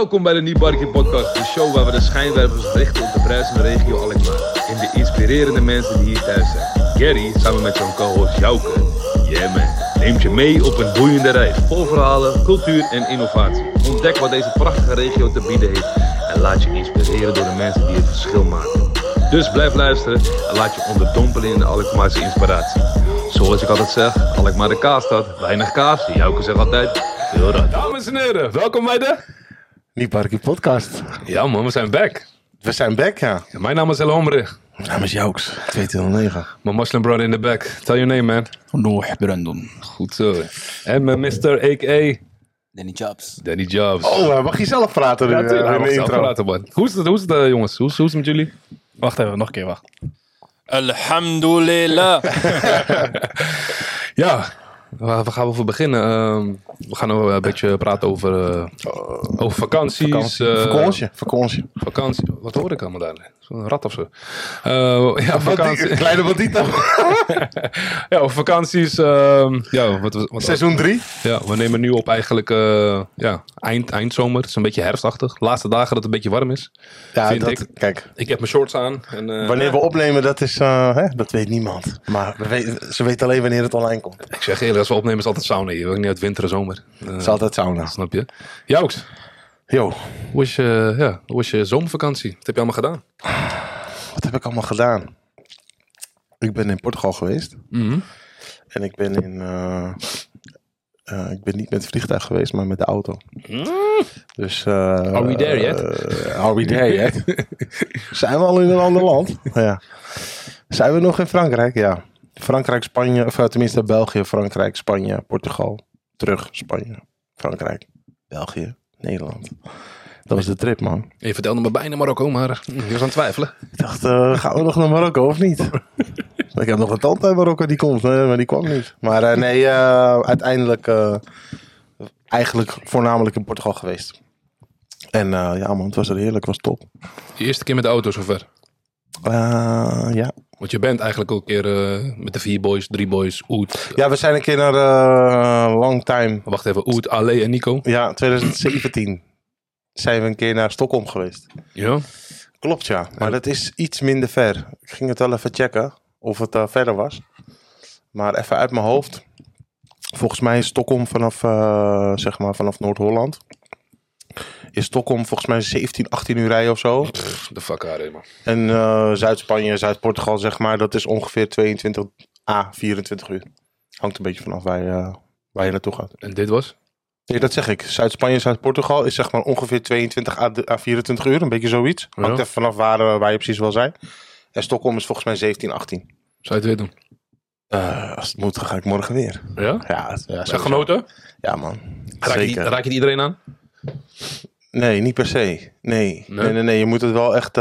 Welkom bij de Niebarkie podcast, de show waar we de schijnwerpers richten op de bruisende regio Alkmaar en de inspirerende mensen die hier thuis zijn. Gary, samen met zijn co-host Jouke, yeah man, neemt je mee op een boeiende reis vol verhalen, cultuur en innovatie. Ontdek wat deze prachtige regio te bieden heeft en laat je inspireren door de mensen die het verschil maken. Dus blijf luisteren en laat je onderdompelen in de Alkmaarse inspiratie. Zoals ik altijd zeg, Alkmaar de kaasstad, weinig kaas, Jouke zegt altijd veel raad. Dames en heren, welkom bij de Niebarkie podcast. Ja man, we zijn back. We zijn back, ja. Mijn naam is El Hombre. Mijn naam is Jouks, 2209. My Muslim brother in the back. Tell your name, man. Noor Brandon. Goed zo. En mijn Mr. A.K.A. Danny Jobs. Danny Jobs. Oh, mag je zelf praten ja, in tuurlijk. de intro? Praten, man. Hoe is het jongens? Hoe is het met jullie? Wacht even, nog een keer, wacht. Alhamdulillah. Ja, waar gaan we voor beginnen? We gaan een beetje praten over vakanties. Vakantie. Wat hoor ik allemaal daar? Zo'n rat of zo. Ja, vakantie. Kleine bandito. Ja, over vakanties. Wat Seizoen 3. Ja, we nemen nu op eigenlijk eindzomer. Het is een beetje herfstachtig. De laatste dagen dat het een beetje warm is. Ja, vind ik. Kijk. Ik heb mijn shorts aan. En, Wanneer we opnemen, dat is, dat weet niemand. Maar ze weten alleen wanneer het online komt. Ik zeg eerlijk, als we opnemen is het altijd sauna hier. Ook niet uit winter en zomer. Het is altijd sauna. Snap je? Jouks, Yo, hoe was je zomervakantie? Wat heb je allemaal gedaan? wat heb ik allemaal gedaan? Ik ben in Portugal geweest. Mhm. En ik ben ik ben niet met het vliegtuig geweest, maar met de auto. Dus, Are we there yet? Are we there yet? Zijn we al in een ander land? Ja. Zijn we nog in Frankrijk? Ja. Frankrijk, Spanje, of tenminste België, Frankrijk, Spanje, Portugal. Terug, Spanje, Frankrijk, België, Nederland. Dat was de trip, man. Je vertelde me bijna Marokko, maar je was aan het twijfelen. Ik dacht, gaan we nog naar Marokko of niet? Ik heb nog een tante uit Marokko die komt, maar die kwam niet. Maar uiteindelijk eigenlijk voornamelijk in Portugal geweest. En ja man, het was er heerlijk, het was top. Je eerste keer met de auto zover. Ja. Want je bent eigenlijk ook een keer met de 4 boys, 3 boys, Oet. Ja, we zijn een keer naar Long Time. Wacht even, Oet, Ale en Nico. Ja, 2017 zijn we een keer naar Stockholm geweest. Ja. Klopt, ja. Maar dat is iets minder ver. Ik ging het wel even checken of het verder was. Maar even uit mijn hoofd. Volgens mij is Stockholm vanaf Noord-Holland. Is Stockholm volgens mij 17, 18 uur rijden of zo. De fuck out, man. En Zuid-Spanje, Zuid-Portugal, zeg maar, dat is ongeveer 22 à 24 uur. Hangt een beetje vanaf waar je naartoe gaat. En dit was? Nee, dat zeg ik. Zuid-Spanje, Zuid-Portugal is zeg maar ongeveer 22 à 24 uur. Een beetje zoiets. Hangt even vanaf waar je precies wil zijn. En Stockholm is volgens mij 17, 18. Zou je het weer doen? Als het moet, ga ik morgen weer. Ja? Ja, Zijn genoten? Ja, man. Raak je het iedereen aan? Nee, niet per se. Nee. Je moet het wel echt...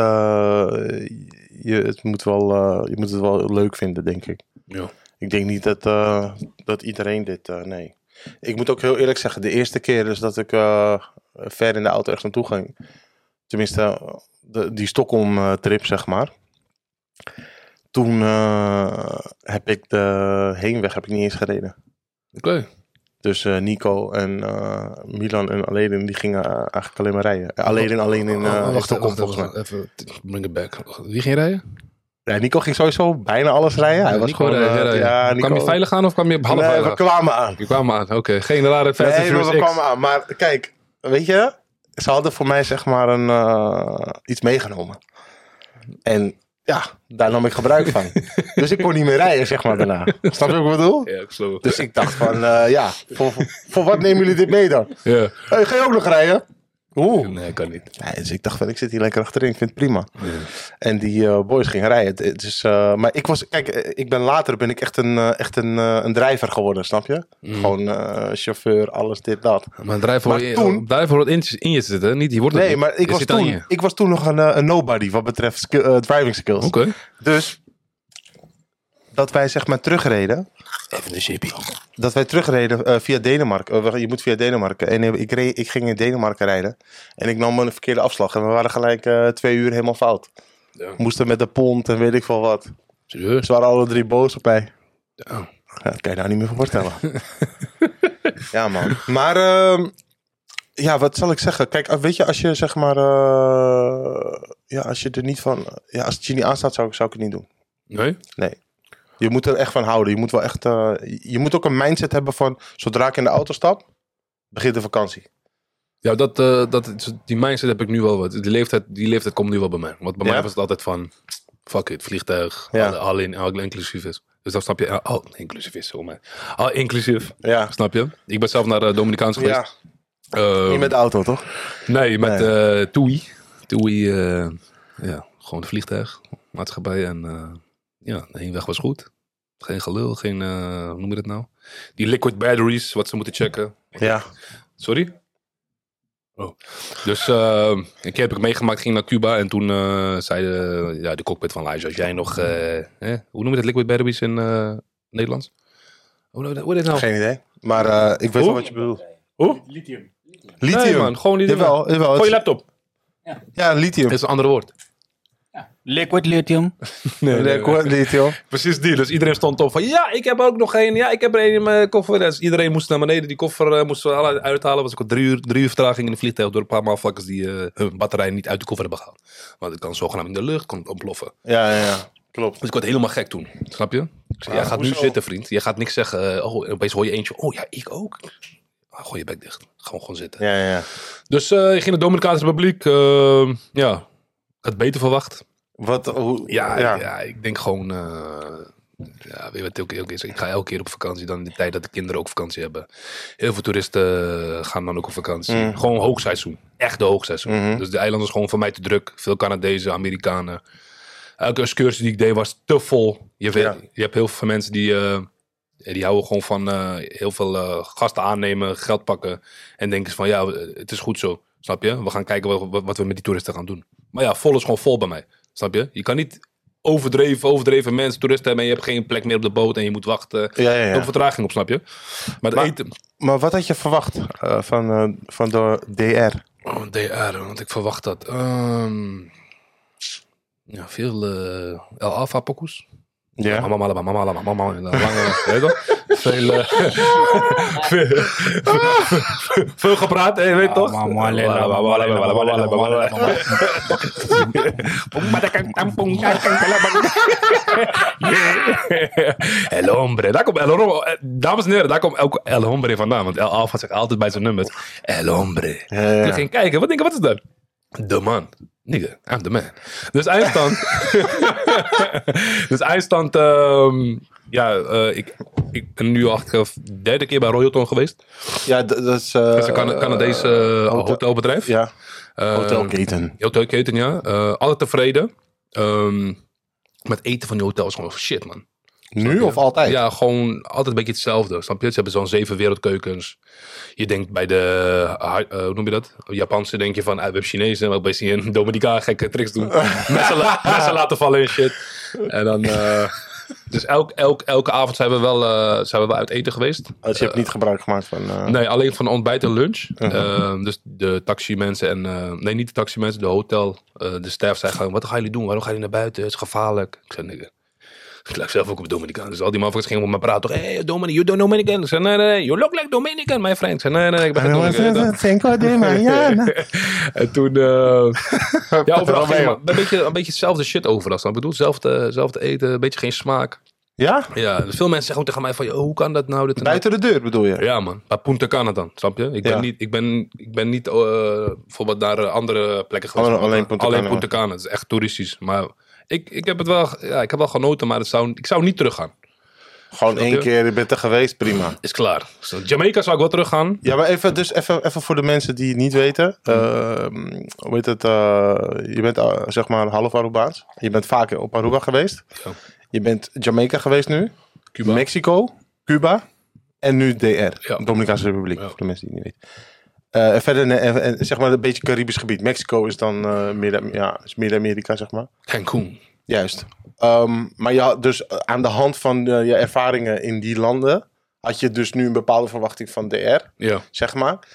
je moet het wel leuk vinden, denk ik. Ja. Ik denk niet dat iedereen dit... nee. Ik moet ook heel eerlijk zeggen, de eerste keer dus dat ik ver in de auto echt naartoe ging. Tenminste, die Stockholm-trip, zeg maar. Toen heb ik de heenweg niet eens gereden. Oké. Dus Nico en Milan en Alleen, die gingen eigenlijk alleen maar rijden. Alleen in Stockholm, volgens mij. Even, bring it back. Wie ging rijden? Ja, Nico ging sowieso bijna alles rijden. Hij was Nico gewoon... Nico. Kwam je veilig aan of kwam je op half veilig? Nee, we kwamen aan. Je kwam aan, oké. Geen rare Fast and Furious we kwamen aan. Maar kijk, weet je, ze hadden voor mij zeg maar iets meegenomen. En ja, daar nam ik gebruik van. Dus ik kon niet meer rijden, zeg maar, daarna. Snap je wat ik bedoel? Ja, ik geloof. Dus ik dacht van, voor wat nemen jullie dit mee dan? Ja. Hey, ga je ook nog rijden? Oeh. Nee, kan niet. Nee, dus ik dacht van, ik zit hier lekker achterin, ik vind het prima. Ja. En die boys gingen rijden. Dus, maar later ben ik echt een drijver geworden, snap je? Gewoon chauffeur, alles, dit, dat. Maar een drijver hoort in je zitten, niet? Die wordt nee, niet. maar ik was toen nog een nobody wat betreft driving skills. Oké. Dus, dat wij zeg maar terugreden. Even de chippy. Dat wij terugreden via Denemarken. Je moet via Denemarken. En ik ging in Denemarken rijden. En ik nam een verkeerde afslag. En we waren gelijk 2 uur helemaal fout. Ja. Moesten met de pont en weet ik veel wat. Serieus? Ze waren alle 3 boos op mij. Ja. Ja, dat kan je nou niet meer voorstellen. Ja, man. Maar Ja, wat zal ik zeggen? Kijk, weet je, als je zeg maar... als je er niet van... Ja, als het je niet aanstaat, zou ik het niet doen. Nee? Nee. Je moet er echt van houden. Je moet wel echt... je moet ook een mindset hebben van... Zodra ik in de auto stap, begint de vakantie. Ja, die mindset heb ik nu wel. Die leeftijd komt nu wel bij mij. Want bij mij was het altijd van... Fuck it, vliegtuig. Ja. Al inclusief is. Dus dan snap je... inclusief is, zeg maar. Al inclusief. Ja. Snap je? Ik ben zelf naar de Dominicaans geweest. Niet met de auto, toch? Nee, met TUI. TUI, gewoon de vliegtuigmaatschappij. En de heenweg was goed. Geen gelul, geen... hoe noem je dat nou? Die liquid batteries, wat ze moeten checken. Ja. Sorry? Oh. Dus ik heb meegemaakt, ging naar Cuba. En toen zei de cockpit van Elijah, als jij nog... hoe noem je dat, liquid batteries in Nederlands? Hoe is het nou? Geen idee. Maar ik weet wel wat je bedoelt. Hoe? Lithium. Lithium. Nee, man, gewoon die dingen. Jawel. Gewoon je laptop. Ja, lithium. Dat is een ander woord. Liquid lithium. Lithium. Precies die. Dus iedereen stond op van... Ja, ik heb ook nog één. Ja, ik heb er één in mijn koffer. Dus iedereen moest naar beneden. Die koffer moesten we uithalen. Was ik al 3 uur vertraging in de vliegtuig. Door een paar motherfuckers die hun batterij niet uit de koffer hebben gehaald. Want het kan zogenaamd in de lucht ontploffen. Ja. Klopt. Dus ik word helemaal gek toen. Snap je? Ik zei, jij gaat nu zitten, vriend. Je gaat niks zeggen. Opeens hoor je eentje. Oh ja, ik ook. Gooi je bek dicht. Gewoon zitten. Ja. Dus ik ging naar de Dominicaanse Republiek. Ik had beter verwacht. Ja, ik denk gewoon... weet je wat het ook is? Ik ga elke keer op vakantie dan in de tijd dat de kinderen ook vakantie hebben. Heel veel toeristen gaan dan ook op vakantie. Gewoon hoogseizoen. Echt de hoogseizoen. Dus de eiland is gewoon voor mij te druk. Veel Canadezen, Amerikanen. Elke excursie die ik deed was te vol. Je hebt heel veel mensen die houden gewoon van heel veel gasten aannemen, geld pakken. En denken van ja, het is goed zo. Snap je? We gaan kijken wat we met die toeristen gaan doen. Maar ja, vol is gewoon vol bij mij. Snap je? Je kan niet overdreven mensen, toeristen hebben en je hebt geen plek meer op de boot en je moet wachten. Ja. Ook vertraging op, snap je? Maar eten... Maar wat had je verwacht van de DR? Oh, DR, want ik verwacht dat. Veel El Alfa pokoes. Ja. Mama, weet je veel gepraat, je weet toch? El Hombre. Daar komt El Hombre. Dames en heren, daar komt ook El Hombre vandaan. Want El Alfa zegt altijd bij zijn nummers. El Hombre. Ik ging kijken, wat is dat? De man. Nigga, I'm the man. Dus eindstand... ik ben nu al de 3e keer bij Royalton geweest. Ja, dat is... Dat is een Canadese hotelbedrijf. Ja, hotelketen. Hotelketen, ja. Altijd tevreden. Met eten van die hotels is gewoon shit, man. Nu of altijd? Ja, gewoon altijd een beetje hetzelfde. Snap je? Ze hebben zo'n 7 wereldkeukens. Je denkt bij de, hoe noem je dat? Japanse denk je van, we hebben Chinezen. Maar opeens zie je een Dominicaan gekke tricks doen. Messen laten vallen en shit. En dan, dus elke avond zijn we wel uit eten geweest. Dus je hebt niet gebruik gemaakt van... Nee, alleen van ontbijt en lunch. Dus de taximensen en... nee, niet de taximensen, de hotel. De staf zei gewoon, wat gaan jullie doen? Waarom gaan jullie naar buiten? Het is gevaarlijk. Ik zei, nigga. Ik lijk zelf ook op Dominicaan. Dus al die motherfuckers gingen met me praten. Toch, hey, you don't Dominican. Ik zei, nee, you look like Dominican, my friend. Ik zei, nee, ik ben geen Dominican. En toen... overal ging een beetje hetzelfde shit overal. Ik bedoel, hetzelfde eten, een beetje geen smaak. Ja? Ja, dus veel mensen zeggen tegen mij van, hoe kan dat nou? Buiten de deur bedoel je? Ja, man. Bij Punta Cana dan, snap je? Ik ben niet bijvoorbeeld naar andere plekken geweest. Alleen Punta Cana. Het is echt toeristisch, maar... Ik heb wel genoten, maar ik zou niet teruggaan. Gewoon 1 keer, je bent er geweest, prima. Is klaar. So, Jamaica zou ik wel teruggaan. Ja, maar even voor de mensen die het niet weten. Hoe heet het? Je bent zeg maar half Arubaans. Je bent vaker op Aruba geweest. Ja. Je bent Jamaica geweest nu. Cuba. Mexico, Cuba en nu DR. Ja. Dominicaanse Republiek, voor de mensen die het niet weten. Verder zeg maar een beetje Caribisch gebied. Mexico is dan Midden-Amerika, zeg maar. Cancun. Juist. Maar ja, dus aan de hand van je ervaringen in die landen... had je dus nu een bepaalde verwachting van DR, zeg maar.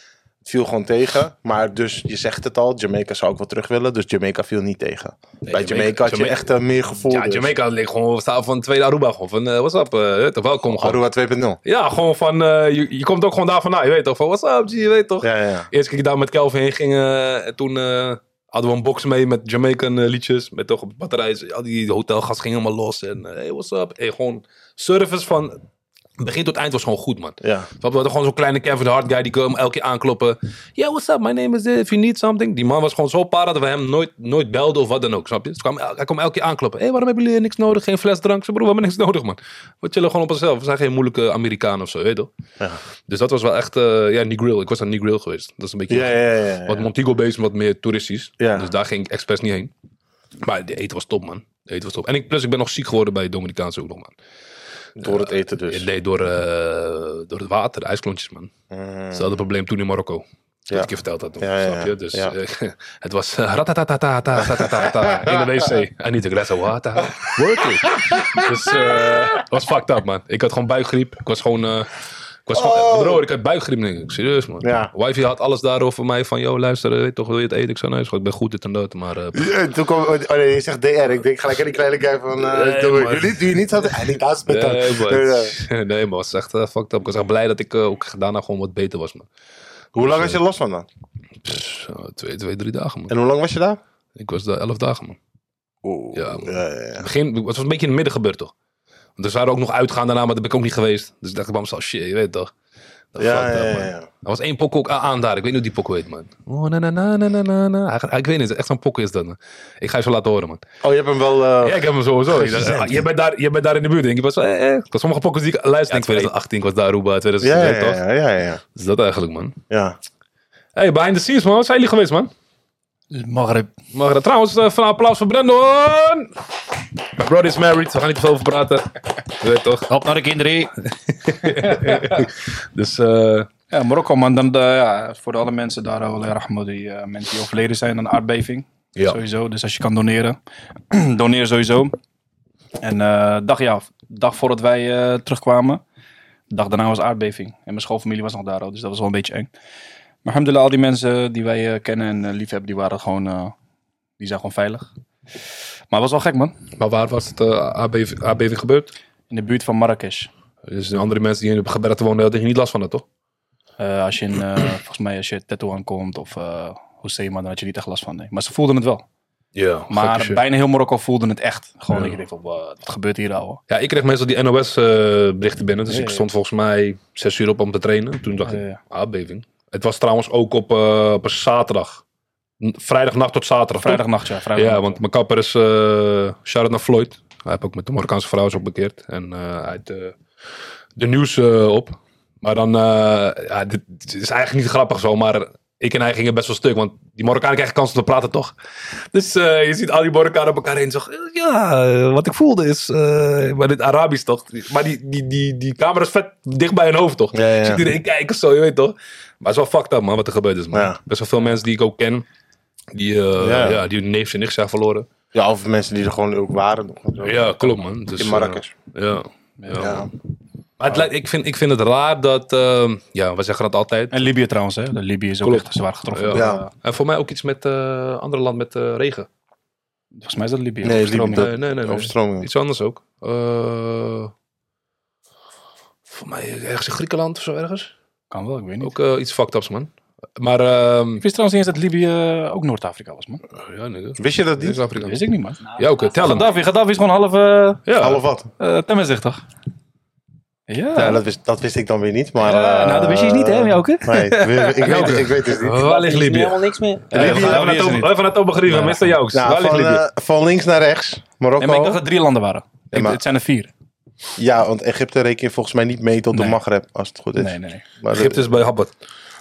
viel gewoon tegen. Maar dus, je zegt het al, Jamaica zou ook wel terug willen. Dus Jamaica viel niet tegen. Nee, Bij Jamaica had je echt meer gevoel. Ja, dus. Jamaica ligt gewoon staan van tweede Aruba. Gewoon van, what's up? Toch welkom. Gewoon. Aruba 2.0. Ja, gewoon van, je komt ook gewoon daar vandaan. Je weet toch, van what's up, G, je weet toch. Ja. Eerst keer ik daar met Kelvin heen ging, en toen hadden we een box mee met Jamaican liedjes. Met toch op batterijen. Al die hotelgasten gingen helemaal los. En hey, what's up? Hey, gewoon service van begin tot eind was gewoon goed, man. Ja. We hadden gewoon zo'n kleine Kevin de Hart guy, die kwam elke keer aankloppen. Yeah, what's up? My name is this. If you need something. Die man was gewoon zo para dat we hem nooit belden of wat dan ook, snap je? Dus hij kwam elke keer aankloppen. Hey, waarom hebben jullie niks nodig? Geen fles drank? Zo, bro, we hebben niks nodig, man. We chillen gewoon op onszelf. We zijn geen moeilijke Amerikanen of zo, weet je toch? Ja. Dus dat was wel echt, Negril. Ik was aan Negril geweest. Dat is een beetje Ja. wat Montego-based, wat meer toeristisch. Ja. Dus daar ging ik expres niet heen. Maar de eten was top, man. De eten was top. En ik ben nog ziek geworden bij Dominicaanse ook nog, man. Door het eten dus. Nee, door het water, de ijsklontjes, man. Ze hadden een probleem toen in Marokko. Dat ik je verteld had. Snap je? Dus het was ratatatatatatatata in de wc. I need a glass of water. Working. Dus het was fucked up, man. Ik had gewoon buikgriep. Ik was gewoon... Bro, ik had buikgriep, denk ik. Serieus, man. Ja. Wifey had alles daarover mij van, yo, luister, weet toch, wil je het eten? Ik zei, nee, ik ben goed, dit en dat, maar... Toen kwam, je zegt DR. Ik denk gelijk aan die kleine guy van... doe je niet altijd? Hij niet uit met dat. Nee, man, het was echt fucked up. Ik was echt blij dat ik ook daarna gewoon wat beter was, man. Hoe lang was je los van dan? 2-3 dagen, man. En hoe lang was je daar? Ik was daar 11 dagen, man. Oeh. Ja, man. Ja. Het was een beetje in het midden gebeurd, toch? Want er zouden ook nog uitgaan daarna, maar daar ben ik ook niet geweest. Dus ik dacht bij mezelf, shit, je weet toch? Ja. Er was één pokoe ook aan daar. Ik weet niet hoe die pokoe heet, man. Oh, na. Ik weet niet, echt zo'n pokoe is dat, man. Ik ga je zo laten horen, man. Oh, je hebt hem wel... Ja, ik heb hem sowieso. Je bent daar in de buurt, denk ik. Sommige pokoes die ik luister, denk 2018, ik was daar Aruba, 2017, toch? Ja. Dus dat eigenlijk, man. Ja. Hey, behind the scenes, man. Wat zijn jullie geweest, man? Maghreb. Trouwens, van applaus voor Brandon. My brother is married, we gaan niet te veel over praten. Je weet toch? Hop naar de kinderen. Dus, Ja, Marokko, man. Dan, voor alle mensen daar, die mensen die overleden zijn aan aardbeving. Ja. Sowieso. Dus als je kan doneren, doneer sowieso. En dag voordat wij terugkwamen, de dag daarna was aardbeving. En mijn schoolfamilie was nog daar ook, dus dat was wel een beetje eng. Maar alhamdulillah, al die mensen die wij kennen en liefhebben, die waren gewoon, die zijn gewoon veilig. Maar het was wel gek, man. maar waar was het aardbeving gebeurd? In de buurt van Marrakesh. Dus de andere mensen die in de gebergte wonen, hadden niet last van dat, toch? Als je volgens mij als je Tetuan aankomt of Hoceima, dan had je niet echt last van. Nee. Maar ze voelden het wel. Ja, Maar bijna heel Marokko voelde het echt. Gewoon dat je denkt, wat gebeurt hier al? Ja, ik kreeg meestal die NOS berichten binnen. Dus ik stond volgens mij 6 uur op om te trainen. Toen dacht ik, aardbeving. Het was trouwens ook op een zaterdag. Vrijdagnacht tot zaterdag. Vrijdagnacht, ja. Ja, want mijn kapper is shout-out naar Floyd. Hij heeft ook met de Marokkaanse vrouw is ook bekeerd. En hij heeft de nieuws op. Maar dan, dit is eigenlijk niet grappig zo, maar ik en hij gingen best wel stuk. Want die Marokkanen krijgen kans om te praten, toch? Dus je ziet al die Marokkanen op elkaar heen. Ja, wat ik voelde is, maar dit Arabisch toch? Maar die camera is vet dicht bij hun hoofd, toch? Ja. Je ziet iedereen kijken zo, je weet toch? Maar het is wel fucked up, man, wat er gebeurd is, man. Ja. Best wel veel mensen die ik ook ken, die hun neefjes en nichts zijn verloren. Ja, of mensen die er gewoon ook waren. Nog, zo. Ja, klopt, man. Dus, in Marrakesh. Ja. Ja. Maar ik vind het raar dat, we zeggen dat altijd. En Libië trouwens, hè. Libië is ook Klopt. echt zwaar getroffen. Ja. En voor mij ook iets met andere land met regen. Volgens mij is dat Libië. Nee, Overstroming. Nee. Overstroming. Iets anders ook. Voor mij ergens in Griekenland of zo ergens. Kan wel, ik weet niet. Ook iets fucked ups, man. Maar, Ik wist trouwens niet eens dat Libië ook Noord-Afrika was, man. ja, nee. Wist je dat niet? Afrika. Dat wist ik niet, man. Ja, ook. Tel hem. Gaddafi is gewoon half Half wat? Temmezicht, toch? Ja. Ja, dat wist ik dan weer niet. Maar, Nou, dat wist je dus niet, hè, Jouke? Nee, ik weet het niet. Waar ligt Libië? helemaal niks meer. Even naar Toba Grieve, Mr. Jouks. Nou, Waar ligt Libië? van links naar rechts. Marokko. Nee, maar ik dacht dat 3 landen waren. maar- Het zijn er 4. Ja, want Egypte reken je volgens mij niet mee tot de Nee. Maghreb, als het goed is. Nee. Maar, Egypte is bij Habbat.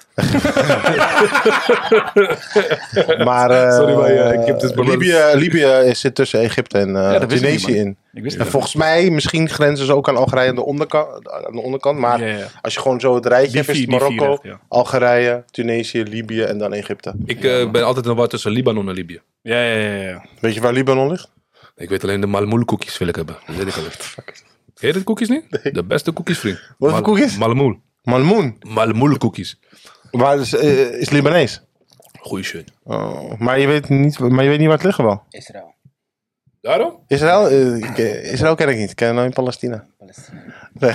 maar Sorry, maar Egypte is bij Libië zit tussen Egypte en dat wist ik Tunesië niet, in. Ik wist En volgens mij, misschien grenzen ze ook aan Algerije aan de onderkant. Maar Ja. als je gewoon zo het rijtje Die hebt, is het vier, die Marokko, vier echt, ja. Algerije, Tunesië, Libië en dan Egypte. Ik ben altijd in de war tussen Libanon en Libië. Ja. Weet je waar Libanon ligt? Ik weet alleen de Malmoul koekjes wil ik hebben. Dat weet ik alleen. Ken je de koekjes niet? De beste koekjes, vriend. Wat voor koekjes? Malmoul. Malmoen. Malmoul koekjes. Waar is Libanees? Goeie shit. Oh, maar je weet niet waar het liggen wel. Israël. Daarom? Israël? Israël ken ik niet. Ik ken alleen Palestina. Palestina. Nee,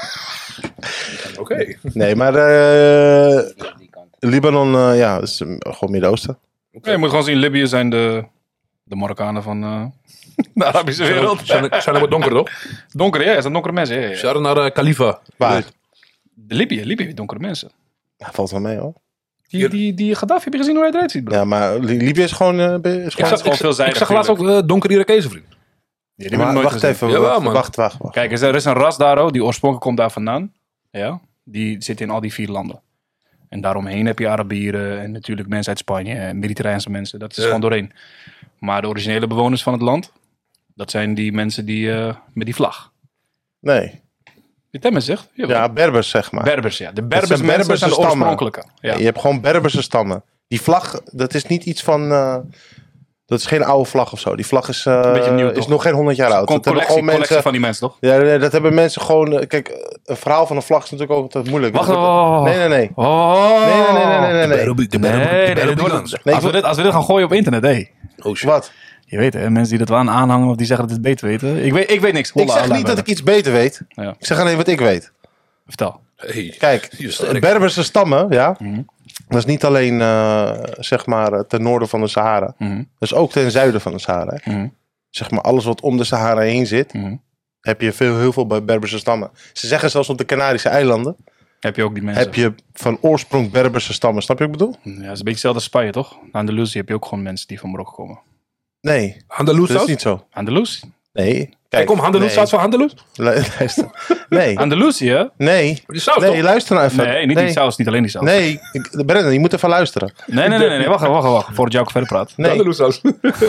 Oké. nee maar Via die kant. Libanon, dat is gewoon Midden-Oosten. Ja, je moet gewoon zien, Libië zijn de Marokkanen van de Arabische wereld. Zijn er wat donker, toch? Donker, ja, het zijn donkere mensen. Ja, ja. Shout naar Khalifa. Waar? De Libië heeft donkere mensen. Ja, valt wel mee hoor. Die Gaddafi, heb je gezien hoe hij eruit ziet, bro? Ja, maar Libië is gewoon... Ik zag gewoon veelzijdig. Ik zag laatst ook donker Irakezen, vriend. Ja, die Maar nooit wacht gezien. even, Jawel, man. wacht. Kijk, er is een ras daar, die oorspronkelijk komt daar vandaan. Ja, die zit in al die 4 landen. En daaromheen heb je Arabieren en natuurlijk mensen uit Spanje en Mediterraanse mensen. Dat is gewoon doorheen. Maar de originele bewoners van het land, dat zijn die mensen die met die vlag. Nee. Je hebt me zegt? Ja, Berbers zeg maar. Berbers, ja. De zijn Berbers mensen Berberse zijn de stammen. oorspronkelijke. Ja. Je hebt gewoon Berberse stammen. Die vlag, dat is niet iets van... dat is geen oude vlag of zo. Die vlag is, beetje nieuw, is toch? nog geen 100 jaar oud. Dat hebben gewoon Collectie mensen... van die mensen, toch? Ja, nee, dat hebben mensen gewoon... kijk, een verhaal van een vlag is natuurlijk ook altijd moeilijk. Wacht, Dat wordt- oh. Nee. Oh. Nee. Als we dit gaan gooien op internet, hé. Oh shit. Wat? Je weet hè, mensen die dat wel aanhangen of die zeggen dat ze het beter weten. Ik weet niks. Ik zeg niet dat ik iets beter weet. Ja. Ik zeg alleen wat ik weet. Vertel. Hey. Kijk, Je is sterk. Berberse stammen, ja. Mhm. Dat is niet alleen, zeg maar, ten noorden van de Sahara. Mhm. Dat is ook ten zuiden van de Sahara. Hè. Mhm. Zeg maar, alles wat om de Sahara heen zit, Mhm. heb je heel veel Berberse stammen. Ze zeggen zelfs op de Canarische eilanden, Heb je ook die mensen. heb je van oorsprong Berberse stammen. Snap je wat ik bedoel? Ja, het is een beetje hetzelfde als Spanje, toch? Andalusië heb je ook gewoon mensen die van Marokko komen. Nee, Andalus dat is saus? niet zo. Andalusië? Nee. Kijk, kom, Andalus saus van Andalus? Luister. Nee. Andalusië, hè? Nee. Die saus Nee, toch? luister nou even. Nee, niet die saus, niet alleen die saus. Nee, Brennan, je moet even luisteren. Nee, wacht. Voordat jou ook verder praat. Nee, Andalus saus.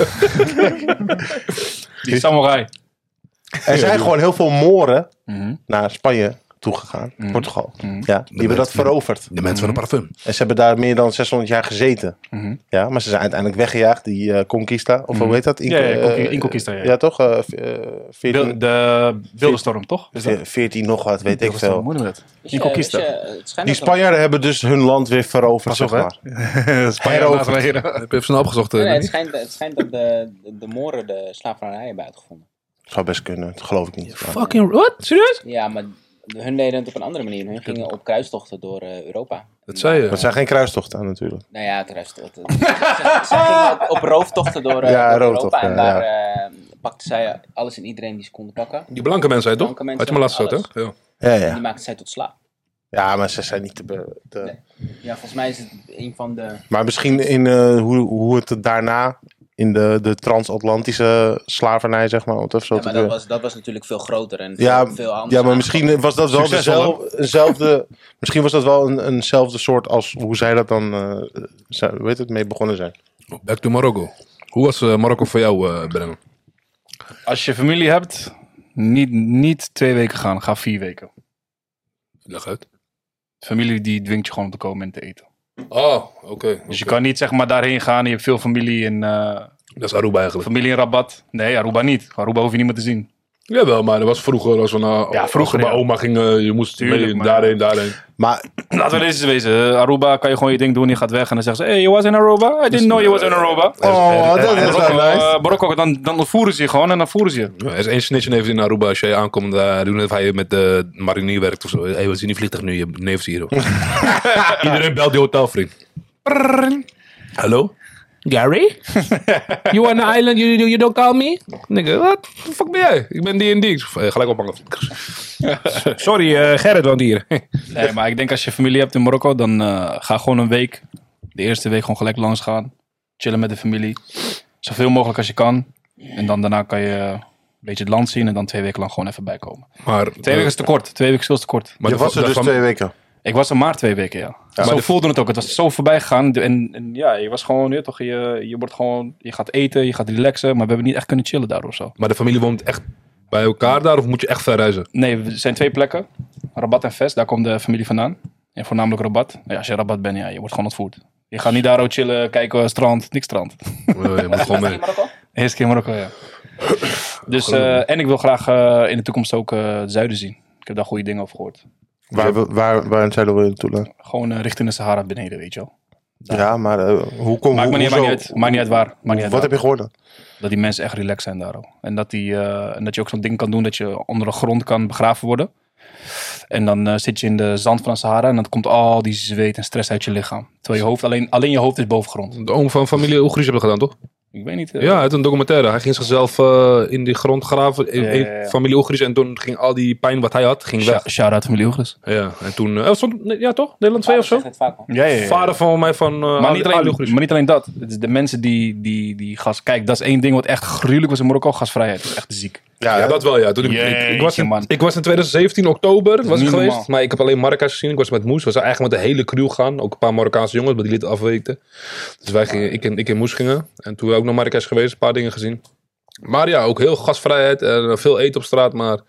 Die samurai. er zijn gewoon heel veel Mooren Mhm. naar Spanje toegegaan. Portugal. Ja, die hebben dat veroverd. De mensen van de parfum. En ze hebben daar meer dan 600 jaar gezeten. Mhm. Ja, maar ze zijn uiteindelijk weggejaagd. Die Conquista, of hoe heet dat? Inconquista, ja. Ja, toch? 14, De Beeldenstorm, toch? Is dat? 14 nog wat, weet ik veel. Hoe noem je dat? Dus je- Inconquista. dus je- het schijnt Die dat er- Spanjaarden hebben dus hun land weer veroverd, zeg op, hè? maar. Spanjaarden. Heb je even snel opgezocht? Nee, het schijnt dat de Mooren de slavernij hebben uitgevonden. Zou best kunnen, dat geloof ik niet. Maar- Fucking, what? Serieus? Ja, maar hun deden het op een andere manier. Hun gingen op kruistochten door Europa. Dat zei je. Maar het zijn geen kruistochten natuurlijk. Nou ja, kruistochten. Ze gingen op rooftochten door, Ja, door rooftocht, Europa. En ja, daar pakten zij alles en iedereen die ze konden pakken. Die blanke mensen, hè, toch? Blanke mensen, Had je me laatst gezegd, hè? alles. Ja. Ja, En die ja. maakten zij tot slaaf. Ja, maar ze zijn niet te... Nee. Ja, volgens mij is het een van de... Maar misschien in hoe het daarna in de transatlantische slavernij, zeg maar, om het even zo Ja, te maar doen. dat was natuurlijk veel groter en Ja, veel anders. ja, maar misschien was dat wel Succesvol, eenzelfde. Misschien was dat wel eenzelfde soort als hoe zij dat dan, weet het, mee begonnen zijn. Back to Marokko. Hoe was Marokko voor jou, Brennan? Als je familie hebt, niet 2 weken gaan, ga 4 weken. Leg uit. Familie die dwingt je gewoon om te komen en te eten. Oh, oké. Dus je kan niet zeg maar daarheen gaan. Je hebt veel familie in, Dat is Aruba eigenlijk. familie in Rabat. Nee, Aruba niet. Aruba hoef je niet meer te zien. Jawel, maar dat was vroeger. Als we naar Ja, vroeger, bij ja. oma ging, je moest Tuurlijk, mee, maar- daarheen. Maar Laten we deze wezen. Aruba kan je gewoon je ding doen. Je gaat weg en dan zeggen ze... Hey, you was in Aruba? I didn't know you was in Aruba. oh, dat is wel nice. Marokko, dan ontvoeren ze je gewoon en dan voeren ze je. Ja, er is één snitje neef in Aruba. Als jij aankomt, doen of hij met de marinier werkt of zo. Hé, we zien die vliegtuig nu. Je neef is hier. Hoor. Iedereen belt die hotelvriend. Hallo? Gary? You on the island? You don't call me? Nigga, what? The fuck ben jij? Ik ben die en die. Ik zeg, gelijk ophangen. Sorry, Gerrit woont hier. Nee, maar ik denk als je familie hebt in Marokko, dan ga gewoon een week. De eerste week gewoon gelijk langs gaan. Chillen met de familie. Zoveel mogelijk als je kan. En dan daarna kan je een beetje het land zien. En dan 2 weken lang gewoon even bijkomen. Maar, 2 weken is te kort. 2 weken is veel te kort. maar je was er dus 2 weken. Ik was er maar 2 weken, ja. Zo voelde het ook. Het was zo voorbij gegaan. En ja, je was gewoon, je wordt gewoon, je gaat eten, je gaat relaxen. Maar we hebben niet echt kunnen chillen daar of zo. Maar de familie woont echt bij elkaar daar? Of moet je echt ver reizen? Nee, er zijn 2 plekken. Rabat en Fes, daar komt de familie vandaan. En voornamelijk Rabat. Ja, als je Rabat bent, ja, je wordt gewoon ontvoerd. Je gaat niet daar ook chillen, kijken, strand, niks strand. Je moet gewoon mee. In Marokko? Eerste keer in Marokko, ja. Dus, en ik wil graag in de toekomst ook het zuiden zien. Ik heb daar goede dingen over gehoord. Waar zouden we naartoe dan? Gewoon richting de Sahara beneden, weet je wel. Ja, maar hoe komt Maakt niet uit waar. Wat heb je gehoord dan? Dat die mensen echt relaxed zijn daar. En dat je ook zo'n ding kan doen dat je onder de grond kan begraven worden. En dan zit je in de zand van de Sahara en dan komt al die zweet en stress uit je lichaam. Terwijl je hoofd, alleen je hoofd is boven grond. De oom van familie Oegri's hebben gedaan, toch? Ik weet niet. Ja, uit een documentaire. Hij ging zichzelf in die grond graven. Ja. Familie Oegri's. En toen ging al die pijn wat hij had, ging weg. Shout-out familie Oegris. Ja, en toen... ja, toch? Nederland 2 of zo? Het vaak, man. Ja. Vader van mij van... Maar niet alleen dat. Het is de mensen die gas... Kijk, dat is één ding wat echt gruwelijk was in Marokko. Gasvrijheid. Dat is echt ziek. Ja, dat wel, ja. Toen ik was in 2017, oktober, was ik geweest. Normaal. Maar ik heb alleen Marrakesh gezien. Ik was met Moes. We zijn eigenlijk met de hele crew gaan. Ook een paar Marokkaanse jongens, maar die lieten afweten. Dus wij gingen, ik en Moes gingen. En toen ook naar Marrakesh geweest, een paar dingen gezien. Maar ja, ook heel gasvrijheid en veel eten op straat. Maar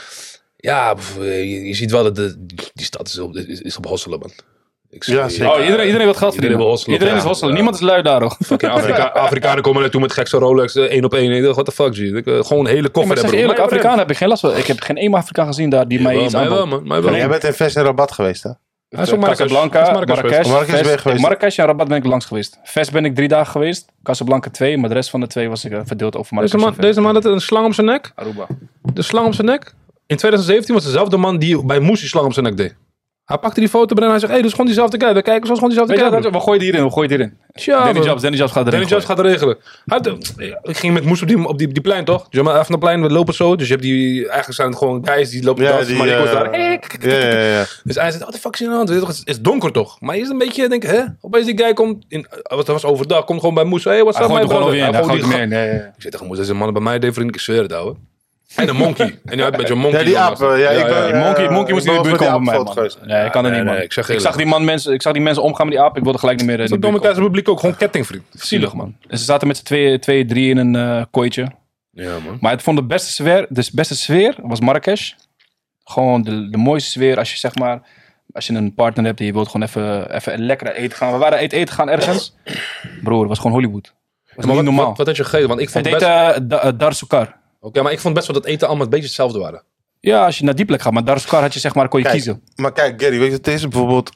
ja, je ziet wel dat die stad is op hosselen, man. Ja, zeker. Oh, iedereen wil geld verdienen. wil hosselen. Iedereen is hosselen. Niemand is lui daar, hoor. Fucking Afrikanen komen naartoe met gekse Rolex, 1 op 1. Ik dacht, what the fuck, G? Gewoon een hele koffer Maar ik zeg hebben. je eerlijk, Afrikaan heb ik geen last van. Ik heb geen één Afrikaan gezien daar die mij iets Mij wel, aanbood. man. Jij bent in Ves en Rabat geweest, hè? Hij is ook Marrakesh. Casablanca, Hij is Marrakesh Marrakesh, ben je geweest. Marrakesh en Rabat ben ik langs geweest. Ves ben ik 3 dagen geweest. Casablanca 2, maar de rest van de 2 was ik verdeeld over Marrakesh. Deze man had een slang om zijn nek. Aruba. De slang om zijn nek. In 2017 was dezelfde man die bij Moes die slang om zijn nek deed. Hij pakte die foto en hij zegt, hey, dat is gewoon diezelfde guy. We kijken zoals gewoon diezelfde guy. We gooien die erin. Tja, Danny Jobs gaat erin. Danny Jobs gaat regelen. Ik ging met Moes op die plein, toch? Dus even naar plein, we lopen zo. Dus je hebt eigenlijk zijn het gewoon guys die lopen dansen. Maar ik was daar. Ja. Dus hij zegt, what the fuck is er aan de hand? Het is donker toch? Maar je is een beetje, denk hè? Opeens die guy komt, dat was overdag, komt gewoon bij Moes. Hey, what's up, Hij gooit er gewoon brother? weer in. Ik zeg tegen Moes, deze mannen bij mij, vriend, ik zweer het, ouwe. En een monkey. En je had een beetje een monkey. Ja, die aap. Monkey moest niet in de buurt komen bij mij, man. Nee, ik kan er niet, man. Nee, Ik zag die mensen omgaan met die aap. Ik wilde gelijk niet meer in de dat buurt Dominicaanse komen. Republiek ook gewoon kettingvriend. Zielig, man. En ze zaten met z'n 2, 3 in een kooitje. Ja, man. Maar ik vond de beste sfeer was Marrakesh. Gewoon de mooiste sfeer als je zeg maar... Als je een partner hebt en je wilt gewoon even lekker eten gaan. We waren eten gaan ergens. Broer, het was gewoon Hollywood. Dat was niet normaal. Wat had je gegeten? Want ik vond Het heet Dar Sukar. Oké, maar ik vond best wel dat eten allemaal een beetje hetzelfde waren. Ja, als je naar die plek gaat. Maar Dar Sukar had je zeg maar, kon je kiezen. Maar kijk, Gary, weet je wat het is? Bijvoorbeeld,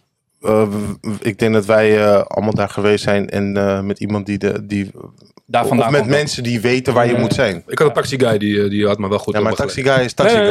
ik denk dat wij allemaal daar geweest zijn en met iemand die Daar vandaan of met komt dat. mensen die weten waar je moet zijn. Ik had een taxi guy, die had me wel goed Ja, maar opgeleid. taxi guy is taxi guy.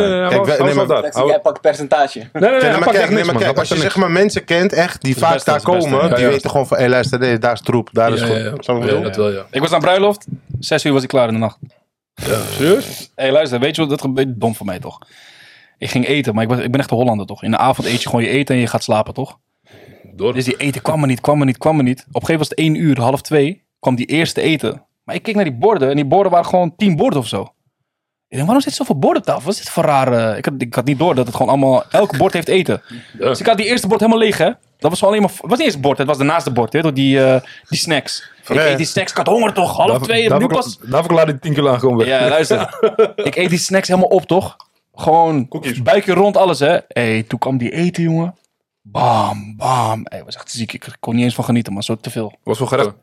Jij pakt percentage. Kijk, als je zeg maar mensen kent echt, die vaak daar komen, die weten gewoon van, hé luister, daar is troep, daar is goed. Zo bedoel? dat wel, ja. Ik was aan bruiloft. 6 uur was ik klaar in de nacht. Ja, serieus? Hé, luister, weet je wat? Dat is een beetje dom voor mij, toch? Ik ging eten, maar ik ben echt een Hollander, toch? In de avond eet je gewoon je eten en je gaat slapen, toch? Door. Dus die eten kwam er niet. Op een gegeven moment was het 1 uur, 1:30, kwam die eerste eten. Maar ik keek naar die borden en die borden waren gewoon 10 borden of zo. Ik denk, waarom zit zoveel borden op tafel? Wat is dit voor raar? Ik had niet door dat het gewoon allemaal... Elke bord heeft eten. Ja. Dus ik had die eerste bord helemaal leeg, hè? Dat was gewoon alleen maar... Het was niet eens het bord, het was de naaste bord, hè? Door die snacks. Ik eet die snacks, ik had honger toch? 1:30, nu pas... Daarvoor klaar die 10 kilo aangekomen. Ja, luister. Ik eet die snacks helemaal op, toch? Gewoon buikje rond, alles, hè? Hey, toen kwam die eten, jongen. Bam, bam. Hey, was echt ziek. Ik kon niet eens van genieten, maar zo te veel. Was wel gerecht.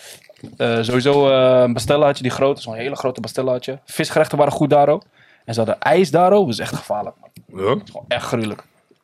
Sowieso een pastellaatje, die grote. Zo'n hele grote pastellaatje. Visgerechten waren goed daar ook. En ze hadden ijs daar ook. Dat is echt gevaarlijk, man. Ja. Gewoon echt gruwelijk.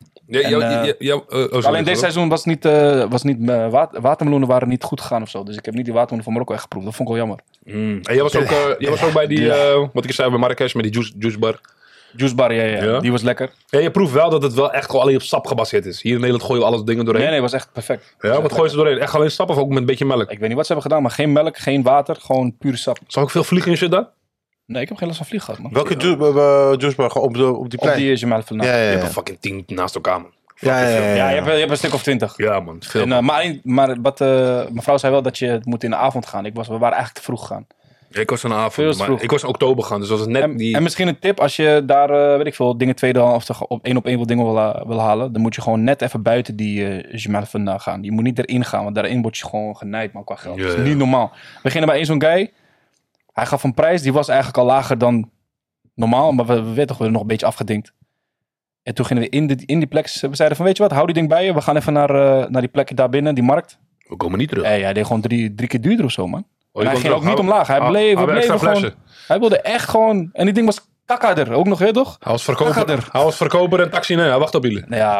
Alleen Alleen dit seizoen was niet watermeloenen waren niet goed gegaan of zo. Dus ik heb niet die watermeloen van Marokko echt geproefd. Dat vond ik wel jammer. En jij was ook bij die, wat ik zei bij Marrakesh, met die juice bar. Juice bar, ja. Die was lekker. Ja, je proeft wel dat het wel echt gewoon alleen op sap gebaseerd is. Hier in Nederland gooien we alles dingen doorheen. Nee, was echt perfect. Ja, wat gooien ze doorheen? Echt alleen sap of ook met een beetje melk? Ik weet niet wat ze hebben gedaan, maar geen melk, geen water. Gewoon pure sap. Zag ik veel vliegen in shit daar? Nee, ik heb geen last van vlieg gehad, man. Welke juicebar op die plein? Op die Jamal van Ja, Je hebt ja. er fucking 10 naast elkaar, man. Ja, Ja, je hebt een stuk of 20. Ja, man. Veel. En, maar wat mevrouw zei wel dat je het moet in de avond gaan. We waren eigenlijk te vroeg gegaan. Ik was een Veel avond, te maar vroeg. ik was in oktober gaan, dus dat was net En misschien een tip, als je daar, weet ik veel, dingen tweedehands of op één wil dingen wil halen, dan moet je gewoon net even buiten die Jamal vandaan gaan. Je moet niet erin gaan, want daarin word je gewoon genaaid, man, qua geld. Ja, Dat is ja. niet normaal. We gingen bij één zo'n guy, hij gaf een prijs, die was eigenlijk al lager dan normaal, maar we werden toch weer nog een beetje afgedinkt. En toen gingen we in die plek, we zeiden van, weet je wat, hou die ding bij je, we gaan even naar die plek daar binnen, die markt. We komen niet terug. Hey, hij deed gewoon drie keer duurder of zo, man. Oh, En je hij kon ging ook terug. niet omlaag. Hij bleef extra gewoon. flessen. Hij wilde echt gewoon. En die ding was Kakkader, ook nog, hè, toch? Hij was Kakkader. verkoper en taxi. Nee, hij wacht op jullie. Nou ja,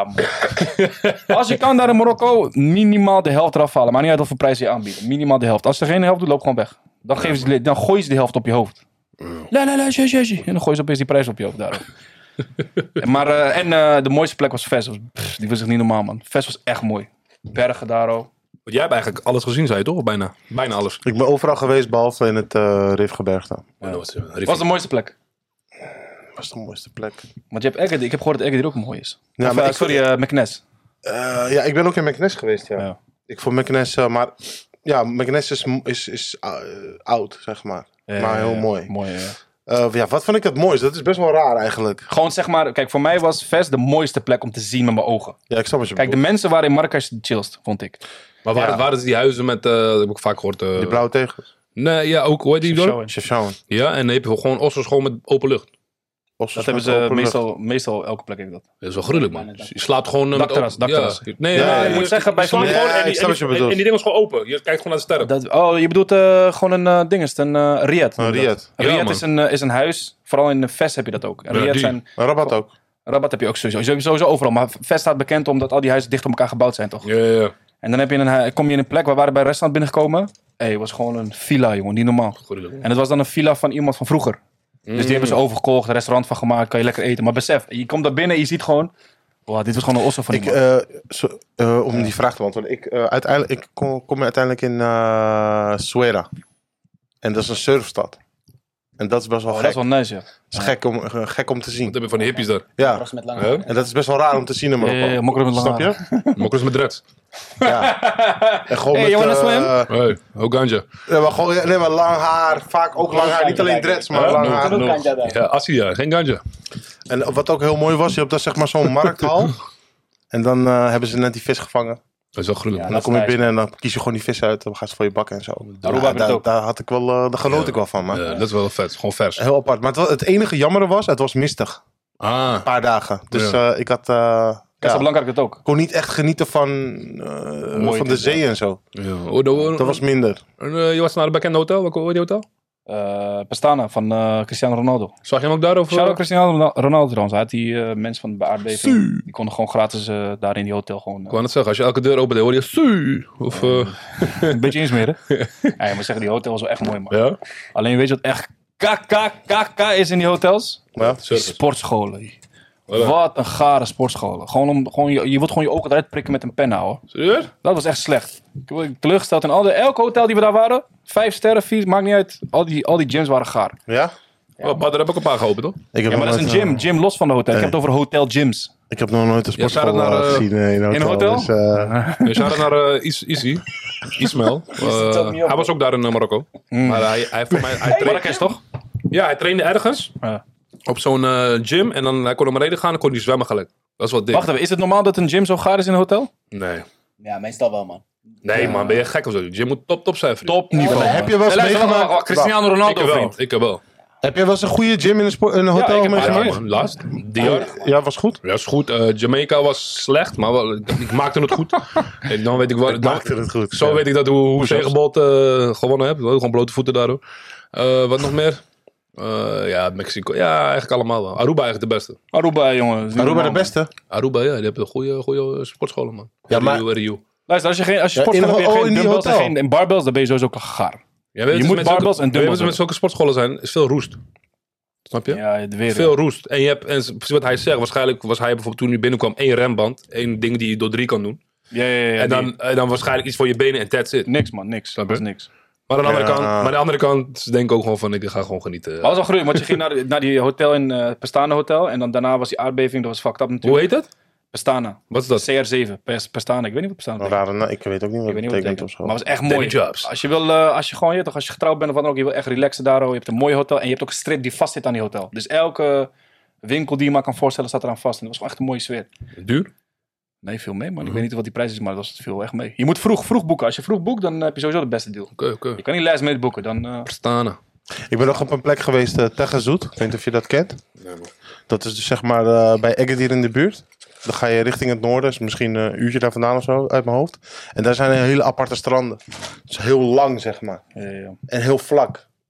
man. Als je kan daar in Marokko, minimaal de helft eraf halen. Maar niet uit wat voor prijs je aanbieden. Minimaal de helft. Als ze geen helft doen, loop gewoon weg. Dan gooien ze de helft op je hoofd. La, shit. En dan gooien ze opeens die prijs op je hoofd daarop. Maar, de mooiste plek was Fes. Die was echt niet normaal, man. Fes was echt mooi. Bergen daar ook. Want jij hebt eigenlijk alles gezien, zei je toch? Of bijna? Bijna alles. Ik ben overal geweest, behalve in het Rifgebergte. Ja. Dat Was de mooiste plek? Dat was de mooiste plek. Want je hebt Agadir, ik heb gehoord dat Agadir ook mooi is. Ja, Of, maar Meknes. Ja, ik ben ook in Meknes geweest, ja. Ja. Ik vond Meknes, maar... Ja, Meknes is oud, zeg maar. Maar heel mooi. Mooi, ja. Wat vond ik het mooiste? Dat is best wel raar eigenlijk. Gewoon zeg maar, kijk, voor mij was Fes de mooiste plek om te zien met mijn ogen. Ja, ik snap wat je Kijk, de bedoelt. mensen waren in Marrakesh de chillst, vond ik. Maar waar is die huizen met... dat heb ik vaak gehoord. Die blauwe tegels. Nee, ja, ook. Hoe heet die door? Chefchaouen. Ja, en dan heb je gewoon Ossos gewoon met open lucht. Dat hebben ze meestal elke plek heb ik dat. Dat is wel gruwelijk, man. Je slaapt gewoon... Dakterras. Ja. Nee, Ja, ik moet zeggen, bij je slaapt sommige... gewoon ik snap wat je bedoelt. en die ding is gewoon open. Je kijkt gewoon naar de sterren. je bedoelt gewoon een dingest, een Riyadh. Een Riyadh. Ja, Riyadh man. is een huis, vooral in Fes heb je dat ook. En Ja, Riyadh die. zijn... Rabat ook. Rabat heb je ook sowieso overal, maar Fes staat bekend omdat al die huizen dicht op elkaar gebouwd zijn, toch? Ja. En dan kom je in een plek, we waren bij een restaurant binnengekomen. Het was gewoon een villa, jongen, niet normaal. Gruwelijk. En het was dan een villa van iemand van vroeger. Dus die hebben ze overgekocht, een restaurant van gemaakt, kan je lekker eten. Maar besef, je komt daar binnen en je ziet gewoon... Wow, dit was gewoon een osso van iemand. Om die vraag te beantwoorden. Ik kom uiteindelijk in Suera. En dat is een surfstad. En dat is best wel Dat gek. is wel nice, ja. Dat is gek om te zien. Wat heb je van die hippies daar? Ja. Ras met lange Huh? haren. En dat is best wel raar om te zien in Marokko. Ja, mokker met lange Snap je? Mokkers met dreads. Ja. En gewoon Hey, you wanna swim? Hey, ook ganja. maar lang haar. Vaak ook lang haar. Niet alleen dreads, maar lang haar. Hoe kan dat dan? Ja, Asia, geen ganja. En wat ook heel mooi was, je hebt daar zeg maar zo'n markthal. En dan hebben ze net die vis gevangen. Dat is wel gruwelijk. En Ja, dan dat kom is je nice. binnen en dan kies je gewoon die vis uit. Dan gaan ze voor je bakken en zo. Aruba heb je het ook. Daar had ik wel, daar genoot ik wel van. Maar Ja, dat is wel vet. Gewoon vers. heel apart. Maar het enige jammere was, het was mistig. Ah. Een paar dagen. Dus ik had... Casablanca had ik het ook. kon niet echt genieten van de te zee en zo. Ja. Dat was minder. Je was naar een bekende hotel. Wat hoorde je hotel? Pastana van Cristiano Ronaldo. Zag je hem ook daar? Of, Shout-out Cristiano Ronaldo trouwens. Hij had die mensen van de beaardbeving. Die konden gewoon gratis daar in die hotel gewoon... Ik wou net zeggen, als je elke deur opent, hoor je Su. Of, een beetje insmeren. Ja, je moet zeggen, die hotel was wel echt mooi, man. ja? Alleen weet je wat echt KK is in die hotels? Ja? Die Service. sportscholen. Voilà. Wat een gare sportscholen. Je wilt gewoon je ogen eruit prikken met een pen, hoor. Serieus? Dat was echt slecht. Ik word teleurgesteld in elk hotel die we daar waren. 5 sterren, 4, maakt niet uit. Al die gyms waren gaar. Ja? Oh, maar daar heb ik een paar geopend, toch? Ik heb Ja, maar nog dat is een nooit, gym los van de hotel. Ik heb het over hotel gyms. Ik heb nog nooit een Ja, sportschool zou dat naar, gezien in een hotel. een hotel? Dus, Je zou naar Ismail. Hij was ook daar in Marokko. Maar hij Marrakesh toch? hij trainde ergens Ja. op zo'n gym. En dan hij kon naar beneden gaan en kon hij zwemmen gelijk. Dat is wat dik. Wacht even, is het normaal dat een gym zo gaar is in een hotel? Nee. Ja, meestal wel, man. Nee, man, ben je gek of zo? De gym moet top zijn, vriend. Top niveau. maar heb je wel eens Luister, meegemaakt- wacht, Cristiano Ik Ronaldo, heb wel. vriend. Ik heb wel. heb jij wel eens een goede gym in een hotel ik heb meegemaakt? een Ja, man, laatst. Dior. Ja, was goed. Ja, is goed. Jamaica was slecht, maar wel, ik maakte het goed. En dan weet ik wel. Maakte het goed. Zo weet ik dat hoe Zegenbolt gewonnen heb. Gewoon blote voeten daardoor. Wat nog meer? Ja, Mexico. Ja, eigenlijk allemaal wel. Aruba eigenlijk de beste. Aruba, jongen. Aruba de normaal. beste. Aruba, ja, die hebben goede sportscholen, man. Ja, maar- Rio. Luister, als je sport in hebt, heb je in geen die dumbbells en hotel. geen barbells, dan ben je sowieso gaar. Ja, weet Je dus moet met barbells zulke- en dumbbells weet je met zulke sportscholen zijn, is veel roest. Snap je? Ja, de wereld. Veel roest. En je hebt, en precies wat hij zegt, waarschijnlijk was hij bijvoorbeeld toen hij binnenkwam 1 remband. 1 ding die je door 3 kan doen. Ja, En dan waarschijnlijk iets voor je benen en that's it. Niks, man, niks. Snap Dat je? is niks. Maar aan de Ja. andere kant denk ik ook gewoon van, ik ga gewoon genieten. Maar dat was wel gruwelijk, want je ging naar die hotel in Pastana Hotel. En dan daarna was die aardbeving, dat was fucked up Hoe natuurlijk. heet het? Pastana. Wat is dat? CR7. Pastana. Ik weet niet wat Pastana Een betekent. rare, ik weet ook niet wat Ik weet het niet wat het betekent betekent. of zo. Maar het was echt Danny mooi. Jobs. Als je wil, als je gewoon, als je getrouwd bent of wat dan ook, je wil echt relaxen daar. Je hebt een mooi hotel en je hebt ook een strip die vast zit aan die hotel. Dus elke winkel die je maar kan voorstellen staat eraan vast. En dat was gewoon echt een mooie sfeer. Duur? Nee, veel mee, man. Ik weet niet wat die prijs is, maar dat was veel echt mee. Je moet vroeg boeken. Als je vroeg boekt, dan heb je sowieso de beste deal. Oké. Je kan niet last minute boeken. Dan, Verstanen. Ik ben nog op een plek geweest, Tegezoet. Ik weet niet of je dat kent. Dat is dus zeg maar bij Agadir in de buurt. Dan ga je richting het noorden. Is misschien een uurtje daar vandaan of zo, uit mijn hoofd. En daar zijn hele aparte stranden. Het is heel lang, zeg maar. ja. En heel vlak.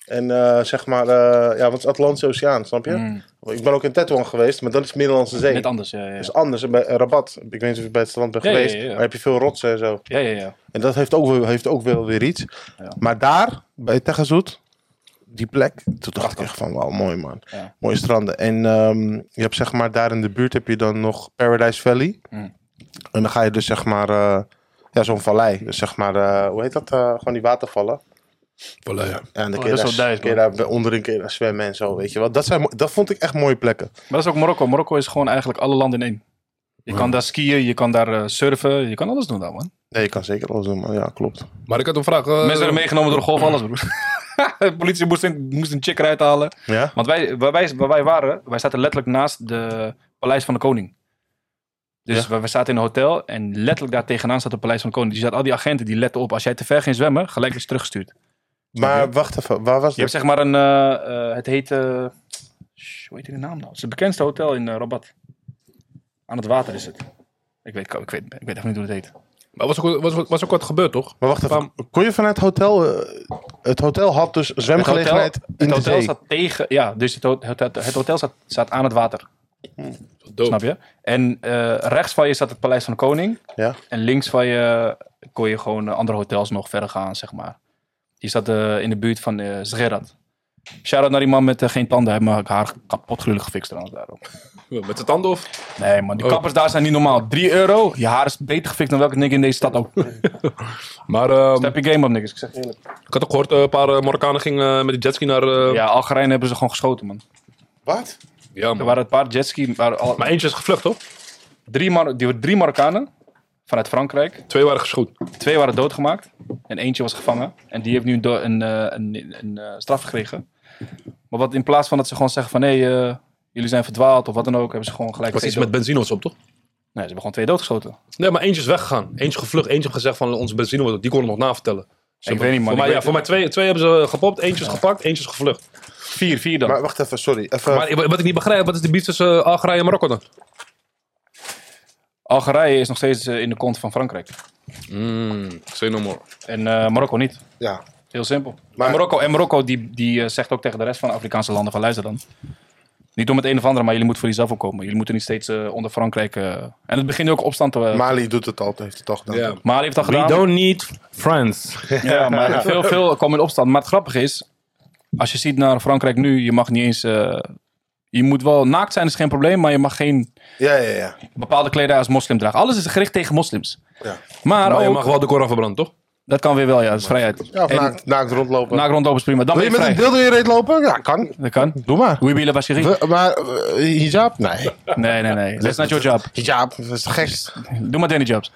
En zeg maar, want het is Atlantische Oceaan, snap je? Ik ben ook in Tetuan geweest, maar dat is Middellandse Zee. Net anders, ja. Dat is anders. En bij Rabat, ik weet niet of je bij het strand bent geweest, maar heb je veel rotsen en zo. Ja. En dat heeft ook wel weer iets. Ja. Maar daar, bij Tegazoet, die plek, toen dacht ik echt van, wauw, mooi man. Ja. Mooie stranden. En je hebt zeg maar, daar in de buurt heb je dan nog Paradise Valley. En dan ga je dus zeg maar, zo'n vallei. Dus zeg maar, hoe heet dat? Gewoon die watervallen. Voilà, ja. Ja, en dan Oh, kun je dat is wel daar, kun je daar onderin kun je daar zwemmen en zo, weet je wel. Dat vond ik echt mooie plekken. Maar dat is ook Marokko. Marokko is gewoon eigenlijk alle landen in één. Je kan daar skiën, je kan daar surfen, je kan alles doen daar, man. Nee, je kan zeker alles doen, maar ja, klopt. Maar ik had een vraag. Mensen werden meegenomen door de golf, alles, broer. De politie moest een chick eruit halen. Ja? Want waar wij waren, wij zaten letterlijk naast de Paleis van de Koning. Dus we zaten in een hotel en letterlijk daar tegenaan staat het Paleis van de Koning. Dus je had al die agenten die letten op. Als jij te ver ging zwemmen, gelijk is teruggestuurd. Maar wacht even, waar was Je hebt het? zeg maar een, het heet, hoe heet die naam nou? Het is het bekendste hotel in Rabat. Aan het water is het. Ik weet even niet hoe het heet. Maar was ook wat gebeurd, toch? Maar wacht even, kon je vanuit het hotel... het hotel had dus zwemgelegenheid in Het de hotel zee. staat tegen, ja, dus het hotel staat aan het water. Dope. Snap je? En rechts van je staat het Paleis van de Koning. Ja. En links van je kon je gewoon andere hotels nog verder gaan, zeg maar. Die staat in de buurt van Zgerat. Shout-out naar die man met geen tanden. Hij heeft mijn haar kapot gruwelijk gefixt trouwens daarom. Met de tanden of? Nee man, die kappers daar zijn niet normaal. €3, je haar is beter gefixt dan welke nigger in deze stad ook. Maar Step je game op niks, ik zeg eerlijk. ik had ook gehoord, een paar Marokkanen gingen met die jetski naar... Ja, Algerije hebben ze gewoon geschoten, man. Wat? Ja, Er man. waren een paar jetski, Maar eentje is gevlucht, toch? drie Marokkanen vanuit Frankrijk. 2 waren geschoten. 2 waren doodgemaakt en eentje was gevangen. En die heeft nu een straf gekregen. Maar wat in plaats van dat ze gewoon zeggen van jullie zijn verdwaald of wat dan ook, hebben ze gewoon gelijk... Was iets 2 met benzine of zo op, toch? Nee, ze hebben gewoon 2 doodgeschoten. Nee, maar eentje is weggegaan. Eentje gevlucht. Eentje heeft gezegd van onze benzine wordt op. Die konden nog navertellen. Ik weet niet, man. Voor mij twee hebben ze gepopt. Eentje is gepakt. Eentje is gevlucht. 4 dan. Maar wacht even, sorry. Maar wat ik niet begrijp, wat is de beef tussen Algerije en Marokko dan? Algerije is nog steeds in de kont van Frankrijk. Say no more. En Marokko niet. Ja. Heel simpel. Maar- Marokko die zegt ook tegen de rest van de Afrikaanse landen van luister dan. Niet om het een of andere, maar jullie moeten voor jezelf opkomen. Jullie moeten niet steeds onder Frankrijk... En het begint ook opstand te... Mali doet het altijd, heeft het al gedaan. Ja. Mali heeft dat We gedaan. don't need friends. Ja, maar veel komen in opstand. Maar het grappige is, als je ziet naar Frankrijk nu, je mag niet eens... je moet wel naakt zijn, is geen probleem, maar je mag geen Ja. bepaalde kledij als moslim dragen. Alles is gericht tegen moslims. Ja. Maar Maar je ook, mag wel de Koran verbranden, toch? dat kan weer wel, ja, dat is vrijheid. Ja, of En naakt rondlopen. naakt rondlopen is prima. Dan Wil ben je je met een vrij. deel door je reet lopen? Ja, kan. Dat kan. Doe maar. Hoe je bashiri? Maar hijab? Nee. Nee. That's not your job. Hijab, dat is te gek. Doe maar Danny Jobs.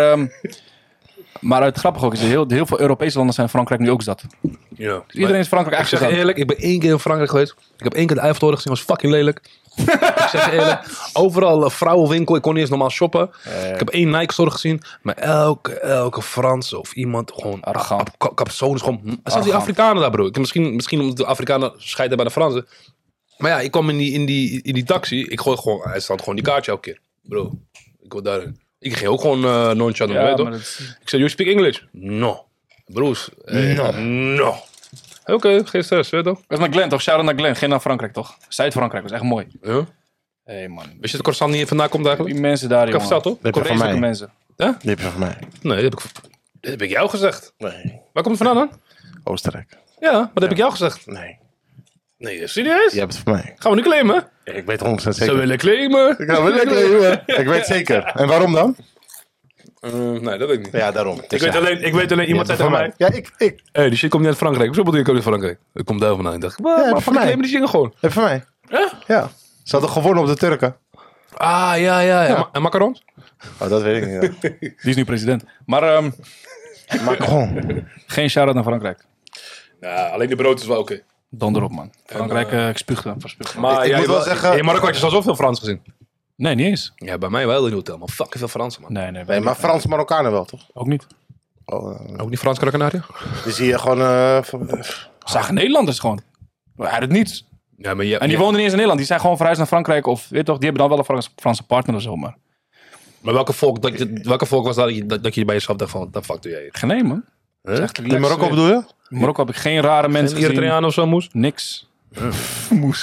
Maar het grappige ook is, heel veel Europese landen zijn Frankrijk nu ook zat. Ja. Dus iedereen is Frankrijk Ik zeg eigenlijk je zat. eerlijk, ik ben 1 keer in Frankrijk geweest. Ik heb 1 keer de Eiffeltoren gezien, was fucking lelijk. Ik zeg je eerlijk, overal een vrouwenwinkel, ik kon niet eens normaal shoppen. Ik heb 1 Nike-store gezien, maar elke Franse of iemand gewoon Arrogant. Capzone is gewoon... Zelfs die Afrikanen daar, bro. Misschien omdat de Afrikanen scheiden bij de Fransen. Maar ja, ik kwam in die taxi, ik gooi gewoon, hij staat gewoon die kaartje elke keer. Bro, ik wil daarin. Ik ging ook gewoon nonchalant, Ja, weet je maar toch? dat is- Ik zei, you speak English? No. Broers. No. Oké, geen stress, weet je toch? Dat is naar Glen toch? Shout-out naar Glen. Geen naar Frankrijk toch? Zuid-Frankrijk was echt mooi. Ja. Hé man. Wist je dat croissant niet vandaan komt eigenlijk? Die mensen daar, Ik heb jongen. verteld, toch? Dat heb je van Vreselijke mij. mensen. Die heb je van mij. Nee, dat heb ik jou gezegd. Nee. Waar komt het vandaan dan? Oostenrijk. Ja, maar dat heb ik jou gezegd. Nee. Nee, serieus? Je hebt het van mij. Gaan we nu claimen? Ja, ik weet 100% Ze zeker. willen claimen. Ik ga wel lekker. Ik weet zeker. En waarom dan? Nee, dat weet ik niet. Ja, daarom. Ik weet alleen, iemand zei tegen mij. Ja, ik. Hé, die shit komt niet uit Frankrijk. Hoezo bedoel je komt uit Frankrijk? Het komt daar vandaan. Ik dacht, heb je maar van mij. claimen die dingen gewoon. Heb van mij. Ja? Ja. Ze hadden gewonnen op de Turken. Ah, ja. En macarons? Oh, dat weet ik niet. Die is nu president. Maar Macron. geen shout-out naar Frankrijk. Ja, alleen de brood is wel oké. Donder op man. Frankrijk, ik spuug dan. Verspuug. Maar Ik moet wel zeggen- In Marokko had je zelfs veel Frans gezien. Nee, niet eens. Ja, bij mij wel in het hotel. Maar fucking veel Fransen, man. Nee, Nee, maar Frans-Marokkanen wel, toch? ook niet. Oh, Ook niet Frans Canaria? die zie je gewoon... Zagen Nederlanders gewoon. Uit het niets. Ja, maar je, En die woonden niet eens in Nederland. Die zijn gewoon verhuisd naar Frankrijk. Of weet toch, die hebben dan wel een Franse partner of zo. Maar Maar welke volk was dat je bij jezelf dacht van, what the fuck doe jij hier? geen nee man. Dat is echt In Marokko bedoel je? In Marokko heb ik geen rare mensen gezien. Eritreaan of zo, Moes? Niks. Moes.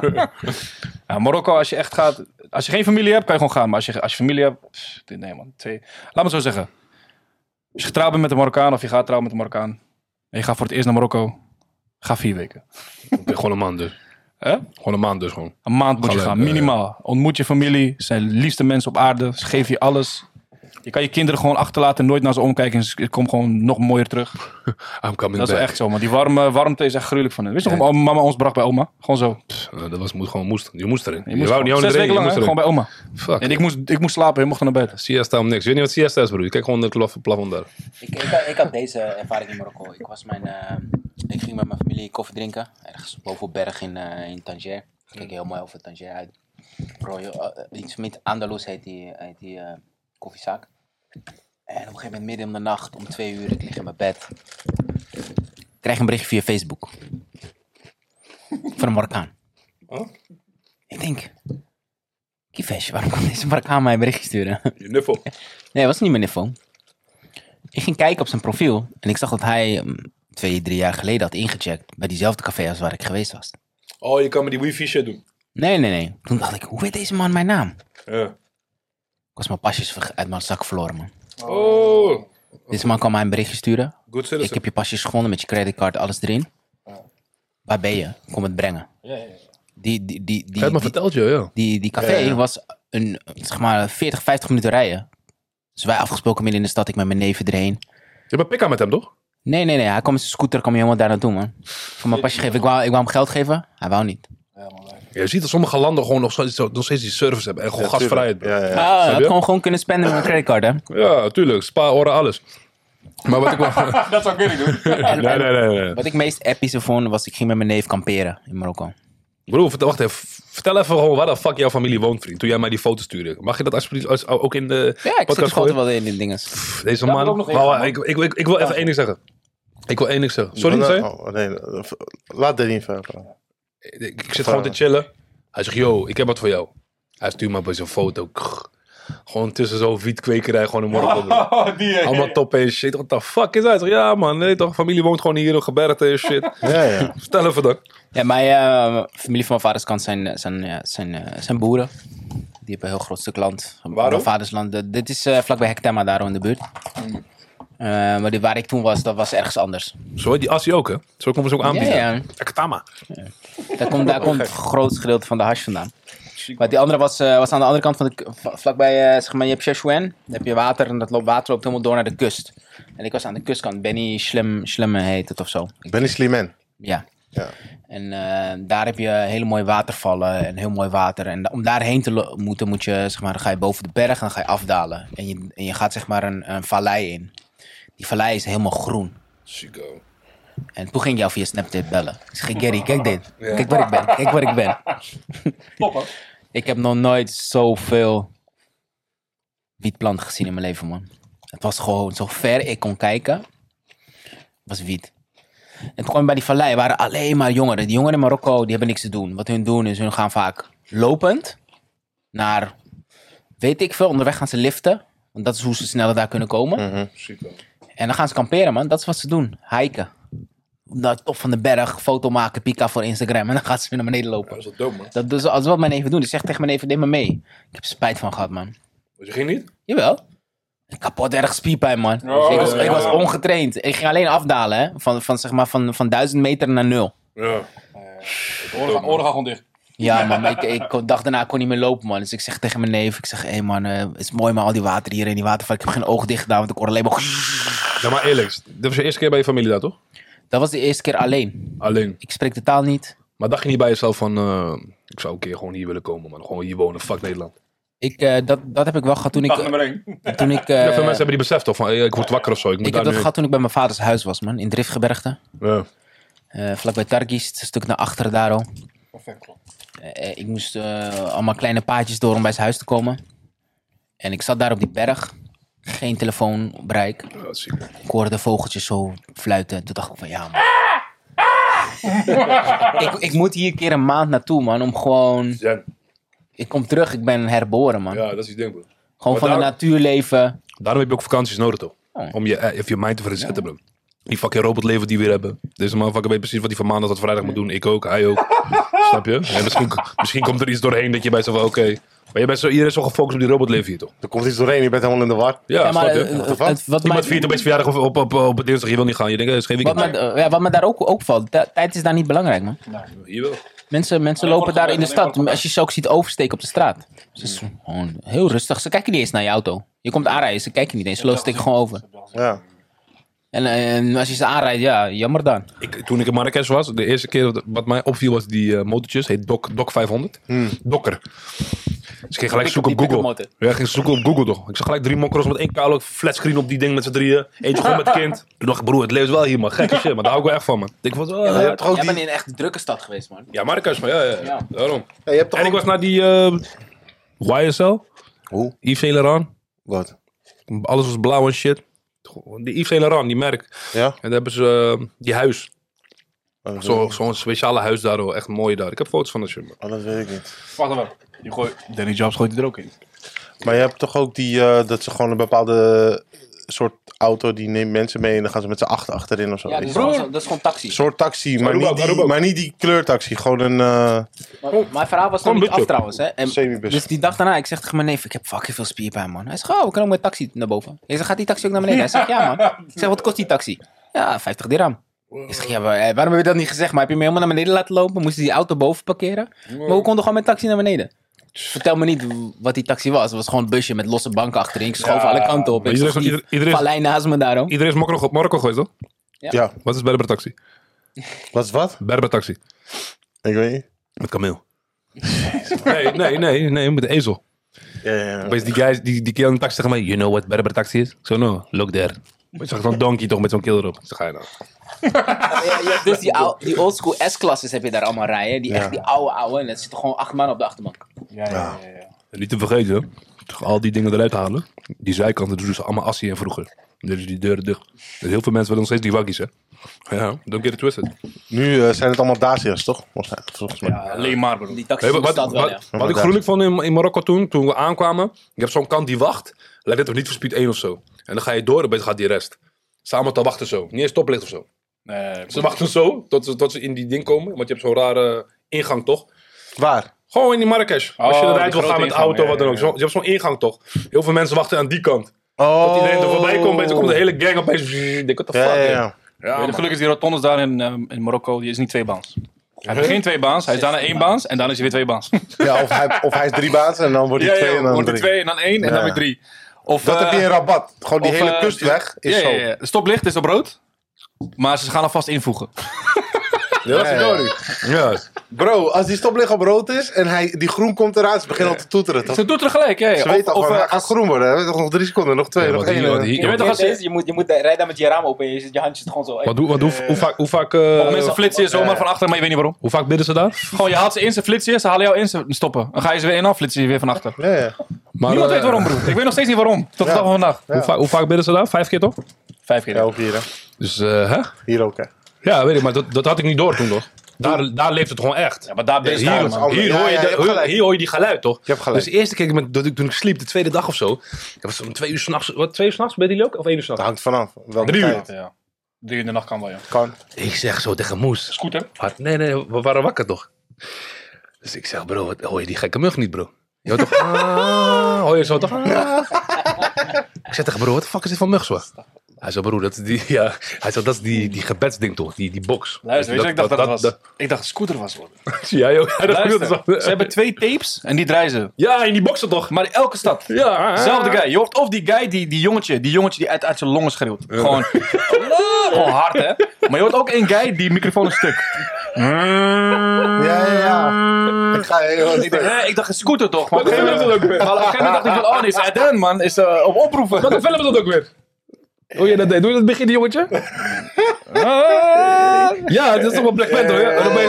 Ja, Marokko, als je echt gaat... Als je geen familie hebt, kan je gewoon gaan. Maar als je familie hebt... Nee man, laat me het zo zeggen. Als je getrouwd bent met een Marokkaan of je gaat trouwen met een Marokkaan... en je gaat voor het eerst naar Marokko... Ga 4 weken. Gewoon een maand dus. Gewoon een maand dus gewoon. Een maand moet je gaan, minimaal. Ontmoet je familie, zijn liefste mensen op aarde. Ze geven je alles. Je kan je kinderen gewoon achterlaten en nooit naar ze omkijken. En ze komen gewoon nog mooier terug. I'm coming Dat is back. echt zo, maar die warmte is echt gruwelijk van hen. Wist je nog, mama ons bracht bij oma? Gewoon zo. Dat was gewoon moest. Je moest erin. Je moest gewoon 6 weken lang, gewoon bij oma. Fuck. En ik moest slapen, je mocht naar buiten. Siesta om niks. Je weet niet wat siesta is, broer. Je kijkt gewoon naar het plafond daar. Ik had deze ervaring in Marokko. Ik ging met mijn familie koffie drinken. Ergens bovenop berg in Tanger. Ik keek heel mooi over Tanger uit. Bro, iets met Andalus heet die koffiezaak. En op een gegeven moment midden in de nacht, om 2 uur, ik lig in mijn bed. Ik krijg een berichtje via Facebook. Van een Marokkaan. Oh? Ik denk, Kievesh, waarom kan deze Marokkaan mij een berichtje sturen? Je nuffel. Nee, dat was niet mijn info. Ik ging kijken op zijn profiel en ik zag dat hij 2-3 jaar geleden had ingecheckt bij diezelfde café als waar ik geweest was. Oh, je kan met die wifi shit doen. Nee. Toen dacht ik, hoe weet deze man mijn naam? Ja. Ik was mijn pasjes uit mijn zak verloren, man. Oh. Deze man kan mij een berichtje sturen. Good Ik citizen. heb je pasjes gevonden met je creditcard, alles erin. Waar ben je? Kom het brengen. Hij had me verteld, ja. Die café was een, zeg maar, 40, 50 minuten rijden. Dus wij afgesproken midden in de stad, ik met mijn neven erheen. Je hebt een pik-up met hem, toch? Nee. Hij kwam met zijn scooter, kwam je helemaal daar naartoe, man. Ik kwam mijn pasje geven. Ik wou hem geld geven. Hij wou niet. Ja, je ziet dat sommige landen gewoon nog steeds die service hebben. En gewoon gasvrijheid. Ja. Hij had gewoon kunnen spenden met mijn creditcard, hè. Ja, tuurlijk. Spa, oren, alles. Maar wat ik wel... Dat zou ik niet doen. Nee. Wat ik meest epische vond, was ik ging met mijn neef kamperen in Marokko. Bro, wacht even. Vertel even gewoon waar de fuck jouw familie woont, vriend. Toen jij mij die foto stuurde. Mag je dat alsjeblieft ook in de Ja, ik zet die podcast foto gooien? wel in die dingen. Deze Ja, man... wil ook nog Wacht, even, ik wil even één ding zeggen. Sorry, zei je? Oh, nee, laat dit niet verder. Ik zit gewoon te chillen. Hij zegt, yo, ik heb wat voor jou. Hij stuurt me bij zo'n foto. Gewoon tussen zo'n wietkwekerij, gewoon in Marokko. Allemaal top en shit. What the fuck is hij? Ik zeg, ja man, nee toch, familie woont gewoon hier, gebergte en shit. Ja. Stel even dan. Ja, mijn familie van mijn vaders kant zijn boeren. Die hebben een heel groot stuk land. Waarom? Mijn vaders land. Dit is vlakbij Hektema, daar in de buurt. Maar waar ik toen was, dat was ergens anders. Zo heet die Assie ook, hè? Zo komen ze ook aanbieden. Ja. Ekatama. Daar komt het grootste gedeelte van de hash vandaan. Maar die andere was aan de andere kant van vlakbij, zeg maar, je hebt Chechouin, dan heb je water en water loopt helemaal door naar de kust. En ik was aan de kustkant, Beni Slemme heet het of zo. Benny Sliman. Ja. Ja. En daar heb je hele mooie watervallen en heel mooi water. En om daarheen te moeten, moet je, zeg maar, dan ga je boven de berg en dan ga je afdalen. En je gaat, zeg maar, een vallei in. Die vallei is helemaal groen. Chico. En toen ging ik jou via Snapchat bellen. Ik zeg, Gary, kijk dit. Kijk waar ik ben. Ik heb nog nooit zoveel wietplanten gezien in mijn leven, man. Het was gewoon, zo ver ik kon kijken, was wiet. En toen kwam ik bij die vallei, waren alleen maar jongeren. Die jongeren in Marokko, die hebben niks te doen. Wat hun doen is, hun gaan vaak lopend naar, weet ik veel, onderweg gaan ze liften. Want dat is hoe ze sneller daar kunnen komen. Chico. En dan gaan ze kamperen, man. Dat is wat ze doen. Hiken. Naar de top van de berg, foto maken, pika voor Instagram. En dan gaan ze weer naar beneden lopen. Dat is wel dope, man. Dat is als wat mijn neven doen. Die zegt tegen mijn neven, neem me mee. Ik heb er spijt van gehad, man. Dus je ging niet? Jawel. Kapot erg spierpijn, man. Ik was ongetraind. Ik ging alleen afdalen, hè. Van 1000 meter naar 0. Ja. Oren gaan gewoon dicht. Ja, man. Maar ik dacht daarna, ik kon niet meer lopen, man. Dus ik zeg tegen mijn neef, ik zeg, hé man, het is mooi, maar al die water hier en die waterval. Ik heb geen ogen dicht gedaan, want ik hoor alleen maar... Ja, maar eerlijk. Dit was je eerste keer bij je familie daar, toch? Dat was de eerste keer alleen. Alleen. Ik spreek de taal niet. Maar dacht je niet bij jezelf van... ik zou een keer gewoon hier willen komen, man. Gewoon hier wonen. Fuck Nederland. Dat heb ik wel gehad toen ik... Dag nummer 1. Ja, veel mensen hebben die besef toch van... ik word wakker of zo. Ik moet Ik daar heb dat nu gehad toen ik bij mijn vaders huis was, man. In Driftgebergte. heen. Vlakbij Targis, een stuk naar achteren daar al. Perfect, klopt. Ik moest allemaal kleine paadjes door om bij zijn huis te komen. En ik zat daar op die berg. Geen telefoonbereik. Ja, dat zie ik. Ik hoorde vogeltjes zo fluiten. Toen dacht ik van, ja man. ik moet hier een keer een maand naartoe, man. Om gewoon... Zen. Ik kom terug, ik ben herboren, man. Ja, dat is iets ding, bro. Gewoon Maar van de daar- natuur leven. Daarom heb je ook vakanties nodig, toch? Oh. Om je mind te verzetten, bro. Die fucking robotleven die we weer hebben. Deze motherfucker weet precies wat hij van maandag tot vrijdag moet doen. Ik ook, hij ook. Snap je? En misschien komt er iets doorheen dat je bij zo van, oké. Maar iedereen is zo gefocust op die robotleven hier, toch? Er komt iets doorheen, je bent helemaal in de war. Ja, maar snap je? wat Iemand viert opeens verjaardag op dinsdag, je wil niet gaan. Je denkt, dat is geen weekend. wat me daar ook valt, tijd is daar niet belangrijk, man. Hier wel. Mensen lopen daar in de stad. Als je ze ook ziet oversteken op de straat. Het is gewoon heel rustig. Ze kijken niet eens naar je auto. Je komt aanrijden, ze kijken niet eens. Ze steken gewoon over. Ja. En als je ze aanrijdt, ja, jammer dan. Toen ik in Marrakesh was, de eerste keer wat mij opviel was die motortjes. Heet Doc 500. Dokker. Dus ik ging gelijk zoeken op Google. Ja, ik ging zoeken op Google toch. Ik zag gelijk 3 mokros met 1 koude flatscreen op die ding met z'n drieën. Eentje gewoon met kind. Toen dacht ik, broer, het leeft wel hier man. Gekke shit, maar daar hou ik wel echt van man. Ik was, Jij bent in een echt drukke stad geweest, man. Ja, Marrakesh, maar ja. Daarom. Ja, je hebt toch En ik was naar die YSL. Hoe? Yves Saint Laurent. Wat? Alles was blauw en shit. Die Yves Saint Laurent, die merk. Ja? En daar hebben ze die huis. Zo'n speciale huis daar, hoor. Echt mooi daar. Ik heb foto's van dat shit, man. Oh, dat weet ik niet. Wacht even. Danny Jobs gooit die er ook in. Maar je hebt toch ook die, dat ze gewoon een bepaalde soort auto, die neemt mensen mee en dan gaan ze met z'n achterin of zo. Ja, weet dat je? is gewoon taxi. Een soort taxi, maar Aruba. maar niet die kleurtaxi. Gewoon een Mijn verhaal was nog niet af trouwens. Hè. En semibus. dus die dag daarna, ik zeg tegen mijn neef, ik heb fucking veel spierpijn, man. Hij zegt, we kunnen ook met taxi naar boven. Ik zeg, gaat die taxi ook naar beneden? Hij zegt, ja, man. Ik zeg, wat kost die taxi? Ja, 50 dirham. Ik zeg, ja, maar, waarom heb je dat niet gezegd? Maar heb je me helemaal naar beneden laten lopen? Moest je die auto boven parkeren? Maar hoe kon er gewoon met taxi naar beneden? Vertel me niet wat die taxi was. Het was gewoon een busje met losse banken achterin. Ik schoof alle kanten op. Iedereen Vallei naast me daarom. is Marokko geweest, toch? Ja. Wat is Berber taxi? Wat is wat? Berber taxi. Ik weet niet. Met kameel. Nee, met de ezel. Ja. Opeens die guys, die keer aan de taxi tegen mij, you know what Berber taxi is? Ik zo, no, look there. Je zag zo'n donkey toch met zo'n kill erop. Ik zeg, ga je nou. Ja, dus die oldschool S-klasses heb je daar allemaal rijden. Echt die oude. En er zitten gewoon 8 man op de achterbank. Ja. En niet te vergeten, toch al die dingen eruit halen. Die zijkanten doen ze allemaal assie en vroeger. Dus die deuren dicht. Dus heel veel mensen willen nog steeds die waggies, hè. Ja, don't get it twisted. Nu zijn het allemaal Dacia's, toch? Volgens mij. Alleen maar, bro. Die taxi bestaat wel, ja. Wat ik gruwelijk vond in Marokko toen we aankwamen. Je hebt zo'n kant die wacht. Lijkt net of niet voor speed 1 of zo. En dan ga je door en dan gaat die rest. Samen te wachten zo. Niet eens stoplicht of zo. Nee, Ze wachten zo tot ze in die ding komen. Want je hebt zo'n rare ingang toch? Waar? Gewoon in die Marrakesh. Als je die eruit wil grote gaan met de ingang, auto, wat dan ook. ja. Je hebt zo'n ingang toch? Heel veel mensen wachten aan die kant. Oh. Dat iedereen er voorbij komt. En dan komt de hele gang opeens. Ik denk, what the fuck? Ja. Ja, gelukkig is die rotondes daar in Marokko, die is niet 2 baans. Hij heeft geen 2 baans, hij is daarna 1 baans en dan is hij weer 2 baans. Ja, of hij is 3 baans en dan wordt hij 2 en dan wordt 3. 2 en dan 1 en dan weer 3. Of, Dat heb je in Rabat. Gewoon die hele kustweg is zo. Ja. De stoplicht is op rood, maar ze gaan alvast invoegen. Ja, dat is Dori. Ja. Bro, als die stoplicht op rood is en die groen komt eraan, ze beginnen al te toeteren. Toch? Ze doet er gelijk, ja. Ze weten al gewoon, hij gaat groen worden. Hè? Nog 3 seconden, nog 2, nog 1. Je weet toch als je... Je moet rijden met je raam open en je handjes gewoon zo. Hoe vaak Of mensen flitsen je zomaar van achter, maar je weet niet waarom. hoe vaak bidden ze daar? Gewoon, je haalt ze in, ze flitsen je, ze halen jou in, ze stoppen. Dan ga je ze weer in af, flitsen je weer van achter. Ja. Maar, Niemand weet waarom, broer. Ik weet nog steeds niet waarom. Tot de dag van vandaag. Hoe vaak bidden ze daar? 5 keer toch? 5 keer. Ja, ook hier, hè? Dus, hè? Hier ook, hè? Ja, weet ik, maar dat had ik niet door toen nog. Daar leeft het gewoon echt. Ja, maar daar ben je Ja, daar, dat is man. anders. Hier, Ja, hoor je ja, je hebt gelijk. hier hoor je die geluid, toch? Je hebt gelijk. Dus de eerste keer toen ik sliep, de tweede dag of zo. Ik was om 2 uur s'nachts. Wat, 2 uur s'nachts? Ben je ook? Of 1 uur Dat s'nachts? hangt vanaf. Welke 3 uur. tijd. Ja. 3 uur in de nacht kan wel, ja. Kan. Ik zeg zo tegen Moes. Scooter. Nee, we waren wakker toch? Dus ik zeg, bro, hoor je die gekke mug niet, bro? Je hoort toch? Hoor je zo toch? Ik zeg tegen bro, wat de fuck is dit voor mug zo? Hij zei, bro, dat is die gebedsding toch? Die box. Luister, weet je wat ik dacht dat het was? Ik dacht Scooter was, hoor. Ja, joh. Luister, ze hebben 2 tapes en die draaien ze. Ja, in die boxen toch? Maar in elke stad. Ja. Zelfde guy. Je hoort of die guy, die jongetje die uit zijn longen schreeuwt. Gewoon hard, hè. Maar je hoort ook één guy, die microfoon een stuk. Ja. Ik ga heel Ik dacht, een Scooter toch? Maar op een Wat gegeven film is dat ook weer? moment dacht ik van, oh, dit is Eden, man. Is op oproepen. Wat een film is dat ook weer? Hoe je dat deed? Doe je dat begin, jongetje? Ja, dat is toch wel Black Panther, hè? Dan ben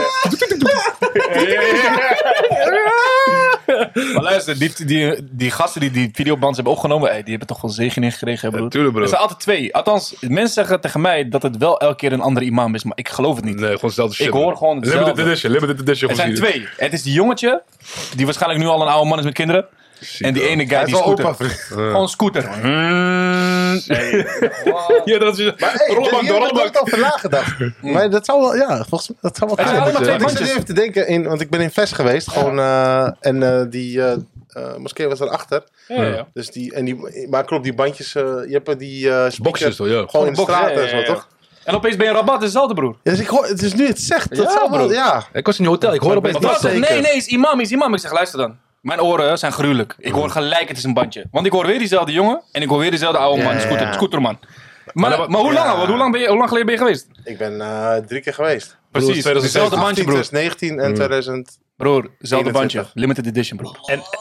Maar luister, die gasten die videobands hebben opgenomen, die hebben toch wel zegening gekregen, hè, broer? tuurlijk, bro. Er zijn altijd 2. Althans, mensen zeggen tegen mij dat het wel elke keer een andere imam is, maar ik geloof het niet. Nee, gewoon hetzelfde shit. Ik hoor gewoon hetzelfde. Limited edition. Er zijn 2. Het is die jongetje, die waarschijnlijk nu al een oude man is met kinderen. En die ene guy Hij is die wel scooter. opa, vriend. Gewoon scooter. Nee. Ja, dat is... Rollenbank, Ik heb ook al over nagedacht. Maar dat zou wel, volgens mij, dat zou wel zijn allemaal twee Ik zit bandjes. even te denken, want ik ben in Ves geweest. Gewoon, die moskee was erachter. Ja. Dus maar klopt, die bandjes, je hebt die speaker Boxjes toch, ja. gewoon in de Box, straat ja, en zo, ja. toch? En opeens ben je Rabat, het is hetzelfde, broer. Ja, dus ik hoor, het is nu het zegt. Dat Ja, zou wel, bro. ja. Ik was in je hotel, ik hoor opeens Wat dat. was het? Nee, is imam. Ik zeg, luister dan. Mijn oren zijn gruwelijk. Ik hoor gelijk, het is een bandje. Want ik hoor weer diezelfde jongen en ik hoor weer diezelfde oude man, scooterman. Maar hoe lang al? Hoe lang geleden ben je geweest? Ik ben 3 keer geweest. Precies, hetzelfde bandje, broer. 2019 en 2000. Broer, hetzelfde 21. bandje. Limited edition, broer.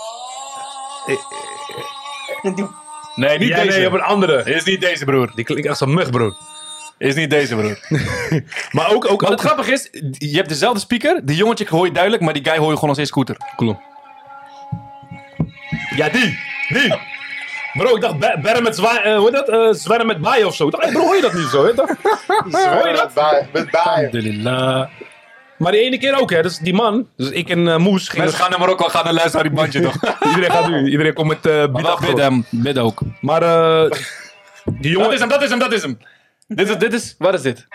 Nee, niet Nee, deze. op een andere. Is niet deze, broer. Die klinkt echt zo mug, bro. Is niet deze, broer. Maar ook Maar het grappige is, je hebt dezelfde speaker. Die jongetje hoor je duidelijk, maar die guy hoor je gewoon als een scooter. Cool. Ja, die. Bro, ik dacht berren met zwerren met baaien of zo. Ik dacht, hey, bro, hoor je dat niet zo, hè? Hoor je dat? Met baaien. Alhamdulillah. Maar die ene keer ook, hè. Dus die man, dus ik en Moes gingen... Mensen gaan naar Marokko, gaan naar luisteren naar die bandje, toch? Iedereen gaat nu. Iedereen komt met Maar bied wel bid ook. Maar die jongen... Dat is hem. Dit is, wat is dit?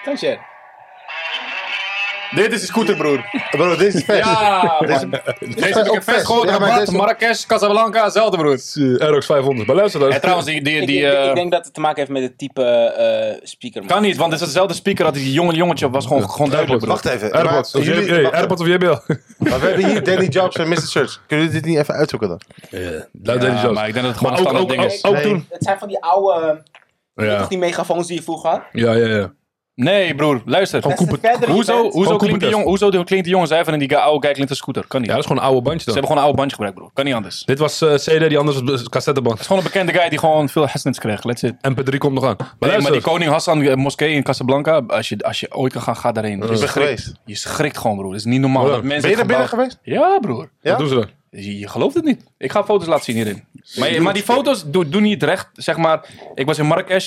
Dit is de scooter, broer. Bro, dit is Ves. Ja, man. Deze heb ik ook in vet. Ves gehoord, Ja, maar Rabat, deze- Marrakesh, Casablanca, hetzelfde, broer. RX 500. Maar luister dan. En trouwens, die Ik denk dat het te maken heeft met het type speaker. man. kan niet, want het is dezelfde speaker dat die jongetje was gewoon duidelijk, broer. Wacht even. AirPods. Maar jullie- wacht AirPods of JBL. Maar we hebben hier Danny Jobs en Mr. Search. Kunnen jullie dit niet even uitzoeken dan? Ja, maar ik denk dat het gewoon een standaard ding is. Ook Nee. toen. Het zijn van die oude, Ja. toch die megafoons die je vroeger had? Ja. Nee, broer, luister. Des te verder je Hoezo bent- klinkt die jongen zuiver en die oude guy klinkt een scooter? Kan niet. Ja, dat is gewoon een oude bandje Ze dan. hebben gewoon een oude bandje gebruikt, broer. Kan niet anders. Het Dit was CD, die anders was cassetteband. is gewoon een bekende guy die gewoon veel hasnets kreeg. Let's it. MP3 komt nog aan. Maar Nee, maar luister. die Koning Hassan moskee in Casablanca, als je ooit kan gaan, ga daarheen. Ik ben geweest. Je schrikt gewoon, broer. Het is niet normaal. Ja. Dat mensen Ben je het naar binnen gebouw- geweest? Ja, broer. Ja? Wat doen ze dan? Je gelooft het niet. Ik ga foto's laten zien hierin. Maar die foto's doen niet recht. Zeg maar, ik was in Marrakesh.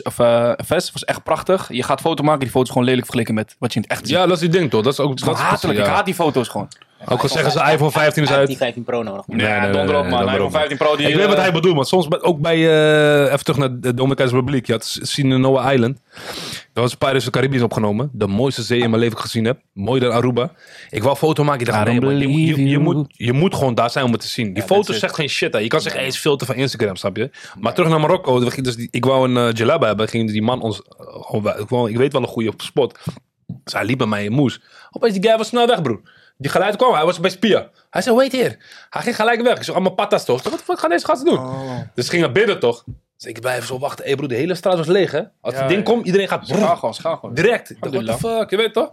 Ves was echt prachtig. Je gaat foto maken, die foto's gewoon lelijk vergeleken met wat je in het echt ziet. Ja, dat is die ding toch? Dat is ook... Gewoon hatelijk. ja. Ik haat die foto's gewoon. Ook al zeggen ze iPhone 15 is Hij heeft uit. die 15 Pro nodig. man. Nee, donder op, man. donder iPhone op. 15 Pro die... Ik weet wat hij bedoelt, want soms ook bij... even terug naar de Dominicaanse Republiek. Je had Sinaloa Island. Daar was Pirates of the Caribbean opgenomen. De mooiste zee in mijn leven gezien heb. Mooier dan Aruba. Ik wou een foto maken. Ik dacht, I nee, man, believe je moet gewoon daar zijn om het te zien. Die foto's that's it. zegt geen shit. Hè. Je kan zeggen, hey, het is filter van Instagram, snap je? Maar terug naar Marokko. Ik wou een jalaba hebben. Ging die man ons... ik weet wel een goede spot. Dus hij liep bij mij in Moes. Opeens die guy was snel weg, broer. Die geluid kwam, hij was bij Spia. Hij zei, wait here. Hij ging gelijk weg. Ik zei, allemaal patas toch? Wat gaan deze gasten doen? Dus ging naar binnen toch? Dus ik blijf zo wachten. Hé broer, de hele straat was leeg hè? Als het ding komt, iedereen gaat Ga gewoon. direct. Ik dacht, what the fuck, je weet toch?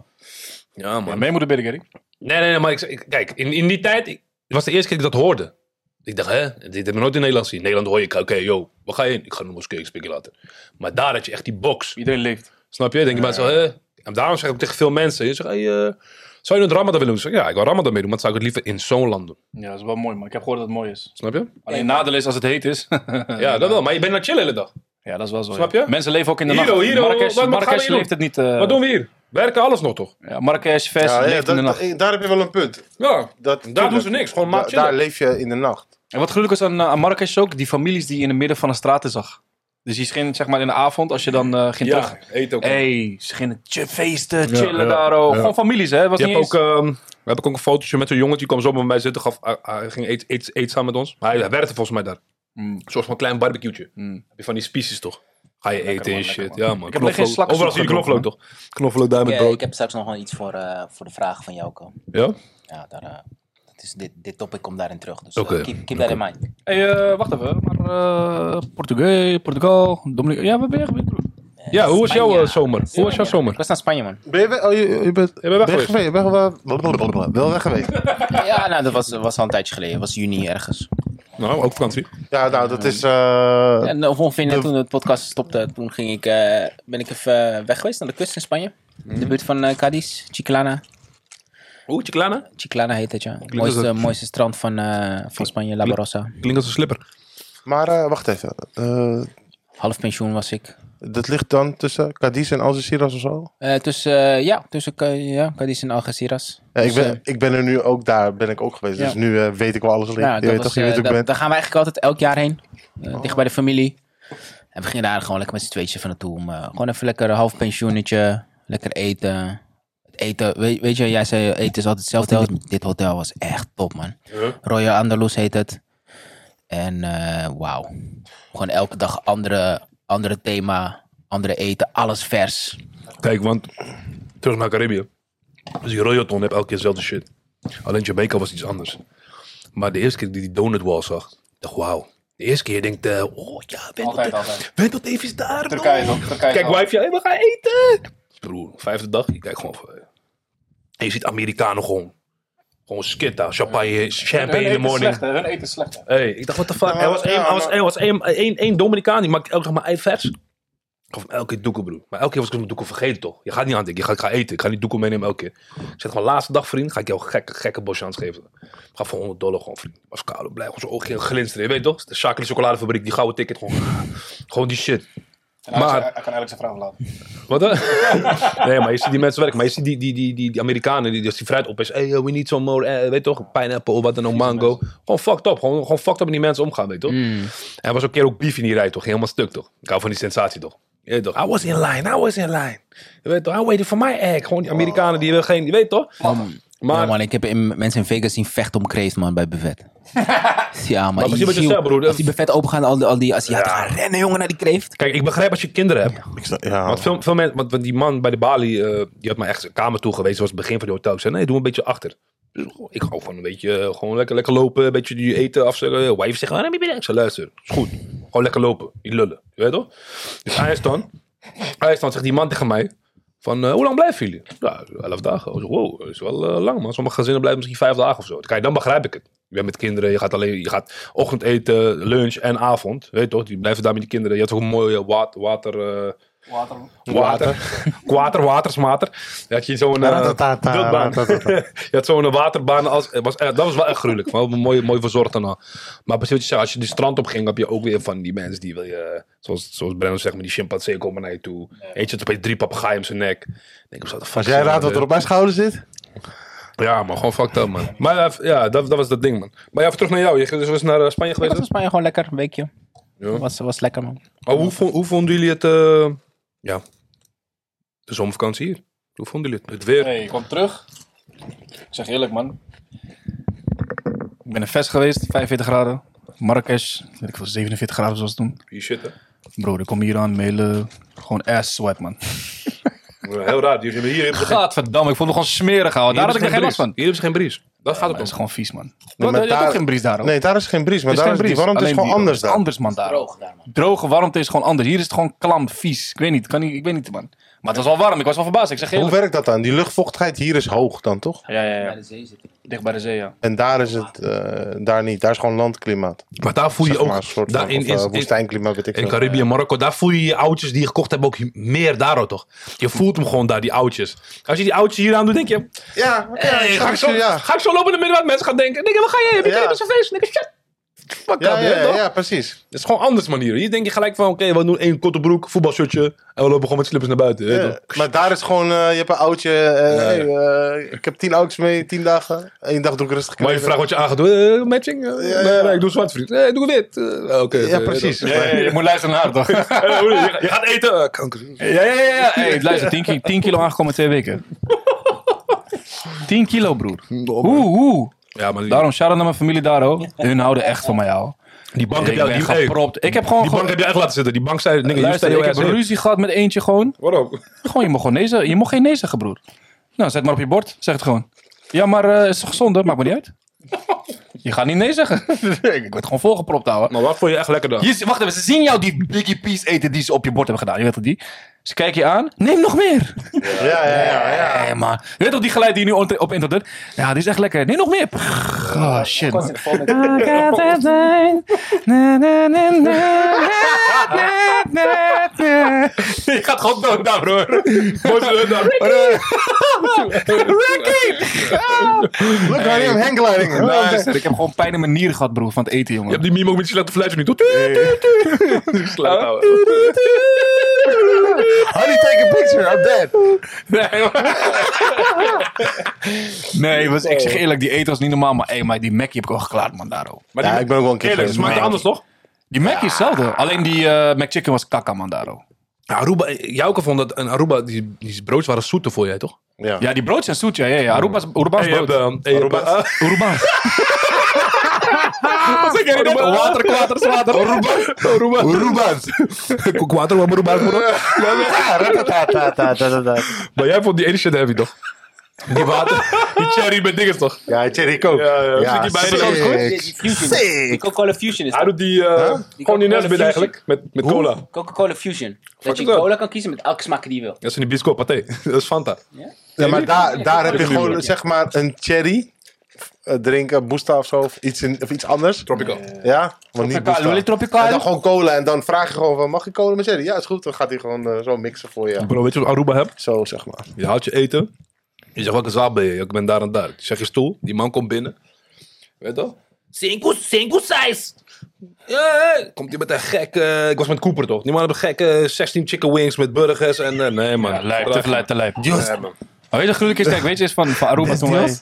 Ja man. Mee moeten bidden, Gary. Nee, maar kijk, in die tijd, het was de eerste keer dat ik dat hoorde. Ik dacht, dit heb ik nooit in Nederland gezien. In Nederland hoor je, oké, yo, waar ga je heen? Ik ga naar de moskee, ik spreek je later. Maar daar had je echt die box. Iedereen leeft. Snap je? Denk je maar zo, En daarom zeg ik tegen veel mensen, je zegt, hey, zou je het Ramadan willen doen? Ik zeg, ja, ik wil Ramadan meedoen, maar dat zou ik het liever in zo'n land doen. Ja, dat is wel mooi, man. Ik heb gehoord dat het mooi is. Snap je? Alleen het nadeel is als het heet is. Ja, dat wel. Maar je bent naar chillen de hele dag. Ja, dat is wel zo. Snap ja. je? Mensen leven ook in de Hier, nacht. hier, Marrakesh, wat gaan we Marrakesh hier leeft het niet. Wat doen we hier? Werken alles nog toch? Ja, Marrakesh, Ves Ja, leeft in de nacht. daar heb je wel een punt. Ja, Dat, daar doen ze niks. Gewoon maar chillen. Daar leef je in de nacht. En wat gelukkig is aan Marrakesh ook, die families die je in het midden van de straten zag. Dus die ging zeg maar in de avond, als je dan ging terug. eten ook. Hey, ze gingen feesten, chillen ja, daar. Oh. ja. Gewoon families, hè? Het was Je niet hebt eens... ook, heb ik ook een fotootje met zo'n jongetje. Die kwam zo bij mij zitten. Hij ging eten samen met ons. Maar hij werkte volgens mij daar. Een soort van klein barbecue'tje. Heb je van die species toch? Ga je eten en man, shit. lekker, Ja man. Ik heb alleen geen slakken Overal zie je knoflook toch? Knoflook daar met Ik brood. heb straks nog wel iets voor de vragen van jou komen. Ja? Ja, dat is dit topic komt daarin terug. Dus Oké. keep that in mind. Hey, wacht even. Maar Portugal, Dominica... Ja, waar ben je geweest, broer? Ja, hoe was jouw Spanje. zomer? Hoe was jouw zomer? Ik was naar Spanje, man. Ben je weg? Oh, je bent Je bent weg geweest. wel weg geweest. Ja, nou, dat was al een tijdje geleden. Dat was juni ergens. Nou, ook vakantie. Ja, nou, dat is... En ongeveer net toen de podcast stopte, toen ben ik even weg geweest naar de kust in Spanje. De buurt van Cadiz, Chiclana. Oeh, Chiclana? Chiclana heet het, ja. als Mooiste strand van Spanje, La Barossa. Klinkt als een slipper. Maar wacht even. Half pensioen was ik. Dat ligt dan tussen Cadiz en Algeciras of zo? Tussen Cadiz en Algeciras. Ja, Dus, ik ben er nu ook daar, ben ik ook geweest. Ja. Dus nu weet ik wel alles. Ja, Je weet toch, je weet hoe ik ben. daar gaan we eigenlijk altijd elk jaar heen. Dicht bij de familie. En we gingen daar gewoon lekker met z'n tweetjes van naartoe. Om gewoon even lekker een half pensioenetje. Lekker eten. Het eten, weet je, jij zei eten is altijd hetzelfde. Dit hotel was echt top, man. Royal Andalus heet het. En wauw. Gewoon elke dag andere thema. Andere eten. Alles vers. Kijk, want terug naar Caribië. Dus die Royalton heb elke keer dezelfde shit. Alleen Jamaica was iets anders. Maar de eerste keer die donut wall zag, dacht wauw. De eerste keer denkt, ben tot even daar. Turkije toch? Turkije Kijk, toch? wijfje, hey, we gaan eten. Broer, 5e dag, je kijkt gewoon. En je ziet Amerikanen gewoon skitta, champagne in the morning. Hun eten is slecht. Hey, ik dacht, what the fuck. Er was één Dominicaan, die maakt elke dag maar ei vers. Of elke keer doekel, broer. Maar elke keer was ik mijn doekel vergeten, toch? Je gaat niet aan denken, ik ga eten. Ik ga niet doekel meenemen elke keer. Ik zeg gewoon, laatste dag, vriend, ga ik jou gekke bosjans geven. Ik ga voor $100 gewoon, vriend. Was koude, blij, gewoon zijn oogje glinsteren. Je weet toch? De Shakely chocoladefabriek, die gouden ticket, gewoon die shit. Maar hij kan eigenlijk zijn vrouw laten. Wat dan? Nee, maar je ziet die mensen werken. Maar je ziet die Amerikanen, die fruit op is. Hey, we need some more, weet toch? Pineapple, wat dan ook, mango. Gewoon fucked up. Gewoon fucked up met die mensen omgaan, weet toch? En er was ook een keer ook beef in die rij, toch? Helemaal stuk, toch? Ik hou van die sensatie, toch? Je weet toch? I was in line. Je weet toch? I waited for my egg. Gewoon die Amerikanen, die hebben geen, je weet toch? Maar ja, man, ik heb mensen in Vegas zien vechten om kreeft, man, bij buffet. Ja, maar precies wat je zegt, broer. als die buffet open gaan, al die Aziaten gaan rennen, jongen, naar die kreeft. Kijk, ik begrijp als je kinderen hebt. Ja. Want veel mensen, want die man bij de balie, die had mij echt zijn kamer toegewezen, zoals het begin van die hotel. Ik zei, nee, doe een beetje achter. Dus ik hou gewoon een beetje, gewoon lekker lopen, een beetje die eten afzeggen. Wijf zeggen, nee, ik zei, luister, is goed. Gewoon lekker lopen, niet lullen, je weet toch? Dus hij is dan, zegt die man tegen mij, van, hoe lang blijven jullie? Ja, 11 dagen. Ik zeg, wow, dat is wel lang, man. Sommige gezinnen blijven misschien 5 dagen of zo. Kijk, dan begrijp ik het. Je bent met kinderen, je gaat ochtend eten, lunch en avond. Weet je toch, die blijven daar met die kinderen. Je had ook een mooie watersmater. Dan had je zo'n je had zo'n waterbaan. Dat was wel echt gruwelijk. Wel mooi verzorgd en al. Maar precies wat je zegt, als je die strand op ging, heb je ook weer van die mensen die wil je, zoals Brenno zegt, met die chimpansee komen naar je toe. Eet je het opeens 3 papegaaien om zijn nek. Als jij raadt wat er op mijn schouder zit? Ja, man, gewoon fucked up, man. Maar ja, dat was dat ding, man. Maar ja, even terug naar jou. Je was naar Spanje Ik geweest? was in Spanje gewoon lekker, een weekje. Ja. Was lekker, man. Oh, hoe vonden jullie het, de zomervakantie hier? Hoe vonden jullie het? Het weer? Hey, ik kwam terug. Ik zeg eerlijk, man. Ik ben in Ves geweest, 45 graden. Marrakesh, weet ik veel, 47 graden zoals toen. Je shit, hè? Bro, ik kom hier aan, mailen. Gewoon ass sweat, man. Heel raar. Hier hebben ze Gadverdamme, ik vond het gewoon smerig, houden. Daar had ik er geen last van. Hier hebben ze geen bries. Dat gaat Het het is om. gewoon vies, man. maar Je hebt daar- ook geen bries daar, hoor. Nee, daar is geen bries. Maar Er is daar geen is die bries. warmte is Alleen gewoon anders het is daar. anders, man, daar. Droog daar, man. Droge warmte is gewoon anders. Hier is het gewoon klam, vies. Ik weet niet, man. Maar het was wel warm, ik was wel verbaasd. Ik zeg Hoe eerlijk. werkt dat dan? Die luchtvochtigheid hier is hoog dan, toch? Ja. Bij de zee zitten. Dicht bij de zee, ja. En daar is het daar niet. Daar is gewoon landklimaat. Maar daar voel je Zeg ook... maar een soort daar van of, woestijnklimaat, weet ik in veel. Caribië en Marokko, daar voel je je oudjes die je gekocht hebben ook meer daar ook, toch? Je voelt hem gewoon daar, die oudjes. Als je die oudjes hier aan doet, denk je... Ja, Ga ik zo lopen in de midden wat mensen gaan denken. Nigga, wat ga je? Heb je met zo'n feest? Nigga, shit. Fuck up, ja, precies. Het is gewoon anders manier. Hier denk je gelijk van, oké, we doen 1 korte broek, voetbalshirtje en we lopen gewoon met slippers naar buiten. Weet je Ja, toch? maar daar is gewoon, je hebt een oudje. Ik heb 10 oudjes mee, 10 dagen. 1 dag doe ik rustig Maar je kleden. vraagt wat je aan gaat doen. Matching? Nee, ik doe zwart, vriend. Nee, doe wit. Oké. Ja, precies. Je moet luisteren naar haar, toch? Je gaat eten. Kanker. Ja. Hey, luister, 10 kilo aangekomen in 2 weken. 10 kilo, broer. Hoe? Ja, maar Daarom, shout-out naar mijn familie daar, hoor. Hun houden echt van mij, hoor. die bank heb Ik ben je gepropt. Ik heb gewoon... Die bank heb je echt laten zitten. Die bank zei, nigga, Luister, ik heb ruzie gehad met eentje gewoon. Waarom? Gewoon, je mocht gewoon nee zeggen. Je mocht geen nee zeggen, broer. Nou, zet maar op je bord. Zeg het gewoon. Ja, maar is het gezonder? Maakt me niet uit. Je gaat niet nee zeggen. Ik werd gewoon volgepropt, ouwe. Maar wat vond je echt lekker dan? Wacht even, ze zien jou die Biggie Peas eten die ze op je bord hebben gedaan. Je weet toch die? Ze kijken je aan. Neem nog meer. Ja. Maar je weet toch die geluid die je nu op internet. Ja, die is echt lekker. Neem nog meer. Oh, shit. Man. Je gaat gewoon dood daar, broer. Ricky! Look, I am hang gliding. Luister, ik heb gewoon pijn in mijn nieren gehad, broer, van het eten, jongen. Je hebt die meme ook met die slechte fluitje nu. Honey, take a picture, I'm dead. Nee, ik zeg eerlijk, die eten was niet normaal. Maar die Mackie heb ik al geklaard, man, daarom. Maar Ja, ik ben ook wel een keer eerlijk, geweest. smaakt anders, toch? Die Mackie is hetzelfde. Alleen die McChicken was kaka, man, daarom. Ja, Aruba, Jouke vond dat een Aruba, die broodjes waren zoeter voor jij, toch? Ja. Ja, die broodjes zijn zoet, ja. Aruba's brood. Aruba's. Wat zeg jij net? Water. Aruba's. Quattro, Aruba's, Maar jij vond die ene shit heavy, toch? Die water, die cherry met dinges, toch? Ja, Cherry Coke. Ja, Ja, zit Die sick. Fusion. Die Coca-Cola Fusion is Hij doet die, gewoon die Nesbit eigenlijk, met cola. Coca-Cola Fusion. Dat je is dat? cola kan kiezen met elke smaak die je wil. Dat is een biscuit paté. Dat is Fanta. Ja, maar daar heb je is nu gewoon, mooi. zeg maar, een cherry. Drinken, Boosta of zo, of iets anders. Tropical. Ja, maar niet Boosta. Lolly En Tropical. dan gewoon cola en dan vraag je gewoon van, mag ik cola met cherry? Ja, is goed. Dan gaat hij gewoon zo mixen voor je. Bro, weet je wat Aruba hebt? Zo, zeg maar. Je haalt je eten. Je zegt, welke zaal ben je? Ik ben daar en daar. Je zegt je stoel. Die man komt binnen. Weet je wel? Cinco size. Ja, komt hij met een gekke... Ik was met Cooper, toch? Die man had een gekke 16 chicken wings met burgers en... nee, man. Te lijp. Ja, man. Oh, weet je, gruwelijk is, kijk, weet je, is van Aruba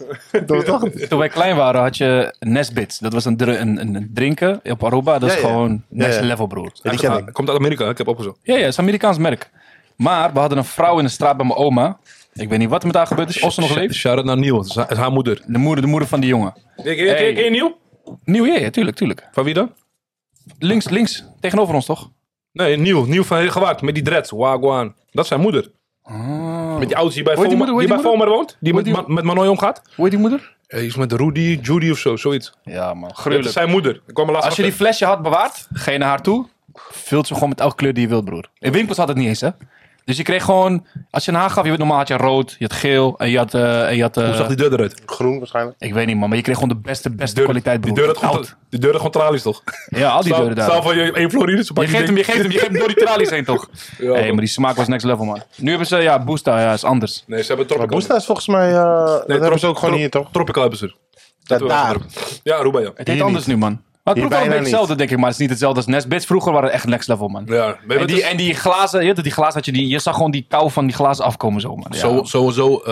toen wij klein waren, had je Nesbits. Dat was een drinken op Aruba. Dat is Ja, ja. gewoon next Ja, ja. level, broer. Ja, die ken ik. Komt uit Amerika, ik heb opgezocht. Ja, het is een Amerikaans merk. Maar we hadden een vrouw in de straat bij mijn oma. Ik weet niet wat er met haar gebeurd is. Of ze nog leeft. Shout-out naar Niel, het is haar moeder. De moeder van die jongen. Ken je Niel? Nieuw, ja, tuurlijk. Van wie dan? Links, tegenover ons toch? Nee, Niel van Heergewaard, met die dreads, Wagwan. Dat is zijn moeder. Met die ouders die bij Hoe heet die moeder? Volmer woont. Die Hoe heet met Manoy omgaat. Hoe heet die moeder? Die is met Rudy, Judy of zo, zoiets. Ja, man. Dat Gruwelijk. is zijn moeder. Ik kwam er laatst Als je die achter. flesje had bewaard, ga je naar haar toe. Vult ze gewoon met elke kleur die je wilt, broer. In winkels had het niet eens, hè. Dus je kreeg gewoon... Als je een haar gaf, je weet normaal had je rood, je had geel en je had... Hoe zag die deur eruit? Groen waarschijnlijk. Ik weet niet, man. Maar je kreeg gewoon de beste kwaliteit, broer. Die deur had gewoon tralies, toch? Ja, al die deuren daar. Stel van je 1 Florides. Je geeft hem door die tralies heen, toch? Ja, Hey, maar die smaak was next level, man. Nu hebben ze, Boosta, is anders. Nee, ze hebben Maar Tropical. Boosta is volgens mij, dat hebben ze ook gewoon hier, toch? Tropical hebben ze. Ja, daar. Ja, Aruba, ja. Het heet Hier anders niet. nu, man. Maar het Hier proeft wel een beetje bijna hetzelfde, denk ik. Maar het is niet hetzelfde als Nesbits. Vroeger waren het echt next level, man. Ja, weet je En die glazen, die glazen had je zag gewoon die kou van die glazen afkomen zo, man. Ja. Sowieso...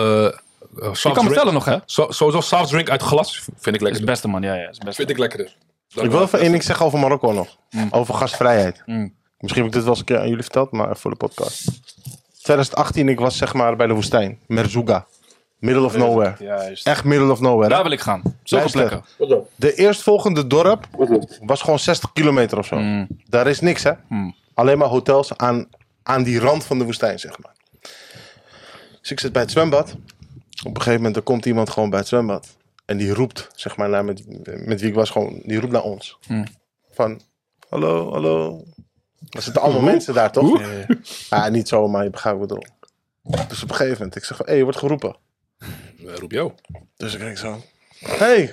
Je kan me vertellen nog, hè? Sowieso soft drink uit glas vind ik Dat is lekker. het beste, man. Ja, is het beste. Vind ik lekkerder. Ik wil even één ding zeggen over Marokko nog. Over gastvrijheid. Mm. Misschien heb ik dit wel eens een keer aan jullie verteld, maar voor de podcast. 2018, ik was zeg maar bij de woestijn. Merzouga. Middle of nowhere. Juist. Echt middle of nowhere. Daar wil ik gaan. Zoveel Luister. plekken. De eerstvolgende dorp was gewoon 60 kilometer of zo. Daar is niks, hè? Alleen maar hotels aan die rand van de woestijn, zeg maar. Dus ik zit bij het zwembad. Op een gegeven moment er komt iemand gewoon bij het zwembad. En die roept, zeg maar, naar met wie ik was, gewoon, die roept naar ons. Van, hallo. Er zitten allemaal mensen daar, toch? Ja, niet zo, maar je begrijpt wat ik bedoel. Dus op een gegeven moment, ik zeg van, hé, je wordt geroepen. Roep jou. Dus ik denk zo, hey.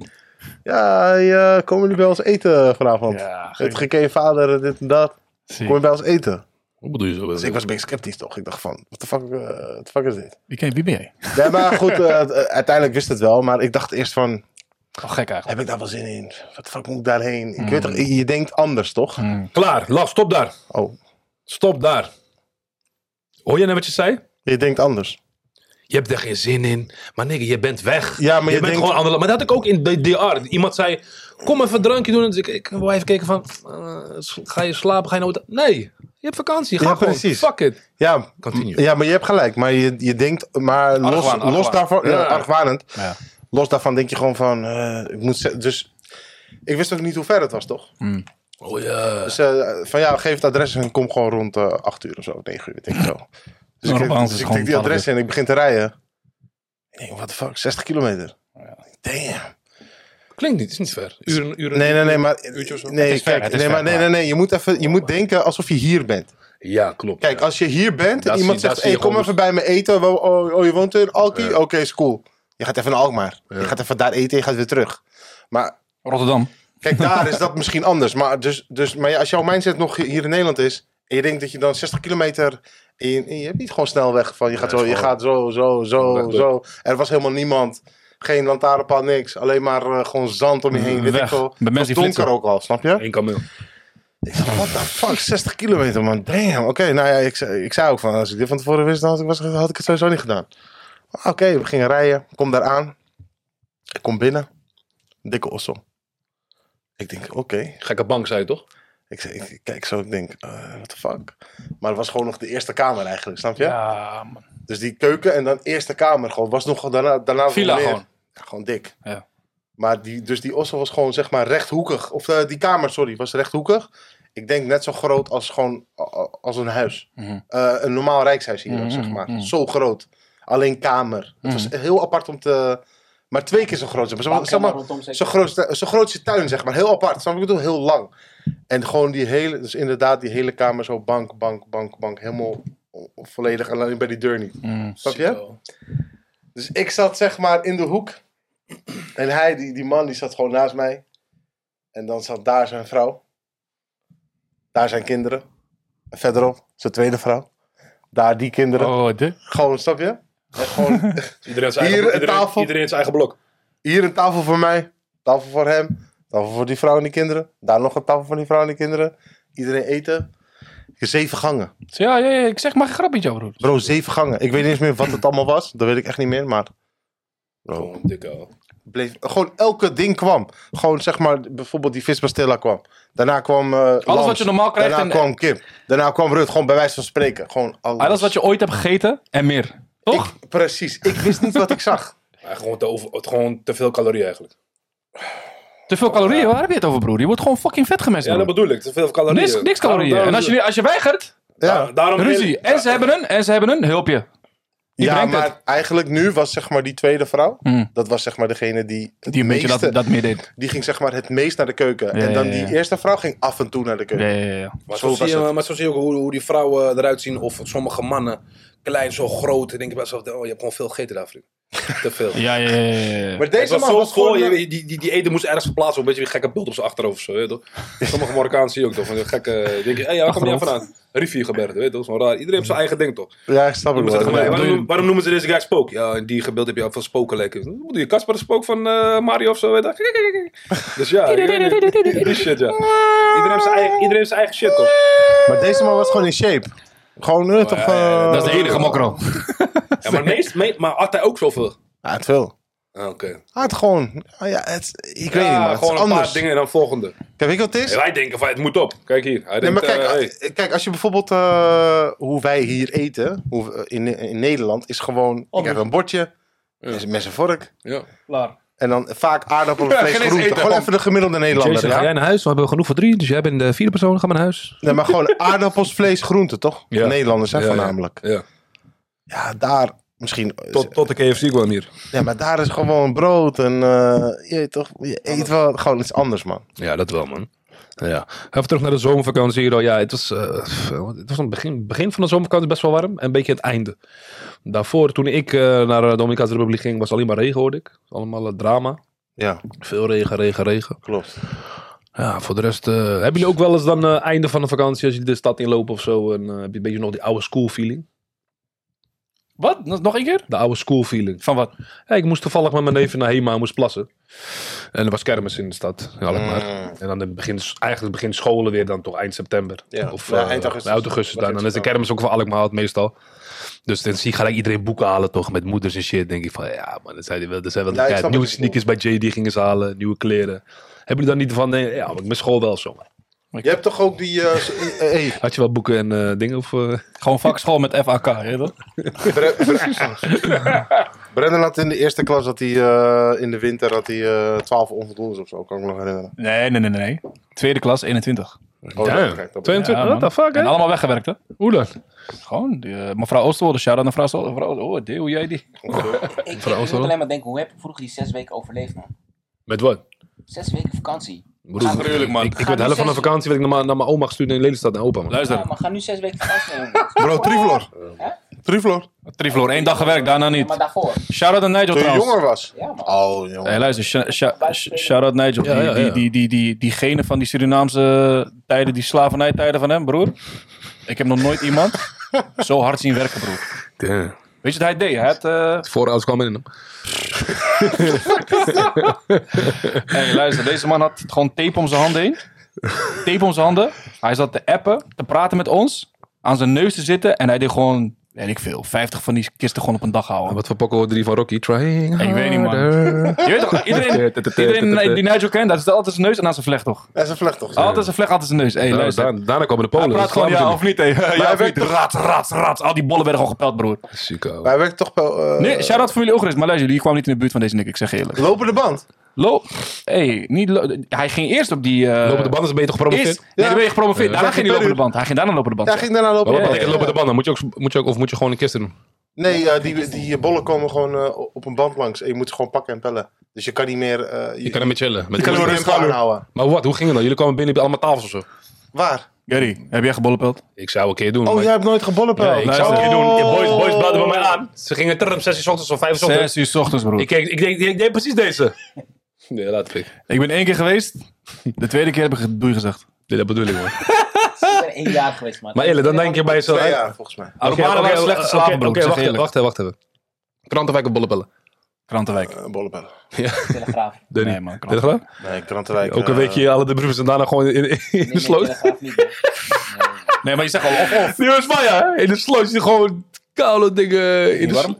Ja, komen jullie bij ons eten vanavond? Ja, Het ging je vader, dit en dat. Kom je bij ons eten? Wat bedoel je zo? Dus ik was een beetje sceptisch, toch? Ik dacht van, what the fuck is dit? Wie ben jij? Ja, maar goed, uiteindelijk wist het wel. Maar ik dacht eerst van, Oh, gek eigenlijk. heb ik daar wel zin in? Wat de fuck moet ik daarheen? Ik weet toch, je denkt anders, toch? Klaar, Lars, stop daar. Oh, Stop daar. Hoor je net wat je zei? je denkt anders. Je hebt er geen zin in. Maar nigga, je bent weg. Ja, maar je bent denkt- gewoon aan de... Maar dat had ik ook in de DR. Iemand zei, kom even een drankje doen. Dus ik wil even kijken van, ga je slapen? Ga je nou... Nee, je hebt vakantie. Ga Ja, gewoon. precies. Fuck it. Ja, Continue. ja, maar je hebt gelijk. Maar je denkt, maar los Argwaan. daarvan, Ja. argwanend. Ja. Los daarvan denk je gewoon van, ik moet... Dus ik wist ook niet hoe ver het was, toch? Oh ja. Dus van ja, geef het adres en kom gewoon rond 8 uur of zo, 9 uur, denk ik zo. Dus Marokkaans is ik gewoon tik die 12 adres in en ik begin te rijden. Ik denk, what the fuck, 60 kilometer. Damn. Klinkt niet, is niet ver. Uren. Nee, maar... Uurtje of zo? Nee, Het is ver, kijk, het is nee, ver, maar nee, je moet denken alsof je hier bent. Ja, klopt. Kijk, als je hier bent en Dat iemand zie- zegt, dat zie je hey, kom gewoon even bij me eten. Oh, je woont in Alki? Ja. Oké, is cool. Je gaat even naar Alkmaar. Je gaat even daar eten en je gaat weer terug. Maar Rotterdam. kijk, daar is dat misschien anders. Maar, maar ja, als jouw mindset nog hier in Nederland is... en je denkt dat je dan 60 kilometer... en je hebt niet gewoon snel weg van... je gaat zo. Er was helemaal niemand. Geen lantaarnpaal, niks. Alleen maar gewoon zand om je heen. Weet Weg. ik veel. Bij Het was mensen die donker flitsen. ook al, snap je? 1 kameel. Ik dacht, what the fuck, 60 kilometer, man. Damn, oké. Nou ja, ik zei ook van, als ik dit van tevoren wist, dan had ik het sowieso niet gedaan. Oké, we gingen rijden. Kom daar aan. Ik kom binnen. Dikke ossel. Ik denk, oké. Gekke bank, zei je toch? Ik kijk zo, ik denk, what the fuck. Maar het was gewoon nog de eerste kamer eigenlijk, snap je? Ja, man. Dus die keuken en dan eerste kamer gewoon. Was nog daarna Villa meer. gewoon. Ja, gewoon dik. Ja. Maar die ossel was gewoon zeg maar rechthoekig. Of die kamer, sorry, was rechthoekig. Ik denk net zo groot als een huis. Een normaal rijkshuis hier, zeg maar. Zo groot. Alleen kamer. Het was heel apart om te... Maar 2 keer zo groot. Zeg maar, zo groot is je tuin, zeg maar. Heel apart. Snap je? Ik bedoel, heel lang. En gewoon dus inderdaad die hele kamer zo bank. Helemaal volledig alleen bij die deur niet. Snap je? Dus ik zat zeg maar in de hoek. En hij, die man, die zat gewoon naast mij. En dan zat daar zijn vrouw. Daar zijn kinderen. En verderop zijn tweede vrouw. Daar die kinderen. Oh, dit? Gewoon, snap je? En gewoon, Iedereen zijn eigen blok. hier een tafel voor mij. Tafel voor hem. Tafel voor die vrouw en die kinderen. Daar nog een tafel voor die vrouw en die kinderen. Iedereen eten. 7 gangen. Ja, ik zeg maar geen grapje over. Bro, 7 gangen. Ik weet niet eens meer wat het allemaal was. Dat weet ik echt niet meer, maar... Bro, Gewoon dikke. gewoon elke ding kwam. Gewoon zeg maar, bijvoorbeeld die vispastella kwam. Daarna kwam Alles lams. wat je normaal krijgt. Daarna kwam kip. Daarna kwam Rut. Gewoon bij wijze van spreken. Gewoon Alles wat je ooit hebt gegeten en meer. Toch? Precies. Ik wist niet wat ik zag. Ja, gewoon te veel calorieën eigenlijk. Te veel calorieën, waar heb je het over, broer? Je wordt gewoon fucking vet gemest. Ja, dat bedoel ik. Te veel calorieën. Niks calorieën. En als je weigert, Ja, Daarom ruzie. En ze hebben een hulpje. Die ja, brengt maar het. eigenlijk nu was zeg maar die tweede vrouw. Dat was zeg maar degene die het Die een beetje meeste... dat meer deed. Die ging zeg maar het meest naar de keuken. Ja, en dan ja, ja. die eerste vrouw ging af en toe naar de keuken. Ja. Maar Zo zo, was zie je ook hoe die vrouwen eruit zien. Of sommige mannen. Klein, zo groot. Dan denk je bij jezelf, oh, je hebt gewoon veel gegeten daar, vriend. Te veel. Ja. Maar Het deze was man zo was vol. gewoon... Die eten moest ergens verplaatsen. Een beetje een gekke beeld op zijn achterhoofd. Zo, weet je toch? Sommige Marokkanen zie je ook toch. Van die gekke... Denk je, waar kom je vandaan? Riviergebergte, weet je toch? Zo raar. Iedereen heeft zijn eigen ding toch? Ja, ik snap het wel. Waarom noemen ze deze guy Spook? Ja, in die gebeeld heb je al veel spoken lijken. Wat doe je? Casper de Spook van Mario of zo, weet je? Dus ja, die shit, ja. Iedereen heeft zijn eigen shit toch? Maar deze man was gewoon in shape. Gewoon, toch... Dat is de enige mokro. Ja, maar had hij ook zoveel? Ja, het veel. Oké. Hij had gewoon... ik weet niet, man. Het gewoon is een anders. paar dingen en dan volgende. Kijk, weet je wat het is? Ja, wij denken van, het moet op. Kijk hier. Hij Nee, maar denkt, kijk, als je bijvoorbeeld hoe wij hier eten, in Nederland, is gewoon, ik heb een bordje, mes en vork, ja. Klaar. en dan vaak aardappelen, vlees, geen eens groente. eten, Gewoon gewoon. even de gemiddelde Nederlander, Jason, ga jij ja? naar huis? We hebben genoeg voor 3, dus jij bent de 4e persoon. Ga maar naar huis. Nee, maar gewoon aardappels, vlees, groente, toch? Ja. Nederlanders, hè, Ja, voornamelijk. Ja. Ja, daar misschien... Tot de KFC kwam hier. Ja, maar daar is gewoon brood en je weet toch, je eet wel gewoon iets anders, man. Ja, dat wel, man. Ja. Even terug naar de zomervakantie hier. Ja, het was een begin van de zomervakantie best wel warm. En een beetje het einde. Daarvoor, toen ik naar de Dominicaanse Republiek ging, was alleen maar regen, hoorde ik. Allemaal drama. Ja, Veel regen. klopt. Ja, voor de rest... hebben jullie ook wel eens dan einde van de vakantie, als jullie de stad inlopen of zo, en heb je een beetje nog die oude school feeling? Wat? Nog een keer? De oude school feeling. Van wat? Ja, ik moest toevallig met mijn neef naar Hema, moest plassen. En er was kermis in de stad, in Alkmaar. En dan begint scholen weer dan toch eind september. Ja. Of Ja, eind augustus. Dan is de kermis ook voor Alkmaar meestal. Dus dan zie ik gelijk iedereen boeken halen toch, met moeders en shit. Denk ik van, ja man, dat zijn wel Ja, ik de snap nieuwe het. sneakers bij JD gingen ze halen, nieuwe kleren. Hebben jullie dan niet van, ja, maar ik mis school wel zo. Je hebt toch ook die... hey, Had je wel boeken en dingen of... Gewoon vakschool met FAK, hè toch? Brendan had in de eerste klas, in de winter, had hij 12 onvoldoendes of zo, kan ik me nog herinneren. Nee. Tweede klas, 21. Oh, Damn. kijk, dat 22, Ja, what the fuck, En hè? allemaal weggewerkt, hè? Hoe dan? Gewoon, mevrouw Oosterwolde, shout-out naar mevrouw Oosterwolde. Oh, hoe jij die? Ik moet alleen maar denken, hoe heb je vroeger die 6 weken overleefd, man? Met wat? 6 weken vakantie. Gruwelijk, man. Ik werd de helft van de vakantie werd ik naar mijn oma gestuurd in Lelystad en opa, man. Luister, Ja, maar ga nu 6 weken vakantie nemen. Bro, Trivlor. Hè? Trivlor. Trifloor, 1 dag gewerkt, daarna Ja, niet. maar daarvoor. Shout-out naar Nigel Toen je trouwens. jonger was. Ja, man. Oh, jongen. Hey, luister, shout-out Nigel. Ja. Diegene van die Surinaamse tijden, die slavernijtijden van hem, broer. Ik heb nog nooit iemand zo hard zien werken, broer. Damn. Weet je wat hij deed? Hij had... Voorouders kwamen in hem. Hey, luister, deze man had gewoon tape om zijn handen heen. tape om zijn handen. Hij zat te appen, te praten met ons. Aan zijn neus te zitten. En hij deed gewoon, weet ik veel, 50 van die kisten gewoon op een dag houden. Wat voor pokken 3 van Rocky? Trying Ik weet niet, man. Je weet toch, iedereen die Nigel kent, dat is altijd zijn neus en aan zijn vlecht, toch? Dat is een vlecht toch? Altijd zijn vlecht, altijd zijn neus. Hey, luister. Daarna komen de Hij Polen. praat gewoon ja of niet, hè? Ja of niet? Rats. Al die bollen werden gewoon gepeld, broer. Chico. Maar hij werkt toch wel... Nee, shout-out familie Ogris. Maar luister, jullie kwamen niet in de buurt van deze nik. Ik zeg je eerlijk. Lopende band. Hij ging eerst op die... Lopen de banden, ben je toch gepromoveerd? Nee, dan ben je gepromoveerd. Daarna ging hij per lopen de band. Hij ging daarna lopen de band. Ja, ging daarna lopen. Wat Ja, betekent lopen de banden? Of moet je gewoon een kist doen? Nee, die bollen komen gewoon op een band langs. En je moet ze gewoon pakken en pellen. Dus je kan niet meer... Je kan ermee chillen. je kan er rustig aanhouden. Maar wat? Hoe ging het dan? Jullie kwamen binnen bij allemaal tafels of zo? Waar? Gary, heb jij gebollepeld? Ik zou een keer doen. Oh, maar- jij hebt nooit gebollenpeld? Nee, ik zou een keer doen. Boys belden bij mij aan. Ze gingen terug om 6 uur 's ochtends of 5 uur 's ochtends. 6 uur 's ochtends, broer. Ik deed precies deze. Nee, laat ik. Ik ben 1 keer geweest. De tweede keer heb ik doei gezegd. Nee, dat bedoel ik, man. Ik ben 1 jaar geweest, man. Maar eerlijk, dan denk je bij jezelf... 2 jaar, volgens mij. Arubanen waren slechte slaven, broer. Oké, Ik zeg je eerlijk. wacht even. Krantenwijk of bollepellen? Krantenwijk. Bollenpellen. Telegraaf. Danny. Nee, man, Telegraaf? Nee, Krantenwijk. Ook een weekje alle de brieven en daarna gewoon in de sloot. Telegraaf niet, man. Nee, maar je zegt al of. Die was van ja, in de sloot zit gewoon koude dingen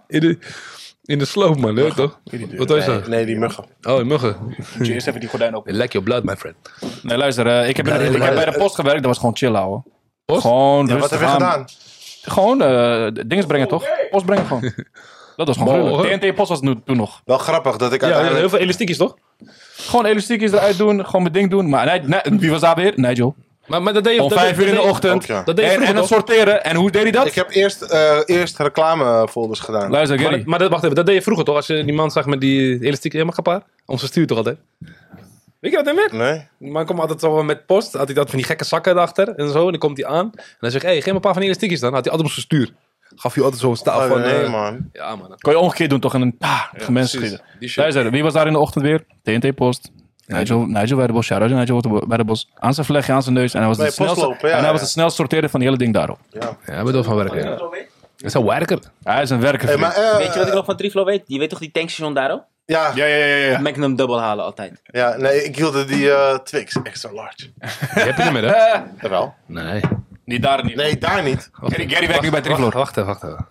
in de sloot, man. Weet je toch? Wat was dat? Nee, die muggen. Oh, in muggen. Moet je eerst even die gordijn open. Like your blood, my friend. Nee, luister. Ik heb bij de post gewerkt. Dat was gewoon chill, ouwe. Post? Gewoon Ja, wat heb je rustig aan. gedaan? Gewoon dingen brengen, toch? Post brengen gewoon. Dat was gewoon gruwelijk. TNT-post was toen nog. Wel grappig dat ik Ja, heel uiteindelijk... veel elastiekjes, toch? Gewoon elastiekjes eruit doen. Gewoon mijn ding doen. Maar wie was daar weer? Nigel. Maar dat deed je... Om 5 uur in de ochtend. Ook, ja. Dat deed je En vroeger, het toch? sorteren. En hoe deed hij dat? Ik heb eerst reclamefolders gedaan. Luister, Gary. Maar wacht even, dat deed je vroeger, toch? Als je die man zag met die elastieken... Ja, mag een paar? Om zijn stuur toch altijd? Weet je dat niet meer? Nee? Die man komt altijd zo met post. Had hij dat van die gekke zakken erachter en zo. En dan komt hij aan. En dan zegt hij, geef me een paar van die elastiekjes dan. Had hij altijd op zijn stuur. Gaf je altijd zo'n staal Oh, van... nee, man. Ja, man. Kon je omgekeerd doen toch? En een mensen precies. schieten. Die shit. Luister, wie was daar in de ochtend weer? TNT-post. Nigel Weidebos, shout-out Nigel Weidebos. Aan zijn vlechtje, aan zijn neus. En hij was Bij de snelste, postlopen, ja, en hij was ja. het snelst sorteren van die hele ding daarop. Ja. Ja, hij bedoelt van werken. Ja. Hij is een werker. Hij is een werker. Hey, vriend. maar, Weet je wat ik nog van Triflo weet? Je weet toch die tankstation daar ook? ja, Ja. Magnum Double halen altijd. ja, nee, ik hield die Twix extra large. Die heb je niet meer, hè? Jawel. Nee. Niet daar niet. Nee, daar niet. Gary werkt nu bij Triflo. Wacht even.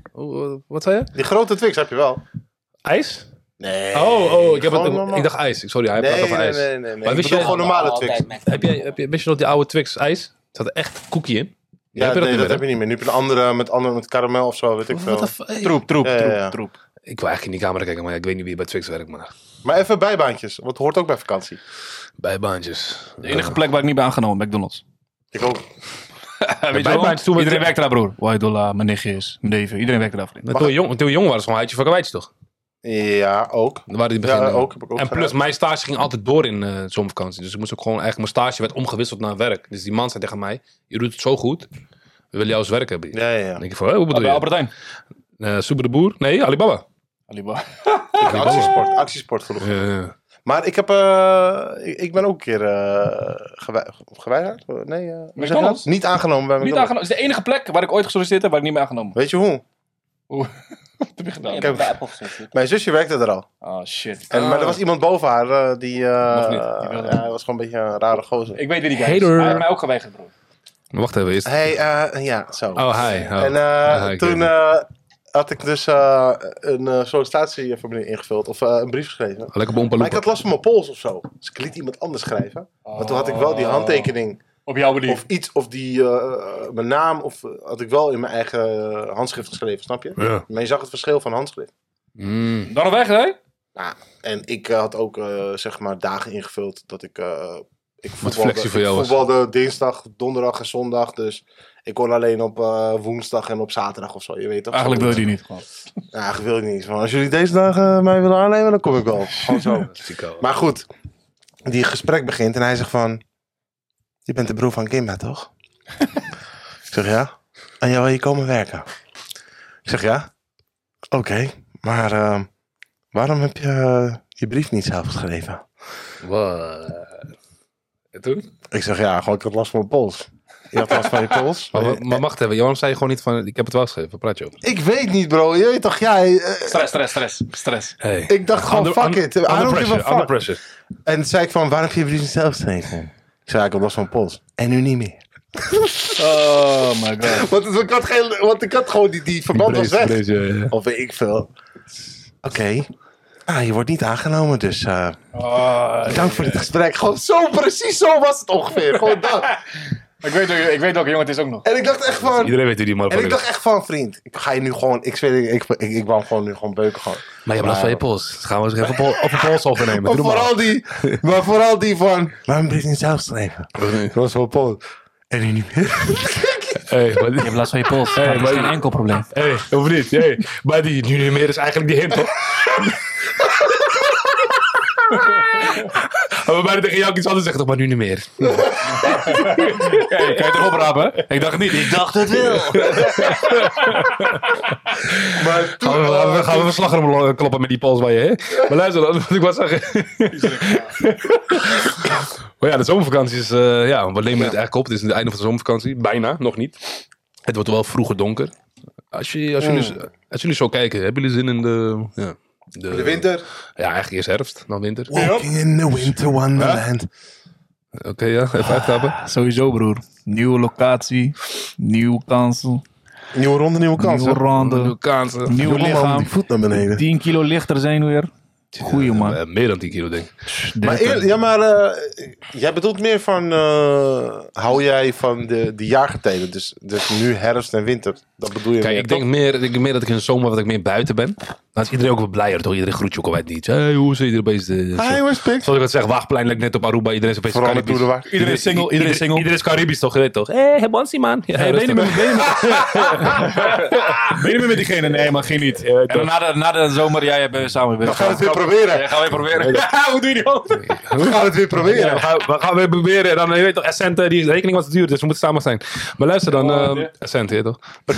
Wat zei je? Die grote Twix heb je wel. IJs? Nee. Oh, gewoon normaal. ik dacht ijs. Sorry, hij praat over ijs. Nee. Maar Ik wist bedoel je- gewoon normale Twix. Altijd Magnum. Wist je nog die oude Twix ijs? Er zat echt cookie in. Ja, Heb je dat nee, niet dat meer, heb je niet meer. Nu heb je een andere met karamel of zo, weet ik veel. Troep. Ja. Ik wil eigenlijk in die camera kijken, maar ik weet niet wie bij Twix werkt, maar... Maar even bijbaantjes, want het hoort ook bij vakantie. Bijbaantjes. De enige plek waar ik niet ben aangenomen, McDonald's. Ik ook. Weet je bijbaantjes wel? toen we- Iedereen werkte daar, broer. Waidola, mijn nichtjes, mijn neven. Iedereen werkte daar, vriend. Maar toen we jong waren, gewoon uitje van kwijtjes, toch? Ja, ook. Dan waren die Ja, beginnen. ook. Heb ik ook En plus, mijn stage ging altijd door in zomervakantie. Dus ik moest ook gewoon eigenlijk... Mijn stage werd omgewisseld naar werk. Dus die man zei tegen mij... Je doet het zo goed. We willen jou als werk hebben hier. Ja. Dan denk ik van, hoe bedoel Bij je? Albertijn. Super de Boer? Nee, Alibaba. Alibaba. Actiesport vroeger. Ja. Maar ik heb, ik ben ook een keer geweigerd. Nee, hoe zeg je dat? McDonald's? Niet aangenomen bij Niet McDonald's. aangenomen. Het is de enige plek waar ik ooit gesolliciteerd heb waar ik niet ben aangenomen. Weet je hoe? Wat heb je gedaan? Je heb- hebt bij Apple gezeten. Mijn zusje werkte er al. Oh shit. Maar er was iemand boven haar die... Mag niet. Die wilde hij was gewoon een beetje een rare gozer. Ik weet wie die guy is. Hater. Hij heeft mij ook geweigerd, bro. Maar wacht even, is... Hey, ja, zo. Oh, hi. Oh. En ik toen weet het. had ik dus een sollicitatieformulier ingevuld. Of een brief geschreven. Lekker bompa Maar ik loepa. had last van mijn pols of zo. Dus ik liet iemand anders schrijven. Maar toen had ik wel die handtekening. Op jouw manier. Of iets, of die, mijn naam. Of had ik wel in mijn eigen handschrift geschreven, snap je? Ja. Maar je zag het verschil van handschrift. Mm. Dan nog weg, hè? Nou, en ik had ook, zeg maar, dagen ingevuld dat ik flexie voor jou was. voetbalde dinsdag, donderdag en zondag. Dus ik kon alleen op woensdag en op zaterdag of zo. Je weet toch? Eigenlijk wil je die niet. Gewoon. Ja, eigenlijk wil ik niet. Maar als jullie deze dagen mij willen aannemen, dan kom ik wel. Gewoon zo. Chico. Maar goed, die gesprek begint en hij zegt van... Je bent de broer van Kimba, toch? Ik zeg ja. En jij wil hier komen werken? Ik zeg ja. Oké, maar waarom heb je je brief niet zelf geschreven? Wat? En toen? Ik zeg ja, gewoon ik had last van mijn pols. Je had last van je pols? Maar wacht even, waarom zei je gewoon niet van... Ik heb het wel geschreven, wat praat je over? Ik weet niet, bro. Je weet toch, ja... Stress. Hey. ik dacht gewoon, fuck it. I don't give a Under fuck. pressure. En toen zei ik van, waarom heb je je brief niet zelf geschreven? Ik zei, ik heb last van pols. En nu niet meer. Oh my god. Want ik had gewoon die verband was weg. Deze, Of weet ik veel. Oké. Je wordt niet aangenomen, dus dank voor dit gesprek. Gewoon zo, precies zo was het ongeveer. Gewoon dat. Ik weet ook, jongen, het is ook nog. En ik dacht echt van... Iedereen weet wie die man En ik dacht echt van, vriend, ik ga je nu gewoon... Ik wou hem gewoon nu gewoon beuken gewoon. Maar je hebt last van je pols. Gaan we eens even op een pols overnemen. Of vooral die van... Waarom ben je niet zelf schrijven? Dat was wel pols. En nu niet meer. Hey, Je hebt last van je pols. Dat is geen enkel probleem. Hey, of niet? Hey, maar die nu niet meer is eigenlijk die hint, toch? We bijna tegen jou iets anders zeggen, toch? Maar nu niet meer. Hey, kan je het erop rapen? Ik dacht het niet. Ik dacht het wel. Maar toen... Gaan we een slagroom kloppen met die pols van je, hè? Maar luister dan, wat ik wou zeggen. Maar ja, de zomervakantie is... we nemen het eigenlijk op. Het is het einde van de zomervakantie. Bijna, nog niet. Het wordt wel vroeger donker. Als jullie zo kijken, hebben jullie zin in de winter? Ja, eigenlijk eerst herfst, dan winter. Walking in the winter wonderland. Oké, ja, even uitgappen. Sowieso, broer. Nieuwe locatie. Nieuwe kansen. Nieuwe ronde, nieuwe kansen. Nieuwe ronde. Nieuwe kansen. Nieuw Jongen, man, lichaam. die voet naar beneden. 10 kilo lichter zijn weer. Goeie man. Meer dan 10 kilo, denk ik. Maar jij bedoelt meer van... hou jij van de jaargetijden? Dus nu herfst en winter. Dat bedoel je Kijk, meer, ik denk meer dat ik in de zomer wat ik meer buiten ben. Dan is iedereen ook wat blijer, toch? Iedereen groet je ook alweer niet. Hey, hoe zit je er bezig? Hi, where's Pix? Zoals ik het zeg, Wachtplein lijkt net op Aruba. Iedereen is opeens Vooral met Caribisch. Toerwaard. Iedereen is single. Iedereen is Caribisch, toch? Je weet toch? Hey, Bonsie, man. Ja, Ben je rustig. niet meer met diegene? Nee, maar geen niet. En dan na de zomer, jij bent samen. We gaan het weer proberen. Ja, gaan we proberen. Hoe doe je die ook? We gaan het weer proberen. Ja, we gaan weer proberen. En dan, je weet toch, Essent, die rekening was te duur. Dus we moeten samen zijn. Maar luister dan, Essent, je weet toch? We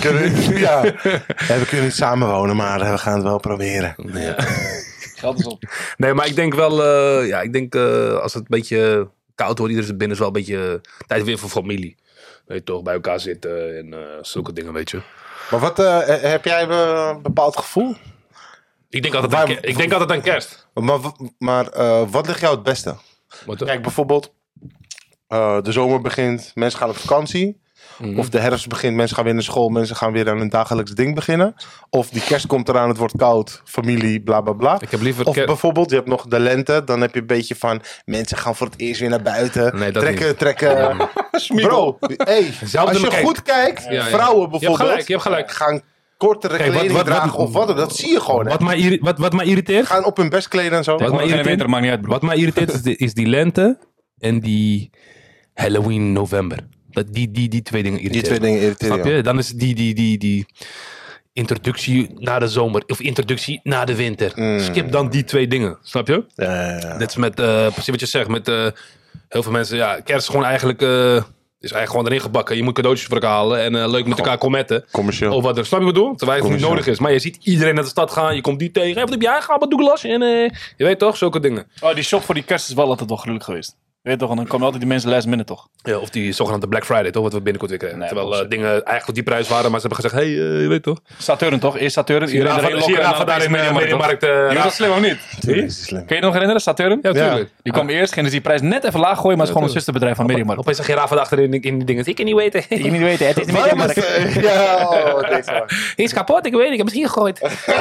kunnen niet samenwonen, maar we gaan het wel proberen. Geld is op. Nee, maar ik denk wel, als het een beetje koud wordt, iedereen binnen is wel een beetje tijd weer voor familie. Weet je toch, bij elkaar zitten en zulke dingen, weet je. Maar wat heb jij een bepaald gevoel? Ik denk altijd aan kerst. Maar wat ligt jou het beste? Kijk, bijvoorbeeld, de zomer begint, mensen gaan op vakantie. Of de herfst begint, mensen gaan weer naar school, mensen gaan weer aan hun dagelijks ding beginnen. Of die kerst komt eraan, het wordt koud, familie, bla bla bla. Ik heb liever of bijvoorbeeld, je hebt nog de lente, dan heb je een beetje van, mensen gaan voor het eerst weer naar buiten. Nee, dat trekken. Bro, hey, als je goed kijkt, Ja. vrouwen bijvoorbeeld, Je hebt gelijk. gaan kortere kleding dragen of wat, dat zie je gewoon. Hè. Wat mij irriteert, Gaan op hun best kleden en zo. Wat mij irriteert, maakt niet uit, bro. wat mij irriteert is die lente en die Halloween november. Die twee dingen irriteren. Die twee dingen irriteren. Snap je? Dan is die introductie na de zomer of introductie na de winter. Skip dan die twee dingen. Snap je? Ja. Net is met, precies wat je zegt, met heel veel mensen. Ja, kerst is gewoon eigenlijk... is eigenlijk gewoon erin gebakken. Je moet cadeautjes voor elkaar halen en leuk met elkaar commenten. Commercieel. Of wat er, snap je wat ik bedoel? Terwijl het niet nodig is. Maar je ziet iedereen naar de stad gaan. Je komt die tegen. Hey, wat heb jij gedaan? Douglas? En je weet toch, zulke dingen. Oh, die shop voor die kerst is wel altijd wel gruwelijk geweest. Weet je toch, en dan komen altijd die mensen last minute toch? Ja, of die zogenaamde Black Friday, toch? Wat we binnenkort weer krijgen. Nee, Terwijl bullshit. dingen eigenlijk op die prijs waren. Maar ze hebben gezegd, je weet toch? Saturn toch? Eerst Saturn. Zie je Rafa daar in Mediamarkt. Je was slim of niet? Dat is slim. Kun je je nog herinneren, Saturn? Ja, natuurlijk. Die kwam eerst, gingen ze die prijs net even laag gooien, maar het is gewoon een zusterbedrijf van Mediamarkt. Opeens zag je Rafa achterin in die dingen. Ik kan niet weten. Ik niet weten, het is niet Waarom is Mediamarkt. deze Hij is kapot, ik weet niet. Ik heb misschien gegooid.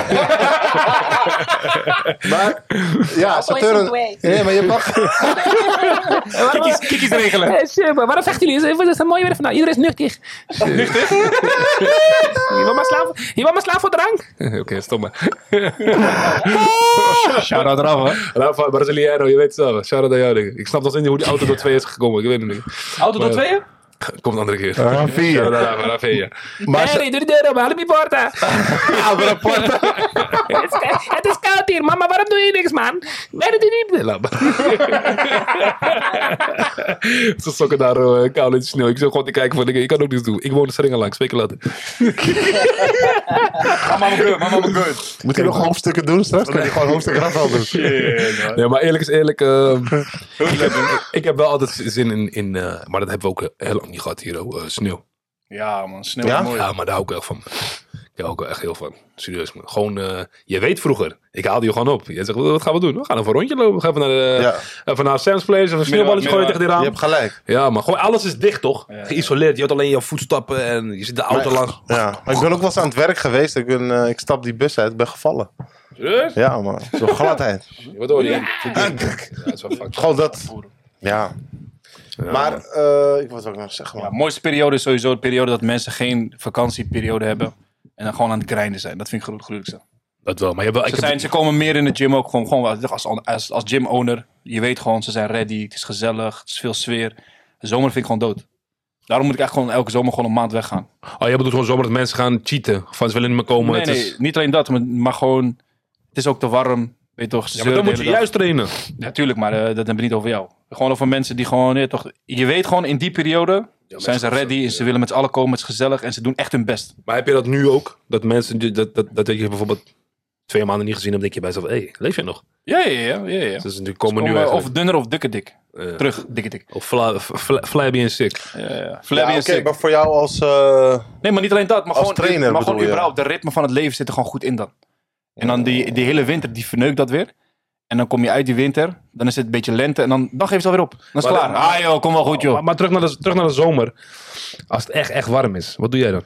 Maar, ja, Saturn. Nee, maar je mag... Kikkies regelen. Maar waarom vechten jullie? Dat is een mooie weer vandaag. Iedereen is nuchtig. Nuchtig? Je wil maar slaan voor drank? Oké, stop maar. Shout-out eraf, hè. Rafa, Braziliano, je weet het zelf. Shout-out aan jou, denk ik. Ik snap nog steeds niet hoe die auto door 2 is gekomen. Ik weet het niet. Auto door tweeën? Komt een andere keer. Rafa. Rafa, ja. Maar Harry, doe de deur open. Haal die porta. Het is koud hier. Mama, waarom doe je niks, man? Waarom doe je niet? Laat maar. Ze sokken daar koud in de sneeuw. Ik zit gewoon te kijken van, ik kan ook niets doen. Ik woon de Seringen langs, 2 keer later. Mama good. moet hij nog hoofdstukken doen straks? Kan hij gewoon hoofdstukken Rafael doen? Nee, maar eerlijk is eerlijk. Ik heb wel altijd zin in maar dat hebben we ook heel lang niet gehad hier, sneeuw. Ja, man. Sneeuw Ja? is mooi. Ja, maar daar hou ik wel van. Ja, ook echt heel van. Serieus, man. Gewoon, je weet vroeger. Ik haalde je gewoon op. Je zegt, wat gaan we doen? We gaan even een rondje lopen. We gaan even naar Sam's Place. Even een sneeuwballetje gooien tegen die raam. Je hebt gelijk. Ja, maar gewoon alles is dicht, toch? Ja, geïsoleerd. Je had alleen je voetstappen en je zit de auto langs. Ja, maar ik ben ook wel eens aan het werk geweest. Ik stap die bus uit, ben gevallen. Serieus? Ja, man. Zo'n gladheid. Wat hoor je? Ja, dat is wel fuck. Gewoon dat. Ja. Maar, ik wat wil ik nog zeggen, man. Ja, mooiste periode is sowieso de periode dat mensen geen vakantieperiode hebben. En dan gewoon aan het grinden zijn. Dat vind ik het gruwelijkste. Dat wel, maar je hebt wel... Ze komen meer in de gym ook gewoon als gym owner. Je weet gewoon, ze zijn ready. Het is gezellig. Het is veel sfeer. De zomer vind ik gewoon dood. Daarom moet ik echt gewoon elke zomer gewoon een maand weggaan. Oh, je bedoelt gewoon zomer dat mensen gaan cheaten? Van ze willen niet meer komen? Nee, niet alleen dat. Maar gewoon, het is ook te warm. Weet je toch, ja, maar dan moet je juist trainen. Ja, tuurlijk, maar dat hebben we niet over jou. Gewoon over mensen die gewoon, je weet gewoon in die periode zijn ze ready en ze willen met z'n allen komen, het is gezellig en ze doen echt hun best. Maar heb je dat nu ook? Dat mensen, dat je bijvoorbeeld 2 maanden niet gezien hebt, denk je bij jezelf, hé, leef je nog? Ja. Dus nu komen nu of dunner of dikke dik. Terug, dikke dik. Of flabby en sick. Flabby en sick. Maar voor jou als nee, maar niet alleen dat, maar gewoon trainer, maar gewoon überhaupt de ritme van het leven zit er gewoon goed in dan. En dan die hele winter, die verneukt dat weer. En dan kom je uit die winter, dan is het een beetje lente en dan geef je het alweer op. Dan is het klaar. Joh, kom wel goed joh. Maar terug naar de zomer. Als het echt warm is, wat doe jij dan?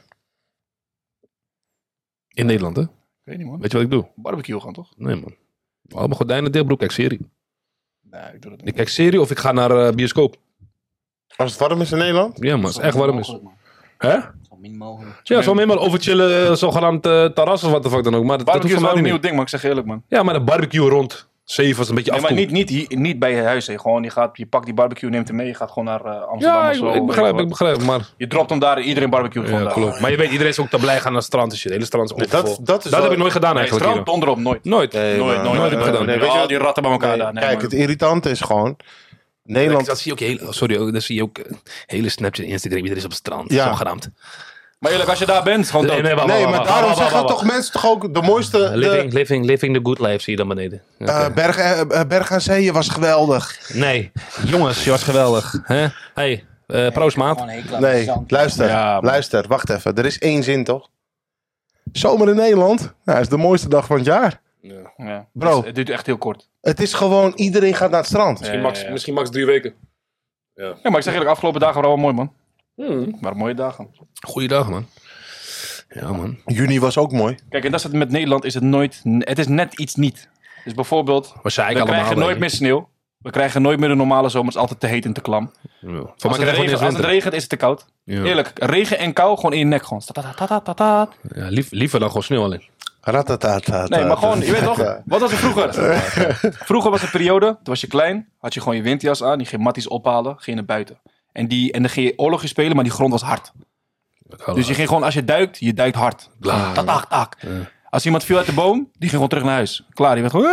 In Nederland, hè? Ik weet niet, man. Weet je wat ik doe? Barbecue gaan, toch? Nee, man. Allemaal gordijnen, deelbroek, kijk serie. Nee, ik doe dat niet. Ik kijk serie of ik ga naar bioscoop. Als het warm is in Nederland? Ja, man. Als het echt warm is. Hè? Zo min mogelijk. Ja, zo eenmaal overchillen, zogenaamd terras of wat de fuck dan ook. Maar barbecue is wel een nieuw ding, maar ik zeg eerlijk, man. Ja, maar de barbecue rond 7 was een beetje maar niet bij je huis. Hè. Gewoon, je pakt die barbecue, neemt hem mee, je gaat gewoon naar Amsterdam. Ja, of zo, ik begrijp, maar... Je dropt hem daar en iedereen barbecue gewoon daar. Klopt. Maar je weet, iedereen is ook te blij gaan naar het strand en shit. De hele strand is overvol. Dat heb ik nooit gedaan eigenlijk. Strand donder op, nooit. Nooit heb ik gedaan. Weet je die ratten bij elkaar daar. Kijk, het irritante is gewoon... Nederland... Dat zie je ook dan zie je ook hele Snapchat en Instagram. Iedereen is op het strand. Ja. Zogenaamd. Maar eerlijk, als je daar bent, gewoon dood. Nee, maar daarom zeggen toch mensen toch ook de mooiste... Living the good life zie je dan beneden. Berg aan Zee was geweldig. Nee, jongens, je was geweldig. Hey, proost maat. Nee, luister, wacht even. Er is 1 zin toch? Zomer in Nederland, is de mooiste dag van het jaar. Ja. Bro. Het duurt echt heel kort. Het is gewoon, iedereen gaat naar het strand. Misschien max 3 weken. Ja, maar ik zeg eerlijk, afgelopen dagen waren wel mooi, man. Waren mooie dagen. Goeie dagen, man. Ja, man. Juni was ook mooi. Kijk, en dat is het met Nederland, is het nooit... Het is net iets niet. Dus bijvoorbeeld, we krijgen nooit meer sneeuw. We krijgen nooit meer een normale zomer. Het is altijd te heet en te klam. Ja. Als het regent, is het te koud. Ja. Eerlijk, regen en kou gewoon in je nek. Gewoon. Ja, liever dan gewoon sneeuw alleen. Nee, maar gewoon, je weet toch? Wat was er vroeger? Vroeger was een periode, toen was je klein. Had je gewoon je winterjas aan. Die ging matties ophalen. Ging je naar buiten. En dan ging je oorlogje spelen, maar die grond was hard. Dus je ging gewoon, als je duikt hard. Tak. Als iemand viel uit de boom, die ging gewoon terug naar huis. Klaar, die werd gewoon...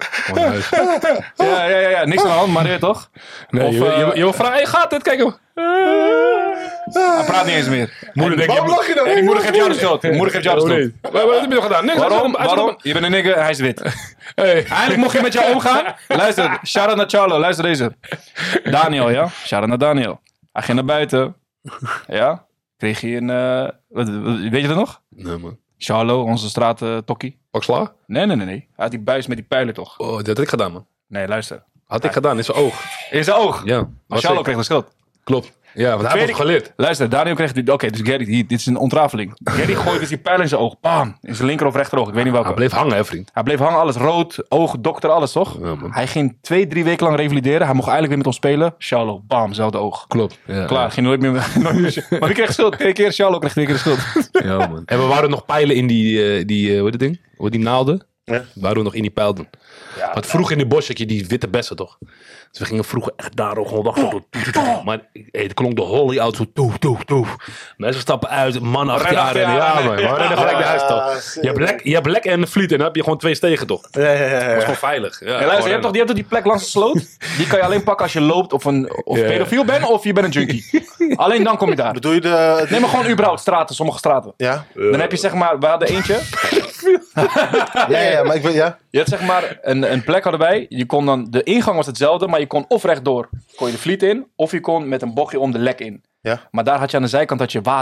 Ja, niks aan de hand, maar je weet toch? Nee, je wil vragen, je gaat het, kijk hem. Hij praat niet eens meer. Waarom lach je dan? Die moeder geeft jou de schuld. Wat heb je nog gedaan? Niks. Waarom? Je bent een nigger, hij is wit. Eigenlijk mocht je met jou omgaan. Luister, shout-out naar Charlo, luister deze. Daniel, ja? Shout-out naar Daniel. Hij ging naar buiten. Ja? Kreeg je een... weet je dat nog? Nee, man. Charlo, onze straat tokkie. Pak sla? Nee. Hij had die buis met die pijlen toch? Oh, dat had ik gedaan, man. Nee, luister. Had ik gedaan, in zijn oog. In zijn oog? Ja. Maar Charlo kreeg de schuld. Klopt. Ja, want hij heeft het geleerd. Luister, Daniel kreeg... Oké, dus Gary, dit is een ontrafeling. Gary gooit dus die pijl in zijn oog. Bam! In zijn linker of rechteroog. Ik weet niet welke. Hij bleef hangen, hè, vriend. Hij bleef hangen, alles. Rood, oog, dokter, alles, toch? Ja, hij ging 2-3 weken lang revalideren. Hij mocht eigenlijk weer met ons spelen. Charlo, bam, zelfde oog. Klopt. Ja, klaar, ging nooit meer... Maar wie kreeg schuld? 2 keer. Charlo kreeg 2 keer de schuld. Ja, man. En we waren nog pijlen in die hoe heet dat ding? Hoe die naalden? Ja. Waren we nog in die pijl doen. Ja, want vroeger in de bos had je die witte bessen, toch? Dus we gingen vroeger echt daar gewoon wachten. Maar het klonk de holly out zo toef. Mensen stappen uit, man achter je aan. Ja, man. We rennen gelijk naar huis, toch? Je hebt lek en vliet en dan heb je gewoon 2 stegen, toch? Ja. Dat is gewoon veilig. Ja, luister, je hebt toch die plek langs de sloot? Die kan je alleen pakken als je loopt of pedofiel bent of je bent een junkie. Alleen dan kom je daar. Bedoel je de... Nee, maar gewoon überhaupt straten, sommige straten. Ja. Dan heb je zeg maar, we hadden eentje. Ja, maar ik weet, ja. Je had zeg maar een plek hadden wij. Je kon dan, de ingang was hetzelfde, maar je kon of rechtdoor kon je de vliet in, of je kon met een bochtje om de lek in. Ja. Maar daar had je aan de zijkant water.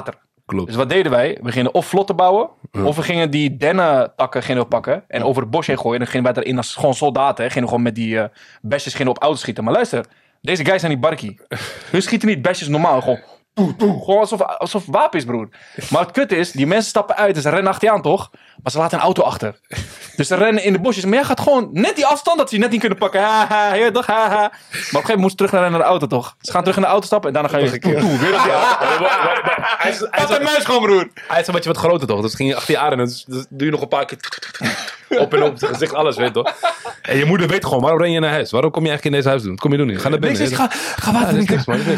Klopt. Dus wat deden wij? We gingen of vlotten bouwen, of we gingen die dennentakken gingen we pakken en over het bos heen gooien. En dan gingen wij erin als gewoon soldaten, gingen we gewoon met die besjes gingen op auto's schieten. Maar luister, deze guys zijn niet barkie. Hun schieten niet besjes normaal, gewoon alsof wapens, broer. Maar het kut is, die mensen stappen uit en ze rennen achter je aan, toch? Maar ze laten een auto achter. Dus ze rennen in de bosjes. Maar jij gaat gewoon net die afstand dat ze je net niet kunnen pakken. Ja, toch, Maar op een gegeven moment moet ze terug naar de auto, toch? Ze gaan terug in de auto stappen en daarna ga je weer op die auto. Hij is een muis gewoon, broer. Hij is een beetje wat groter, toch? Dus ging je achter je aan en dan doe je nog een paar keer op en op zijn gezicht, alles, weet je toch? En je moeder weet gewoon, waarom ren je naar huis? Waarom kom je eigenlijk in deze huis doen? Wat kom je doen hier? Ga naar binnen. Niks, ga water drinken.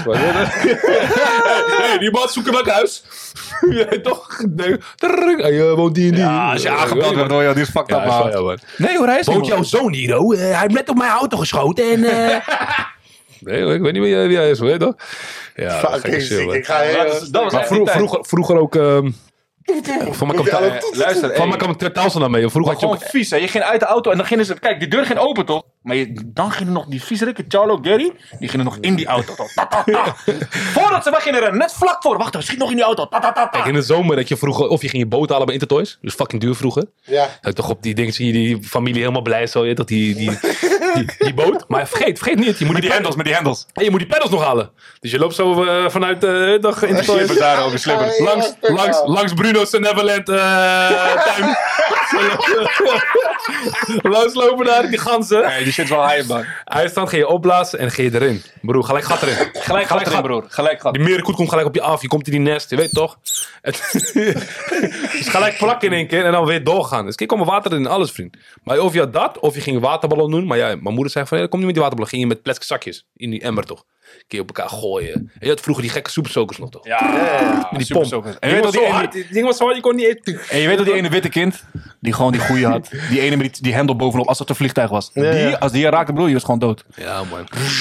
Hey, die man zoeken welk huis? Ja, toch? Hij woont die en die. Ja, als je aangebeld wordt, hoor je, die is fucked up, man. Nee hoor, hij is woont jouw zoon hier, hoor? Hij heeft net op mijn auto geschoten en... Nee hoor, ik weet niet wie hij is, weet je toch? Ja, Fucking ziek. Ik ga dat was vroeger ook... Van mij kwam het Towson aan mee. Vroeger had je gewoon ook... vies, hè. Je ging uit de auto en dan gingen ze... Kijk, die deur ging open, toch? Maar dan gingen nog die viezerikke Charlo, Gary... Die gingen nog in die auto, toch? Voordat ze weg gingen rennen. Net vlak voor. Wacht, schiet nog in die auto. Kijk, in de zomer dat je vroeger... Of je ging je boot halen bij Intertoys. Dus fucking duur vroeger. Ja. Toch op die dingen zie je die familie helemaal blij zo. Dat die boot. Maar vergeet niet. Je moet Met die hendels. En je moet die pedals nog halen. Dus je loopt zo vanuit Intertoys. Daarover, slippers. Langs Bruno's Neverland tuin. Langslopen daar, die ganzen. Nee, die shit is wel high, man. Eindstand ga je opblazen en ga je erin. Broer, gelijk gat erin. Gelijk gat, broer. Gelijk gat. Die merenkoet komt gelijk op je af. Je komt in die nest, je weet toch? Dus gelijk plakken in één keer en dan weer doorgaan. Dus kijk, komen water in alles, vriend. Maar of je had dat, of je ging een waterballon doen. Maar ja, mijn moeder zei van, kom niet met die waterballon. Ging je met plastic zakjes in die emmer, toch? Kun je op elkaar gooien. En je had vroeger die gekke supersokers nog, toch? Ja, met die pomp. En je weet dat die ding was zo hard, je kon niet eten. En je weet dat die ene witte kind, die gewoon die goeie had. Die ene met die hendel bovenop, als het een vliegtuig was. Als die raakte, broer, je was gewoon dood. Ja, man.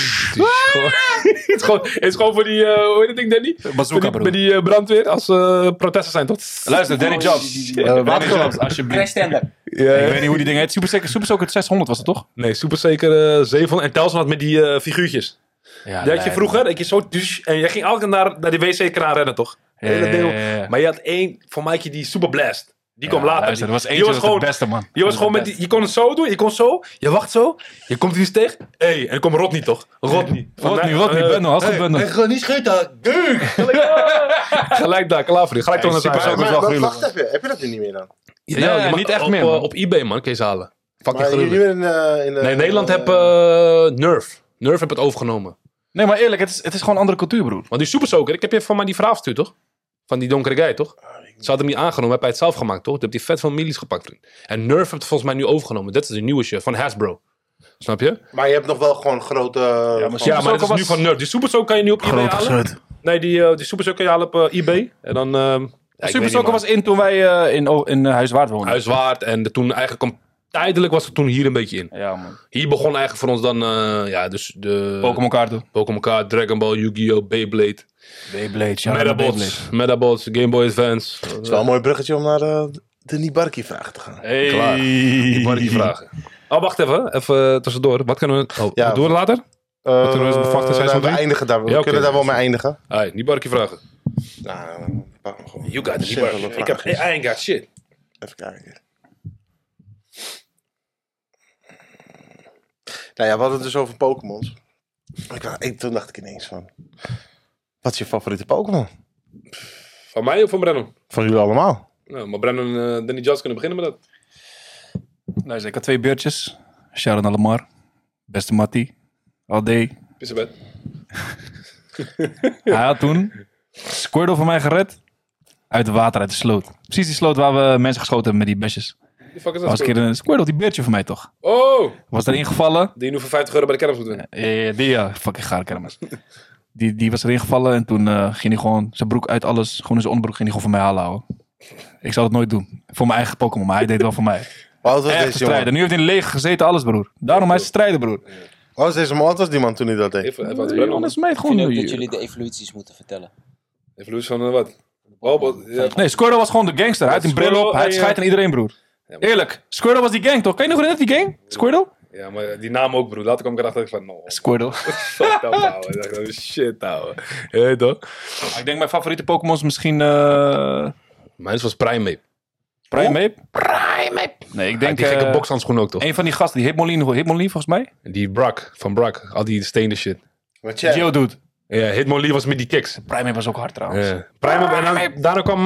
Het is gewoon voor die, hoe heet dat ding, Danny? Bazooka, broer. Met die brandweer, als protesten zijn, toch? Luister, Danny Jobs. Danny Jobs, alsjeblieft. Crashstender. Ik weet niet hoe die ding heet. Super Soaker 600 was het toch? Nee, super zeker 700. En Telson had met die figuurtjes. Ja, dat had je vroeger, dat je zo... en jij ging altijd naar die wc-kraan rennen, toch? Ja. Maar je had één, voor mij die Super Blast. Die kwam later. Luister, dat was eentje was het beste, man. Je was gewoon met die, je kon het zo doen, je kon zo, je wacht zo, je komt er niet tegen. En dan komt Rodney, toch? Rodney. Benno, als goed Benno. Ik ga niet schieten. Gelijk daar, klaar voor je. Gelijk toch naar zijn huis. Maar wacht even, heb je dat nu niet meer dan? Ja, niet echt meer, man. Op eBay, man, kun je ze halen. Fucking Maar gruwelijk. jullie in Nee, Nederland heb Nerf. Nerf heb het overgenomen. Nee, maar eerlijk, het is gewoon een andere cultuur, broer. Want die Super Soaker, ik heb je van mij die vraag verstuurd, toch? Van die donkere guy, toch? Ze hadden hem niet aangenomen, heb hij het zelf gemaakt, toch? Toen heb hij vet van milies gepakt, vriend. En Nerf heeft het volgens mij nu overgenomen. Dat is de nieuwe shit van Hasbro. Snap je? Maar je hebt nog wel gewoon grote... Ja, maar dat is nu van Nerf. Die Super Soaker kan je nu op eBay halen. Nee, die Super Soaker kan je halen op eBay. En dan... Super Soaker was in toen wij in Huiswaard woonden. Huiswaard. En toen eigenlijk tijdelijk was het toen hier een beetje in. Ja, man. Hier begon eigenlijk voor ons dan... dus de... Pokémon kaarten. Pokémon kaart, Dragon Ball, Yu-Gi-Oh, Beyblade. Beyblade, ja. Metabots, Game Boy Advance. Het is wel een mooi bruggetje om naar de Nibarki-vragen te gaan. Hey. Klaar. Nibarki vragen. Oh, wacht even tussendoor. Wat kunnen we... Ja. Doen we later? Wat kunnen we bevachten? We eindigen daar. We kunnen daar wel mee eindigen. Alright, Nibarki vragen. Nou, You got the Nibarki. I ain't got shit. Even kijken. Nou ja, we hadden het dus over Pokémons. Toen dacht ik ineens van... Wat is je favoriete Pokémon? Van mij of van Brennan? Van jullie allemaal. Nou, maar Brennan Danny Jones kunnen beginnen met dat. Nou, ik had 2 beertjes. Sharon Alamar. Beste Mattie. All day. Pissebed. Hij had toen Squirtle voor mij gered. Uit het water, uit de sloot. Precies die sloot waar we mensen geschoten hebben met die besjes. Die fuck is Was dat? een keer een Squirtle, die beertje van mij toch? Oh! Was erin gevallen. Die nu voor €50 bij de kermis moet winnen. Ja, fucking gaar kermis. Die was erin gevallen en toen ging hij gewoon zijn broek uit alles. Gewoon in zijn onderbroek ging hij gewoon voor mij halen houden. Ik zou dat nooit doen. Voor mijn eigen Pokémon, maar hij deed het wel voor mij. Wat was Echt deze strijden. jongen? Nu heeft hij in leeg gezeten, alles broer. Daarom hij is een strijder, broer. Wat was deze man? Wat was die man toen hij dat deed? Even aan de Dat Brennan. is mij Ik gewoon vind ook nu. dat jullie de evoluties moeten vertellen. Evolutie van wat? Oh, ja. Nee, Squirtle was gewoon de gangster. Hij had een bril op, hij Squirtle, schijt aan iedereen, broer. Eerlijk, Squirtle was die gang toch? Kan je nog herinneren die gang? Squirtle? Ja, maar die naam ook, broer. Later kwam ik erachter van... No, Squirtle. fuck dat, ouwe. Ik dacht, oh, shit, ouwe. Je weet toch? Ik denk mijn favoriete Pokémon is misschien... Mijn was Primeape. Primeape? Nee, ik denk... Die gekke bokshandschoen ook, toch? Een van die gasten, die Hitmonlee volgens mij. Die Brock, van Brock. Al die stenen shit. Wat jij? Geodude. Ja, Hitmonlee was met die kicks. Primeape was ook hard trouwens. Ja. Primeape en dan, daarna kwam...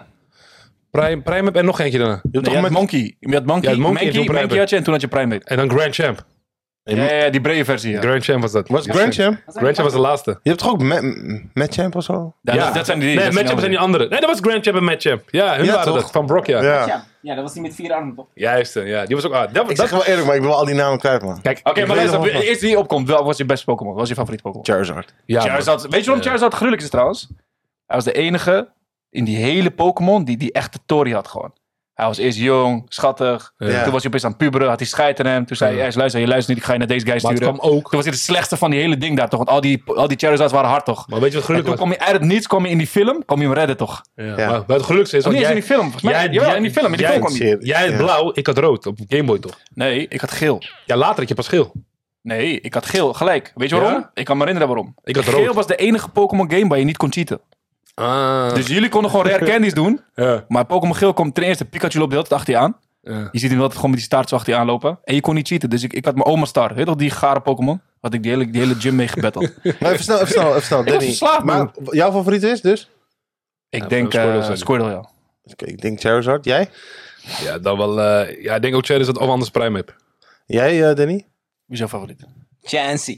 Primeape en nog eentje daarna. Nee, je had Monkey. Je had Monkey, Ja, Monkey en toen Primeape. Mankey had je en toen had je Primeape. En dan Grand Champ. Ja, die brede versie. Ja. Grand Champ was dat. Was Grand Champ? Grand Champ was de laatste. Je hebt toch ook Mad Champ of zo? Ja, dat zijn die. Nee, dat Mad Champ zijn die andere. Nee, dat was Grand Champ en Mad Champ. Ja, hun Ja, waren toch? dat. Van Brock, ja. Ja, dat was die met 4 armen toch? Juist, ja. Die was ook hard. Ik zeg wel eerlijk, maar ik wil al die namen kwijt, man. Kijk, Oké, maar weet luister, nog wel. eerst wie opkomt. Wat was je beste Pokémon? Wat was je favoriete Pokémon? Charizard. ja, man. Charizard. Weet je waarom Charizard gruwelijk is trouwens? Hij was de enige in die hele Pokémon die echte Tori had gewoon. Hij was eerst jong, schattig. Ja. Toen was hij opeens aan het puberen, had hij scheid aan hem. Toen zei hij, luister, je luistert niet, ik ga je naar deze guy Maar het sturen. kwam ook. Toen was hij de slechtste van die hele ding daar toch. Want al die Charizards waren hard toch. Maar weet je wat En gelukkig toen was? kwam hij uit het niets, kwam hij in die film, kwam hij hem redden toch. Ja. Ja. Maar het gelukkigste is... Of want niet eens in die film, volgens mij. Jawel, in die film, in die film kwam hij. Jij had blauw, ik had rood. Op Game Boy toch? Nee, ik had geel. Ja, later had je pas geel. Nee, ik had geel, gelijk. Weet je waarom? Ja? Ik kan me herinneren waarom. Ik had Geel rood. was de enige Pokémon game waar je niet kon cheaten. Ah. Dus jullie konden gewoon rare candies doen. Ja. Maar Pokémon Geel komt ten eerste, Pikachu loopt de hele tijd achter je aan. Ja. Je ziet hem altijd gewoon met die staart zo achter je aanlopen. En je kon niet cheaten. Dus ik had mijn oma star. Weet je toch, die gare Pokémon? Had ik die hele gym mee gebatteld. Maar even snel, Danny. verslaafd, Maar jouw favoriet is dus? Ik denk Squirtle, Squirtle, ja. Oké, ik denk Charizard. Jij? Ja, dan wel... ja, ik denk ook Charizard of anders Primeape. Jij, Danny? Wie is jouw favoriet? Chansey.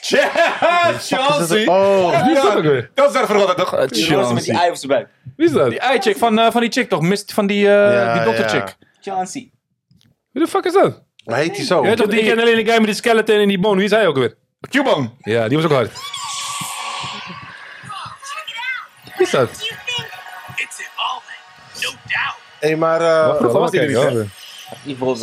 Chansey! Oh, Wie is dat ook weer? Dat is daarvoor altijd toch? Die roze met die ei op zijn buik. Wie is dat? Die eye-chick van die chick toch? Van die dokter-chick. Chansey. Wie de fuck is dat? maar heet hij zo? Je weet toch Ik ken alleen die guy met die skeleton en die bone. Wie is hij ook weer? Cubone. Ja, die was ook hard. Wie is dat? It's evolving, no doubt. Hé, maar... Vroeger was die er niet, hè? Evil.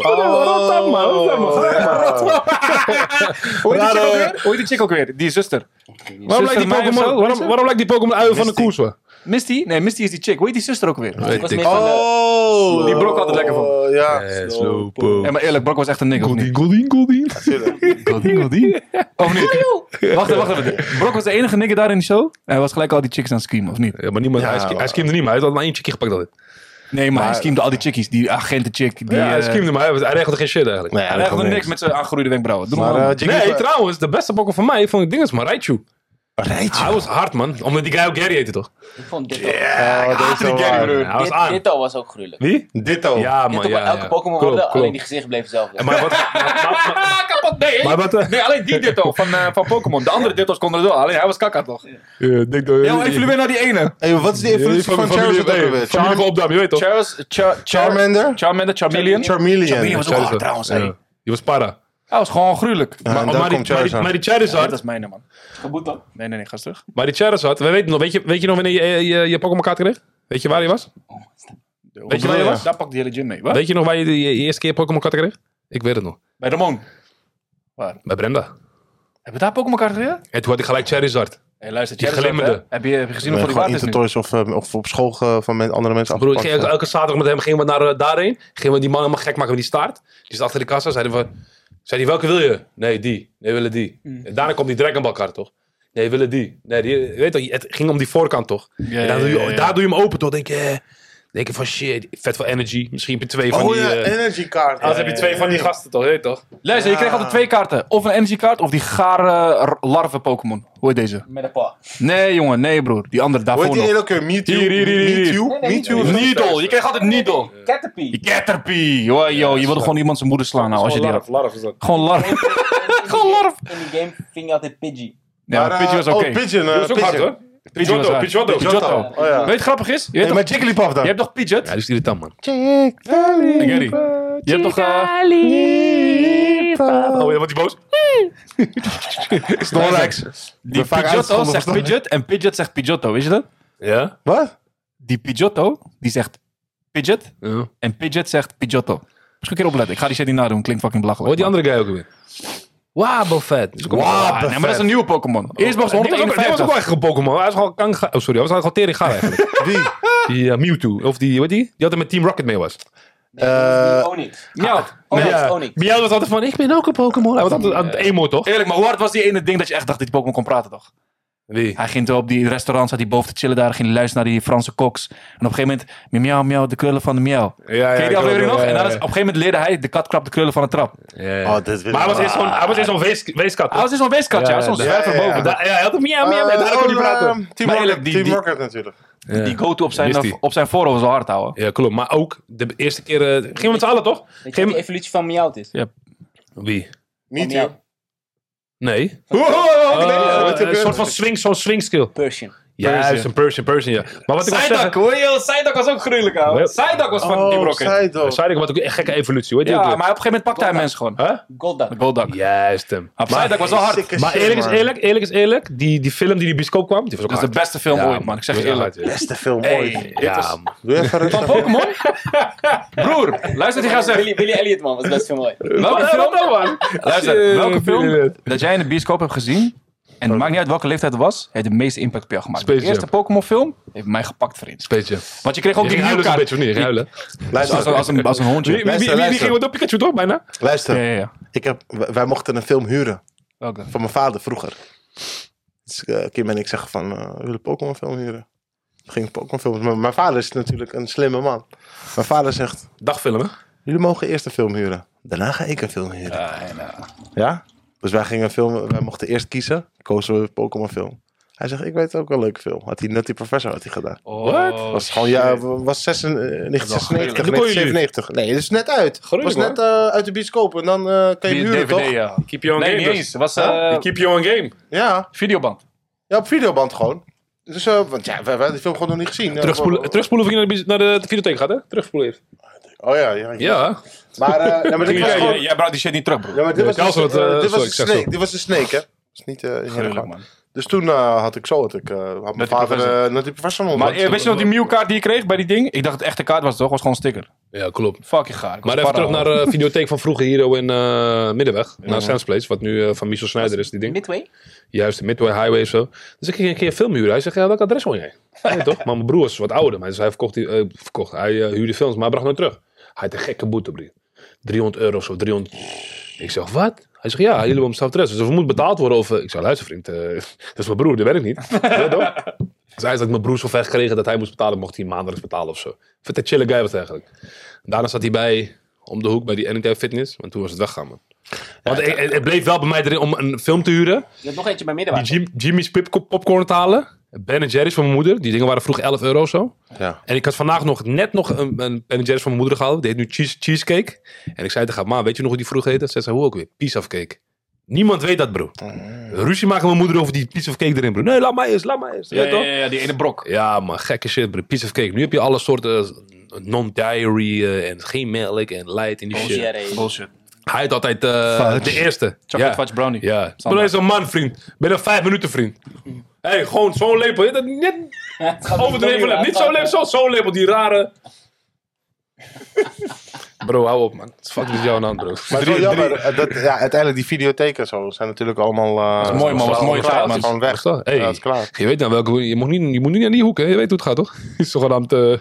Hoe heet die chick ook weer? Die zuster. Waarom lijkt die Pokémon, waarom lijkt die Pokémon uien van de koers? Hoor? Misty? Nee, Misty is die chick. Hoe heet die zuster ook weer? Weet was ik. meer van de... Oh! Die Brok altijd lekker van. Ja. Ja, maar eerlijk, Brok was echt een nigger, of niet? Goldien. Goldie. Of niet? Wacht even. Brok was de enige nigger daar in de show. En hij was gelijk al die chicks aan het screamen, of niet? Ja, maar niemand, Ja, hij schimde niet, maar hij had maar één chickie gepakt altijd. Nee, maar hij schreamde al die chickies. Die agentenchick. Die, Ja, hij schimde, maar hij regelde geen shit eigenlijk. Nee, hij regelde niks met zijn aangegroeide wenkbrauwen. Doe maar. Maar Nee, trouwens, de beste Pokémon van mij vond ik dinges, maar Raichu. Rijtje. Hij was hard, man. Omdat die guy ook Gary heette, toch? Ik vond dit Hij was aan. Ditto was ook gruwelijk. Wie? Ditto. Ja, man. Ditto, Ja, elke ja. Pokémon Klopt, worden, alleen klopt. die gezicht bleef hetzelfde. Maar wat... Kapot, nee. Maar wat... Nee, alleen die Ditto van Pokémon. De andere Ditto's konden er wel. Alleen hij was kakka toch? Ja, Evolueer naar die ene. Hey, wat is die evolutie van Charizard ook alweer? Familie van Opdam, je weet toch? Charmander? Charmeleon Charmeleon. was ook hard trouwens, hé. Ja. Die was para. Hij was gewoon gruwelijk. Ja, en daar komt Charizard. Maar die Dat Charizard... is mijne, man. Kabuto. Nee, ga eens terug. Maar die Charizard... We weten nog, weet je nog wanneer je Pokémon kaart kreeg? Weet je waar hij was? Weet je waar je was? Daar pakt die hele gym mee. Wat? Weet je nog waar je je eerste keer Pokémon kaart kreeg? Ik weet het nog. Bij Ramon. Waar? Bij Brenda. Heb je daar Pokémon kaart gekregen? En toen had ik gelijk Charizard. Hé, luister, Die Charizard, glimmende. hè? Heb je gezien of die Gewoon waard is nu? Intertoys of op school van andere mensen Broer, ik afgepakt. ging elke zaterdag met hem gingen we naar daarheen. Gingen we die man helemaal gek maken met die staart. Die zat achter de kassa. Zei hij, welke wil je? Nee, die. Nee, we willen die. En daarna komt die Dragon Ball kaart, toch? Nee, we willen die. Nee, je weet toch, het ging om die voorkant, toch? Ja, En dan ja. daar doe je hem open, toch? Denk je van shit, vet veel energy. Misschien heb je twee van Oh die... ja, energy kaart. Anders heb je twee van die gasten, toch? Weet je toch? Luister, je kreeg altijd 2 kaarten. Of een energy kaart, of die gare larven Pokémon. Hoe heet deze? Met een pa. Nee, jongen, nee, broer. Die andere Hoe daarvoor heet die nog. hele keer? Mewtwo? Hier. Mewtwo? Needle, je kreeg altijd Needle. Caterpie. Caterpie. Yo, je wilde gewoon iemand zijn moeder slaan nou, als je die had. Larf is dat. Gewoon larf. Gewoon larf. In die game ving je altijd Pidgey. Ja, maar Pidgey was oké. Oh, Pigeon. Dat is ook hard, hoor. Pidgey was hard. Pidgeotto. Pidgeotto. Oh ja. Weet je wat grappig is? Je Hey, hebt maar toch- Jigglypuff dan? je hebt toch Pidgeot? Ja, die is irritant, man. Hey, Gary. Je hebt toch... Oh, wordt die boos? Snorlax. Die vaak Pidgeotto uitgevonden zegt van- Pidgeot en Pidgeot zegt Pidgeotto, weet je dat? Ja? Wat? Die Pidgeotto, die zegt Pidgeot Ja. en Pidgeot zegt Pidgeotto. Misschien een keer opletten. Ik ga die shit niet nadoen, klinkt fucking belachelijk. Hoor die andere guy ook weer? Wabelvet. Ah, nee, maar dat is een nieuwe Pokémon. Eerst was het Die was ook 151. wel echt een Pokémon. Hij was gewoon kanga. Oh, sorry. Hij was gewoon tering gaar eigenlijk. Wie? Die Mewtwo. Of die, hoe heet die? Die altijd met Team Rocket mee was. Onyx. Miauw. Onyx. Miauw was altijd van, ik ben ook een Pokémon. Hij was altijd aan het emo, toch? Eerlijk, maar hoe hard was die ene ding dat je echt dacht dat die Pokémon kon praten, toch? Wie? Hij ging op die restaurant, zat hij boven te chillen daar, ging hij luisteren naar die Franse koks. En op een gegeven moment, miauw, miauw, de krullen van de miauw. Ja, Ken je die aflevering nog? En dan is, op is, een gegeven moment leerde hij, de kat krabt de krullen van de trap. Oh, dit wil Maar hij was eerst zo'n weeskat. Hij was dus zo'n weeskat, ja, zo'n zwerver boven. Ja, hij had een miauw, miauw. Daar kon hij praten. Maar eerlijk, Team Rocket natuurlijk. Die go-to op Wist hij. zijn voorhoofd wel hard houden. Ja, klopt. Maar ook de eerste keer... gingen we met z'n allen, toch? Weet je wat de evolutie van Meowth is? Wie? Niet Meowth. hier. Nee. Een Een soort van zo'n swing skill. Persian. Juist, een Persian, ja. Maar wat ik wil Psyduck, zeggen... hoor je? Psyduck was ook gruwelijk, ouwe. Psyduck was van Team Rocket. Psyduck was ook een gekke evolutie, hoor. Ja, maar op een gegeven moment pakte hij mensen gewoon. Huh? Golduck. Golduck. Juist hem. Maar Psyduck was wel hard. Maar eerlijk is eerlijk. Die film die in de bioscoop kwam, die was ook Dat is de hard. beste film Ja, ooit, man. Ik zeg je die was eerlijk. hard, ja. Beste film Hey, ooit. dit is... man. Doe even Van rustig. Pokémon? Broer, luister die gaat zeggen. Willy Elliot, man, was best veel mooi. Welke film? man? Luister, welke film Elliot. dat jij in de bioscoop hebt gezien, en het maakt niet uit welke leeftijd het was, heeft de meeste impact op jou gemaakt. Space De eerste Jam. Pokémon film heeft mij gepakt, vriend. Beetje. Want je kreeg ook Je die ging huilen zo'n nieuwkaart. beetje, of niet? Je ging huilen. Luister, Als een hondje. Wie ging wat op Pikachu, toch? Bijna? luister. Ja. Wij mochten een film huren. Welke? Van mijn vader vroeger. Dus Kim en ik zeggen van, we willen een Pokémon film huren. We gingen Pokémon filmen. Maar mijn vader is natuurlijk een slimme man. Mijn vader zegt, Dagfilm, hè? jullie mogen eerst een film huren. Daarna ga ik een film huren. Ja? Dus wij mochten eerst kiezen. Kozen we een Pokémon film. Hij zegt, ik weet ook wel een leuke film. Had hij Nutty Professor gedaan. What? Was gewoon, was 1996, Dan kon je 1997. Nee, het is net uit. Het Gruwelijk, was net uit de bioscoop. En dan kan je hem huren, toch? ja. Keep you on Nee, game. niet eens. Het was Keep you on game. Ja. videoband. Ja, op videoband gewoon. Dus, want ja, wij hebben die film gewoon nog niet gezien. Terugspoelen of je naar de videotheek gaat, hè? Terugspoelen eerst. Oh ja. Ja. Maar, ja, maar dit was gewoon... Jij brouwt die shit niet terug, broer. Ja, maar dit was, Kals wat, sorry, dit was ik een zeg snake. zo. Dit was een snake, hè? Dat is niet Gruwelijk, helemaal. man. Dus toen had mijn vader Nutty Professor Maar weet je nog die Mew-kaart die je kreeg bij die ding? Ik dacht het echte kaart was het toch? Was gewoon een sticker. Ja, klopt. Fucking gaar. Ik was Maar even para, terug hoor. naar de videotheek van vroeger hier in Middenweg. Naar Sam's Place, wat nu van Michel Snijder is, die ding. Midway? Juist, de Midway Highway of zo. Dus ik ging een keer een film huren. Hij zegt, ja, welk adres woon jij? Nee, toch? Maar mijn broer is wat ouder. Maar dus hij hij huurde films, maar hij bracht nooit terug. Hij had een gekke boete, broer. €300 of zo, 300. Ik zeg, wat? Hij zegt, ja, jullie hebben hetzelfde adres. Dus er moet betaald worden of... Ik zeg, luister vriend, dat is mijn broer, dat werkt niet. Ja, toch? Dus hij had mijn broer zo ver gekregen dat hij moest betalen, mocht hij maandelijks betalen of zo. Vet een chille guy was het eigenlijk. Daarna zat hij bij, om de hoek, bij die Anytime Fitness. Want toen was het weggaan, man. Want het bleef wel bij mij erin om een film te huren. Je hebt nog eentje bij Middenweg. Die Jimmy's popcorn te halen. Ben Jerry's van mijn moeder. Die dingen waren vroeger €11 of zo. Ja. En ik had vandaag net nog een Ben Jerry's van mijn moeder gehaald. Die heet nu cheesecake. En ik zei tegen haar, ma, weet je nog hoe die vroeger heette? Ze zei, hoe ook weer? Piece of cake. Niemand weet dat, bro. Ruzie maken mijn moeder over die piece of cake erin, bro. Nee, laat mij eens. Ja, die ene brok. Ja, man, gekke shit, bro. Piece of cake. Nu heb je alle soorten non-dairy en geen melk en light en die shit. Bullshit. Hij had altijd de eerste. Chocolate fudge brownie. Ja. Standaard. Ben is een man, vriend. Ben er 5 minuten, vriend. Hé, gewoon zo'n lepel. Je dat niet overdreven. Niet zo'n lepel, zo'n lepel. Die rare... Bro, hou op, man. Het is fucking met jou aan de hand, bro. Maar het is wel jammer. Ja, uiteindelijk die videotheken zo zijn natuurlijk allemaal... Dat is mooi, man. Was mooi klaar, tijd, het is man. gewoon weg. Hey, Ja, dat is klaar. je weet nou welke... Je moet niet aan die hoek, hè. Je weet hoe het gaat, toch? Is zogenaamd... Oh,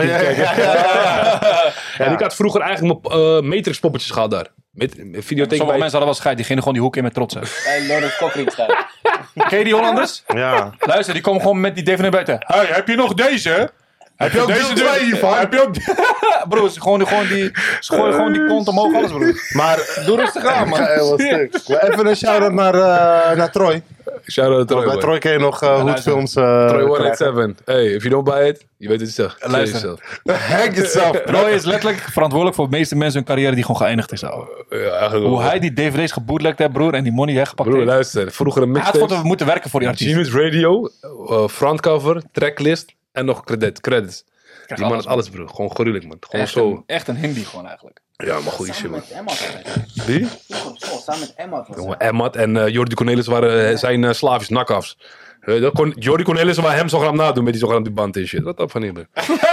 ja. En ik had vroeger eigenlijk mijn Matrix poppetjes gehad daar. Met videotheek Sommige bij... mensen hadden wel scheid. Die gingen gewoon die hoek in met trots. Bij Lord of Cockring staat. Ken je die Hollanders? Ja. Luister, die komen gewoon met die DVD buiten. Hey, heb je nog deze? Heb je ook deel 2 hiervan? Heb je ook... Broer, ze gooien gewoon die kont omhoog, alles, broer. Maar... Doe rustig aan, man. Ja, heel wat stuk. Maar even een shout-out naar Troy. Shout-out Want bij Troy. Troy kun je nog hoedfilms Troy krijgen. 187. Hey, if you don't buy it, je weet het zelf. Luister. Hang yourself. Troy is letterlijk verantwoordelijk voor de meeste mensen hun carrière die gewoon geëindigd is, ouwe. Ja, eigenlijk Hoe wel. hij die DVD's gebootlegd heeft, broer, en die money weggepakt Broer, heeft. luister. Vroeger een Hij had mixtape. moeten werken voor die artiest. Genius Radio, frontcover, tracklist en nog credits. Die man had alles, bro. Gewoon gruwelijk, man. Gewoon zo. Echt een hindi gewoon eigenlijk. Ja, maar goede shit, Samen man. met Emma altijd. Wie? Vroeger op school, samen met Emma. Jongen, Emmat en Jordi Cornelis waren zijn Slavisch knock-offs. Jordi Cornelis wou hem zogenaamd nadoen met die zogenaamde band en shit. Wat op van hier, bro.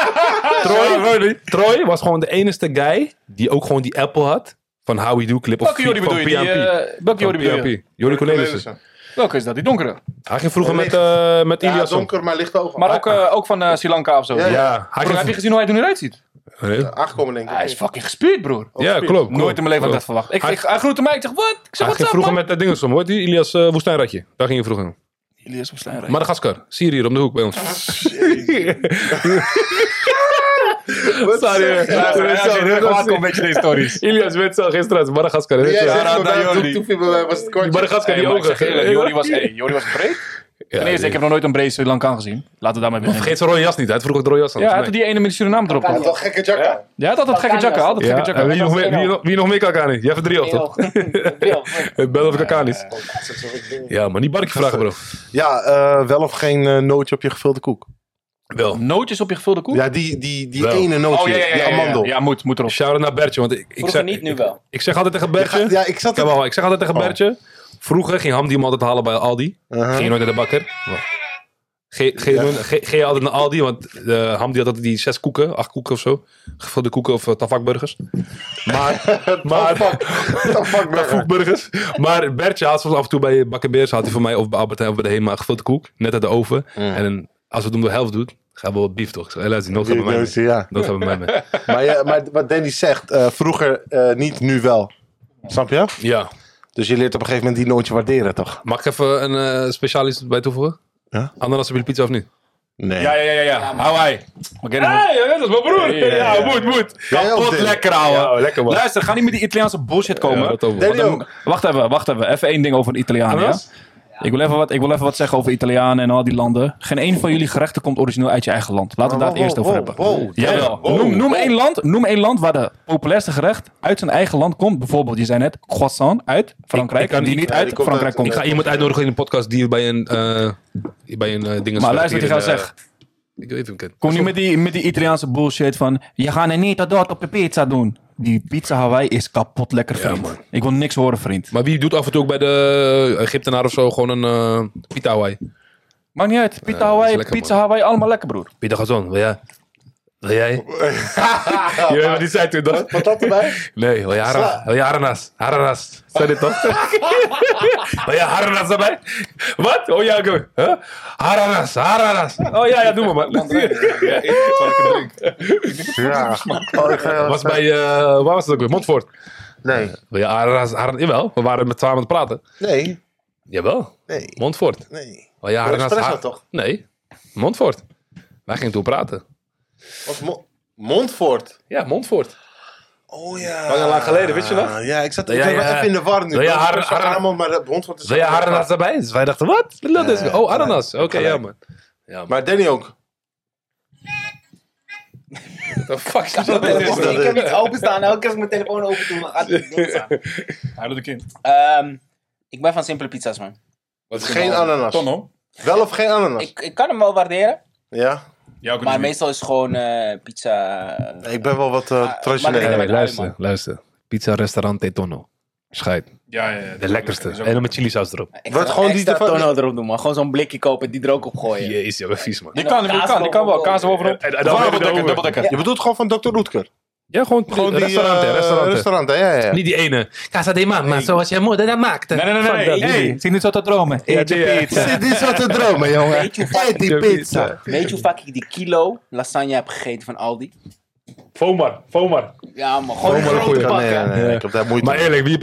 Troy was gewoon de enige guy die ook gewoon die Apple had. Van How We Do clip of Welke Jordi bedoel je? Welke Jordi bedoel je? Jordi Cornelis. Welke is dat? Die donkere? Hij ging vroeger met Ja, Ilias om. donker, maar licht over. Maar ook van Sri Lanka of zo. Ja, Ja, hij Broer, heb je ging... gezien hoe hij er nu uitziet? Aangekomen denk ik. Hij is fucking gespierd, broer. Ja, klopt. Nooit in mijn leven had ik dat verwacht. Hij groette mij. Ik zeg, wat? Ik zeg, Hij wat ging vroeger met Dinges om, hoor. Die Ilias Woestijnratje. Daar ging je vroeger. Ilias Woestijnrijk. Madagaskar. Syrië hier om de hoek bij ons. Sorry. Een beetje deze stories. Ilias weet zo gisteren. Madagaskar. Toen viel bij mij was het kort. Madagaskar, die ogen. Jori was breed. Ten eerste, ik heb nog nooit een breed Sri Lankaan gezien. Laten we daarmee beginnen. Vergeet zijn rode jas niet. Hij had vroeger de rode jas aan. Ja, hij had die ene met die Suriname erop. Hij had wel gekke jack aan. Ja, hij had altijd gekke jacken. Altijd gekke Ja, en jacken. wie nog meer Kakani? Jij hebt 3 of toch? Bel of Kakanis. Ja, maar niet barkje vragen, bro. Ja, wel of geen nootje op je gevulde koek? Wel. Nootjes op je gevulde koek? Ja, die Wel. ene nootje, die amandel. Ja, moet erop. Shout-out naar Bertje, want ik Vroeger zeg... niet, nu wel. Ik zeg altijd tegen Bertje... Ja, ik zat Ik zeg altijd tegen Bertje... Vroeger ging Hamdi hem altijd halen bij Aldi. Ging je nooit naar de bakker. Ging je altijd naar Aldi, want Hamdi had altijd die 6 koeken, 8 koeken of zo. Gevulde koeken of tafakburgers. Tafakburgers. Maar Bertje had soms af en toe bij Bakker Beers, had hij voor mij of bij Albert Heijn of bij de Hema gevulde koek. Net uit de oven. En als we het om de helft doen, gaan we wat bief toch? Ik zeg, luister, die nood gaat bij mij mee. Ja. Nood gaat bij mij mee. Maar wat Danny zegt, vroeger niet, nu wel. Snap je? Ja. Dus je leert op een gegeven moment die nootje waarderen, toch? Mag ik even een speciaal iets bij toevoegen? Ja? Ananas op je pizza of niet? Nee. Ja. Hawaii. Ja, dat is mijn broer. Ja, moet. Kapot lekker, ouwe. Ja, lekker man. Luister, ga niet met die Italiaanse bullshit komen. Ja, dat ook. Danny Want dan- ook. Wacht even. Even één ding over de Italianen, ja? Ananas? Ik wil even wat zeggen over Italianen en al die landen. Geen één van jullie gerechten komt origineel uit je eigen land. Laten we daar het eerst over hebben. Jawel. Noem één land waar de populairste gerecht uit zijn eigen land komt. Bijvoorbeeld, je zei net, croissant uit Frankrijk. Ik kan die niet- niet Ja, uit die komt Frankrijk uit- komt. Ik ga iemand uitnodigen in een podcast die bij een ding. Maar luister wat hij gaat zeggen. Ik wil even een Kom niet met die Italiaanse bullshit van... Je gaat er niet dat op je pizza doen. Die pizza Hawaii is kapot lekker, vriend. man. Ik wil niks horen, vriend. Maar wie doet af en toe ook bij de Egyptenaar of zo gewoon een pita Hawaii? Maakt niet uit. Pizza dat Hawaii, is lekker, pizza man. Hawaii, allemaal lekker, broer. Pita Gazon, wil jij? Wil jij? Je weet wat die zei toen, toch? Wat dat erbij? Nee, wil je haranas? Haranas. Zei dit toch? Wil je haranas erbij? Wat? Oh ja, oké. Huh? Haranas. Oh ja, doe maar, man. Ja. Oh, ik ga Was bij, waar was het ook weer? Montfort. Nee. Wil je haranas? Jawel, we waren met 12 aan het praten. Nee. Jawel, Nee. Montfort. Nee. Wil je haranas? Espresso toch? Nee, Montfort. Wij gingen toen praten. Of Montfort. Ja, Montfort. Oh ja. Lang geleden, weet je nog? Ja, ik zat Ja, ja. even in de war nu. Wil je Maar Montfort is... Wil je haranas erbij? Dus wij dachten, wat? Oh, ananas. Oké, ja man. Ja, man. Maar Danny ook. The fuck is dat? Ik heb niet openstaan. Elke keer als ik mijn telefoon open doe, dan gaat het ding staan. Hij doet een kind. Ik ben van simpele pizza's, man. Geen ananas. Tonno. Wel of geen ananas? Ik kan hem wel waarderen. Ja. Maar meestal is het gewoon pizza... Ik ben wel wat maar traditioneel. ik- Hey, man. luister. Pizza restaurant Tonno. Scheid. Ja. De lekkerste. En dan met chilisaus erop. Wat gewoon die extra ervan- tono erop doen, man. Gewoon zo'n blikje kopen en die er ook op gooien. Jezus, ja, wat vies man. Die kan wel. Kaas eroverop. En dan Dubbeldekker. Je bedoelt gewoon van Dr. Roetker? Ja, gewoon Gewoon die restaurant. restaurant, ja. Niet die ene. Casa de mama, zoals je moeder dat maakte. Nee. Hey, zie niet zo te dromen. Eet je pizza. Dit is wat te dromen, jongen. Weet je hoe vaak- Eet die pizza. Weet je hoe vaak ik die kilo lasagne heb gegeten van Aldi? Fomar. Ja, maar gewoon een maar een grote goeie. bak, Nee, hè. nee, ik heb daar moeite Maar mee. eerlijk,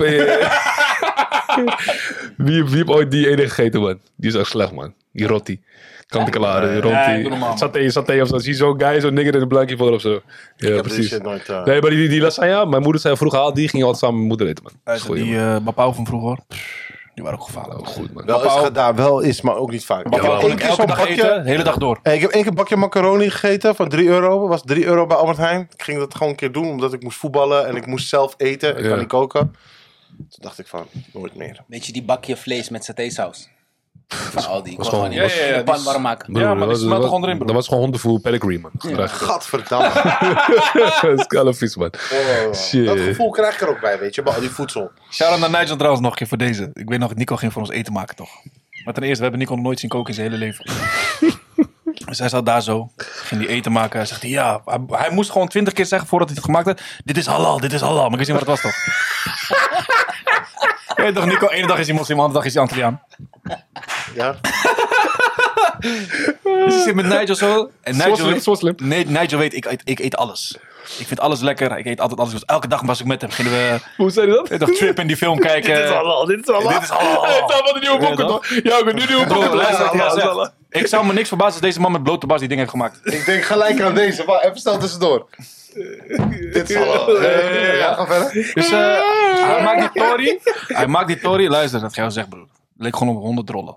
wie heeft ooit die ene gegeten, man? Die is echt slecht, man. Die rotti. Kant-en-klare, Nee, rotti. doe normaal, Saté of zo. Zie je zo'n guy, zo'n nigger in een blankje voor of zo. Ik Ja, heb die precies. shit nooit... Nee, maar die lasagne, mijn moeder zei vroeger al, die ging altijd samen met mijn moeder eten, man. Dat is goed, Die man. Bapau van vroeger. Die waren ook gevaarlijk. Oh, goed, man. Wel is gedaan, wel is, maar ook niet vaak. Ik heb Bapau één kon ik keer elke zo'n dag bakje... eten, de hele dag door. Ik heb één keer een bakje macaroni gegeten van €3. Was €3 bij Albert Heijn. Ik ging dat gewoon een keer doen, omdat ik moest voetballen en ik moest zelf eten. Ik Ja. kan niet koken. Toen dacht ik van, nooit meer. Weet je die bakje vlees met satésaus? Van Aldi. Ik kon gewoon- gewoon in de pan die- warm maken. Broer, Ja, maar die dat smelt was- er gewoon erin, bro. Dat was gewoon hondenvoer pedigree, man. Echt. Gadverdamme. Dat is kale vies, man. Shit. Dat gevoel krijg ik er ook bij, weet je, bij al die voedsel. Shout-out naar Nigel trouwens nog een keer voor deze. Ik weet nog, Nico ging voor ons eten maken toch. Maar ten eerste, we hebben Nico nog nooit zien koken in zijn hele leven. Dus hij zat daar zo, ging die eten maken. Hij zegt, ja, hij moest gewoon 20 keer zeggen voordat hij het gemaakt had. Dit is halal. Maar ik wist niet wat het was toch. Je weet toch, Nico, ene dag is hij moslim, andere dag is hij Antilliaan. Ja. Dus je zit met Nigel zo. En Nigel Zo slim. Nee, Nigel weet, ik eet alles. Ik vind alles lekker. Ik eet altijd alles. Dus elke dag was ik met hem. Gingen we Hoe zei je dat? toch trip in die film kijken. Dit is allemaal. Dit is Het is allemaal de nieuwe boeken, toch? Ja, nu nieuwe Bro, boeken. luister wat ik ga zeggen. Ik zou me niks verbazen als deze man met blote bas die dingen heeft gemaakt. Ik denk gelijk aan deze. Wacht, even snel tussendoor. Dit is al... ja, ga verder. Dus hij maakt die Tory. Luister, dat ga je zeggen, broer. Het leek gewoon op 100 rollen.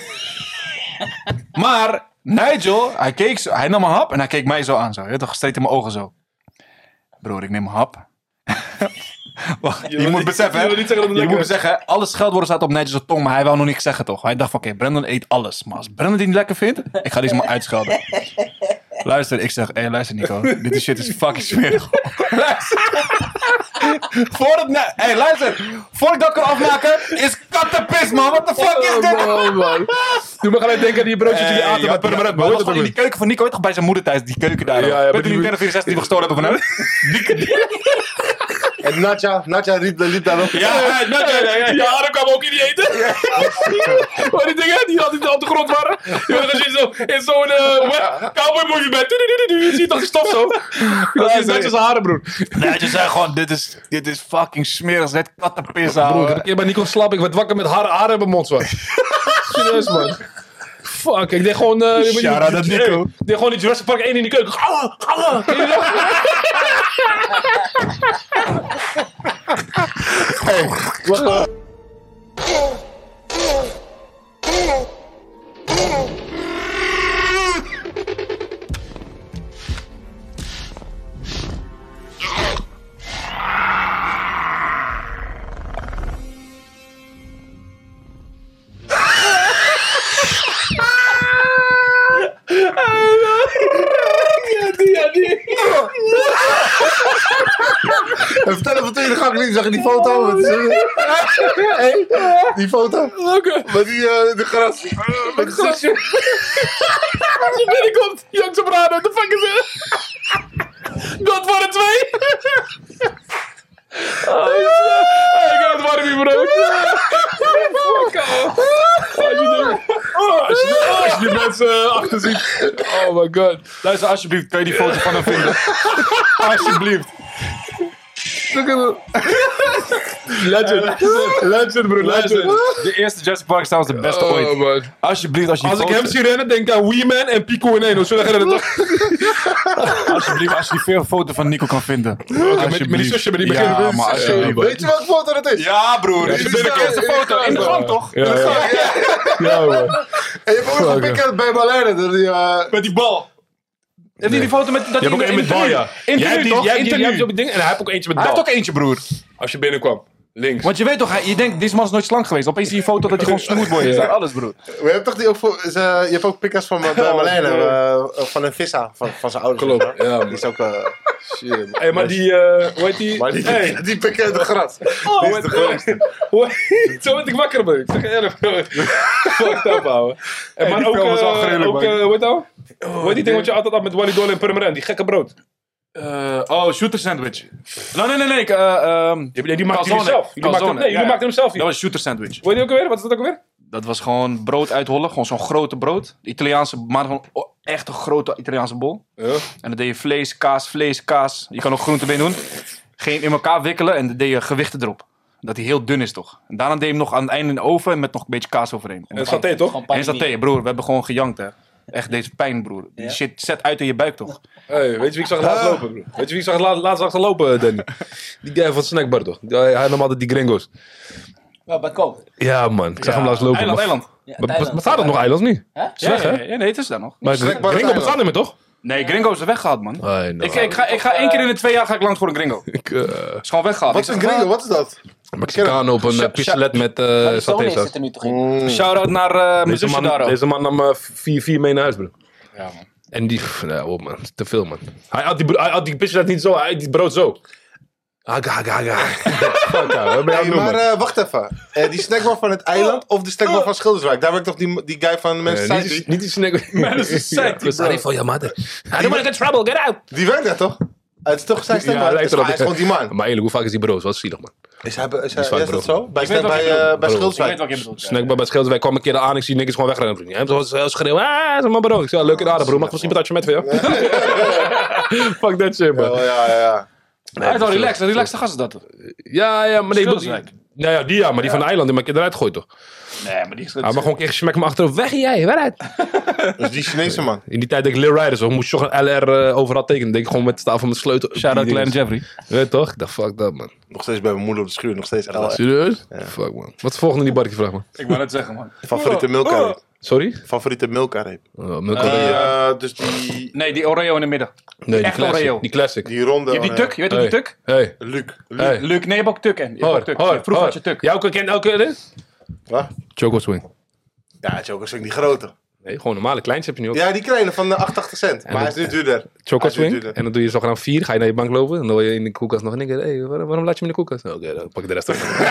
Maar Nigel, hij nam een hap en hij keek mij zo aan. Zo. Je weet toch, steekt in mijn ogen zo. Broer, ik neem een hap. Wacht, je moet beseffen, hè? Je moet beseffen, alle scheldwoorden staat op Nigel's tong, maar hij wou nog niet zeggen, toch? Hij dacht van, oké, Brandon eet alles. Maar als Brandon die niet lekker vindt, ik ga deze man uitschelden. Luister, ik zeg, luister Nico, dit shit is fucking smerig. Luister. Luister, voordat ik kan afmaken, is kattenpis, man. What the fuck is dit? Oh, man. Doe me gelijk denken aan die broodjes die je aten met permanent. Maar dat was in die keuken van Nico, weet toch bij zijn moeder thuis, die keuken daar. Ja, Weet je die Nintendo 64 die we gestolen hebben van hem? En Nadja liep daarop. Ja, Ja, Adam kwam ook in die eten. Maar die dingen die altijd op de grond waren. Als je zo in zo'n cowboy movie bent. Je ziet toch die stof zo. Dat is net als haren, broer. Nee, je zei gewoon, dit is fucking smerig. Zet kattenpis aan. Broer, ik heb een keer bij Nico slap. Ik werd wakker met haren in mijn mond zwart. Serieus, man. Fuck, ik deed gewoon... Shout-out aan Nico. Ik deed gewoon die Jurassic Park 1 in die keuken. Gauw. Ken je dat? En vertel even toen je de gang liep, zag je die foto? Hey, die foto. Oké. Met de gras. Met het zusje. Als je binnenkomt, Young Soprano, what the fuck is het? Godfather 2. Ik heb het warm hier, bro. Als je die mensen achter ziet. Oh my god. Luister, alsjeblieft, kun je die foto van hem vinden? Alsjeblieft. Legend, bro. Luister, de eerste Jurassic Park staan was de beste ooit. Man. Alsjeblieft, als je Als die ik hem zie rennen, denk ik aan Wee Man en Pico in één. Hoe zullen we rennen, toch? Alsjeblieft, als je die foto van Nico kan vinden. Met die zusje, met die begin. Ja, maar alsjeblieft. Weet je welke foto dat is? Ja, broer. Dit is de binnenkomt. eerste foto. In de gang, toch? Ja, man. En je hebt ook nog een pick-up bij Marlene. Met die bal. Heeft hij die foto met... Dat Je hebt ook één met bal, ja. Jij hebt die op het ding en hij heeft ook eentje met Hij bal. heeft ook eentje, broer. Als je binnenkwam. Links. Want je weet toch, je denkt, deze man is nooit slank geweest. Opeens zie je een foto dat hij gewoon smoothboy is. Alles, broer. We hebben toch die ook je hebt ook pick-ups van bij Marlene. Van een vissa. Van zijn ouders. Klopt, hè? ja, Die is ook... Shit. Hey, maar die, hoe heet die? Maar Hey. die pick-up de gras. Oh, Die is de grootste. Zo werd ik wakker, man. Ik zeg je eerlijk. Fucked up, ouwe. En maar die ook, film was wel gruwelijk, man. hoe heet dat? Hoe heet die ding wat je altijd had met Wally Doyle en Purmerend? Die gekke brood. Shooter sandwich. Nee. Die maakte hij zelf. Jullie maakten hem zelf. Dat was shooter sandwich. Weet je ook alweer? Wat is dat ook alweer? Dat was gewoon brood uithollen. Gewoon zo'n grote brood. Italiaanse, maar gewoon echt een grote Italiaanse bol. Ja. En dan deed je vlees, kaas. Je kan ook groenten bij doen. Geen in elkaar wikkelen en dan deed je gewichten erop. Dat hij heel dun is toch. En daarna deed je hem nog aan het einde in de oven met nog een beetje kaas overheen. En dat saté, toch? En saté, broer. We hebben gewoon gejankt, hè. Echt, deze pijn, broer. Die shit zet uit in je buik, toch? Hey, weet je wie ik zag laatst lopen, bro? Weet je wie ik zag laatst achter lopen, Danny? Die guy van Snackbar, toch? Hij nam altijd die gringos. Wel, bij Koop. Ja, man. Ik zag hem laatst lopen. Eiland. Bestaat er nog eilands niet? Slecht, hè? Ja, nee, het is daar nog. Maar Snackbar is gringo bestaat niet meer, toch? Nee, gringo is er weggehaald, man. Nee, no. Ik ga 1 keer in de 2 jaar ga ik langs voor een gringo. Is gewoon weggehaald. Wat is een gringo? Wat is dat? Mexicaan op een pistolet met Sony satésaus. zit er nu toch in. Shout-out naar mijn Deze zusje daar ook. man nam 4 mee naar huis, bro. Ja, man. En die... Nee, man. Te veel, man. Hij had die pistolet niet zo. Hij had die brood zo. Aga. Fuck, we hebben jou noemen. Maar wacht even. Die snackbar van het eiland of de snackbar van Schilderswijk? Daar werkt toch die guy van Manchester City? Niet die snack. Manchester City, Sorry for your mother. I don't want to get trouble. Get out. Die werkt daar toch? Het is toch zijn Ja, snackbar? lijkt Hij erop. is gewoon die man. Maar eigenlijk, hoe vaak is die brood? Wat zielig, man. Is vaak dat brood. zo? Bij Ik weet wat je bij bedoelt. Ik weet Schilderswijk. wat je bedoelt. ja. Snackbar bij Schilderswijk kwam een keer aan. Ik zie niks gewoon wegrennen. Hij heeft schreeuwen. Ah, zeg maar brood. Ik zei, leuk in de aarde, bro. Mag misschien een patatje met voor jou? Fuck that shit, man. Ja. Hij is wel relaxed. Een relaxte gast is dat. Ja, maar die... Schilderswijk. Nou ja, maar die van de eilanden, maar ik eruit gooit toch? Nee, maar die is... Hij mag gewoon een keer smack me achterop. Weg jij, waaruit? Dus die Chinese man. In die tijd dat ik Lil Riders was, moest je toch een LR overal tekenen. Denk ik gewoon met staaf van mijn sleutel. Shout-out Kleine Jeffrey. Weet je toch? Ik dacht, fuck dat, man. Nog steeds bij mijn moeder op de schuur. Nog steeds LR. Serieus? Fuck, man. Wat is de volgende in die barkie vraag, man? Ik wou net zeggen, man. Favoriete Milka-reep. Sorry? Favoriete Milka-reep. Dus die... Nee, die Oreo in de midden. Nee, die echt classic. Oreo. Die classic. Die ronde... Je hebt die tuk, je weet ook die tuk? Hey. Luc. Hey. Luc, nee, je hebt ook tuk en. Je hebt ook tuk. Hoor. Vroeger had je tuk. Jij ook kent elke dit? Wat? Choco Swing. Ja, Chocos Swing, die grote. Nee, gewoon normale kleintjes heb je nu ook. Ja, die kleine van 88 cent. Maar hij is nu duurder. Choco Hij is nu Swing. duurder. En dan doe je zogenaamd 4. Ga je naar je bank lopen. En dan hoor je in de koelkast nog een ding. Hey, waarom laat je me in de koelkast? Oké, dan pak ik de rest op.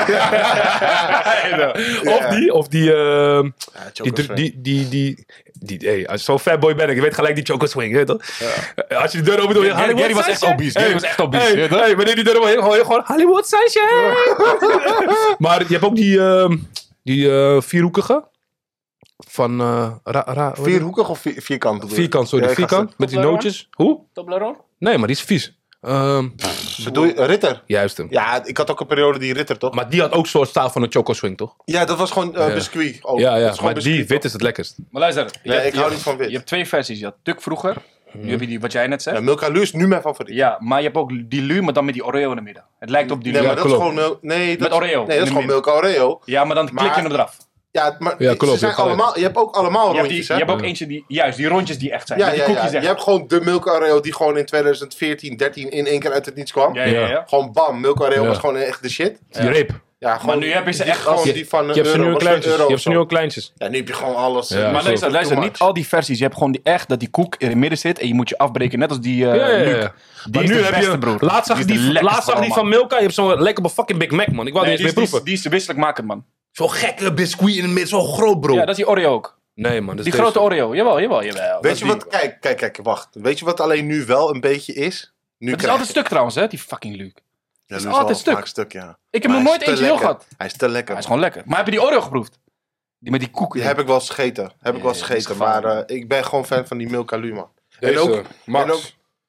Of die... Ja, Chocos Swing. Hey, als je zo'n fatboy bent, je weet gelijk die Choco Swing, weet je toch? Als je die deur open doet, Gary was echt obese. Gary was echt obese. Hey, wanneer die deur open, hoor je gewoon Hollywood Sunshine. Maar je hebt ook die vierhoekige van Vierhoekig of vierkant? bedoel je? vierkant, sorry, Ja, ik ga vierkant met die nootjes. Hoe? Toblerone? Nee, maar die is vies. Bedoel je Ritter? Juist hem. Ja, ik had ook een periode die Ritter, toch? Maar die had ook zo'n staal van een Choco Swing, toch? Ja, dat was gewoon biscuit. Oh, dat is Ja, gewoon maar biscuit, die wit toch? is het lekkerst. Maar luister. Nee, ik hou niet van wit. Je hebt twee versies. Je had tuk vroeger. Nu heb je die, wat jij net zegt. Ja, Milka Lu is nu mijn favoriet. Ja, maar je hebt ook die Lu, maar dan met die Oreo in de midden. Het lijkt op die Nee, Lu. maar dat is klopt. gewoon Milka... Nee, Met Oreo Nee, in dat is de gewoon Milka Oreo. Ja, maar dan klik je Maar- hem eraf. Ja, maar Ja, klopt, ze zijn je hebt allemaal... Je hebt ook allemaal Je hebt, rondjes, je hè? hebt ook eentje die... Juist, die rondjes die echt zijn. Ja, met die ja, koekjes ja. echt. Je hebt gewoon de Milka Oreo die gewoon in 2014, 13 in één keer uit het niets kwam. Ja. Gewoon bam, Milka Oreo Ja. was gewoon echt de shit. Die reep. Ja, gewoon, nu heb je ze die- echt gewoon als- die van Je hebt ze nu euro, ook was kleintjes. €1 Je hebt ze of nu zo. ook kleintjes. Ja, nu heb je gewoon alles. Ja, Maar zo. luister, niet al die versies. Je hebt gewoon die echt, dat die koek in het midden zit en je moet je afbreken. Net als die Luc. Maar is nu de heb beste, je... broer. Laatst zag Die ik is de die lekkerste van allemaal. Milka. Je hebt zo'n lekker fucking Big Mac, man. Ik wou Nee, die eens mee proeven. die is te wisselijk maken, man. Zo'n gekke biscuit in het midden. Zo groot, bro. Ja, dat is die Oreo ook. Nee, man. Dat is Die grote Oreo. Jawel. Weet je wat? Kijk, wacht. Weet je wat alleen nu wel een beetje is? Nu Het is altijd stuk trouwens, hè, die fucking Luc. Ja, is nu altijd wel stuk. stuk, ja. Ik heb Maar nog hij nooit is te eentje heel lekker. gehad. Hij is te lekker. Hij is gewoon lekker. Maar heb je die Oreo geproefd? Die met die koek. Die heb ik wel eens gegeten. die is Maar gevaarlijk. ik ben gewoon fan van die Milka Lu, man. Deze, En ook- Max. en ook-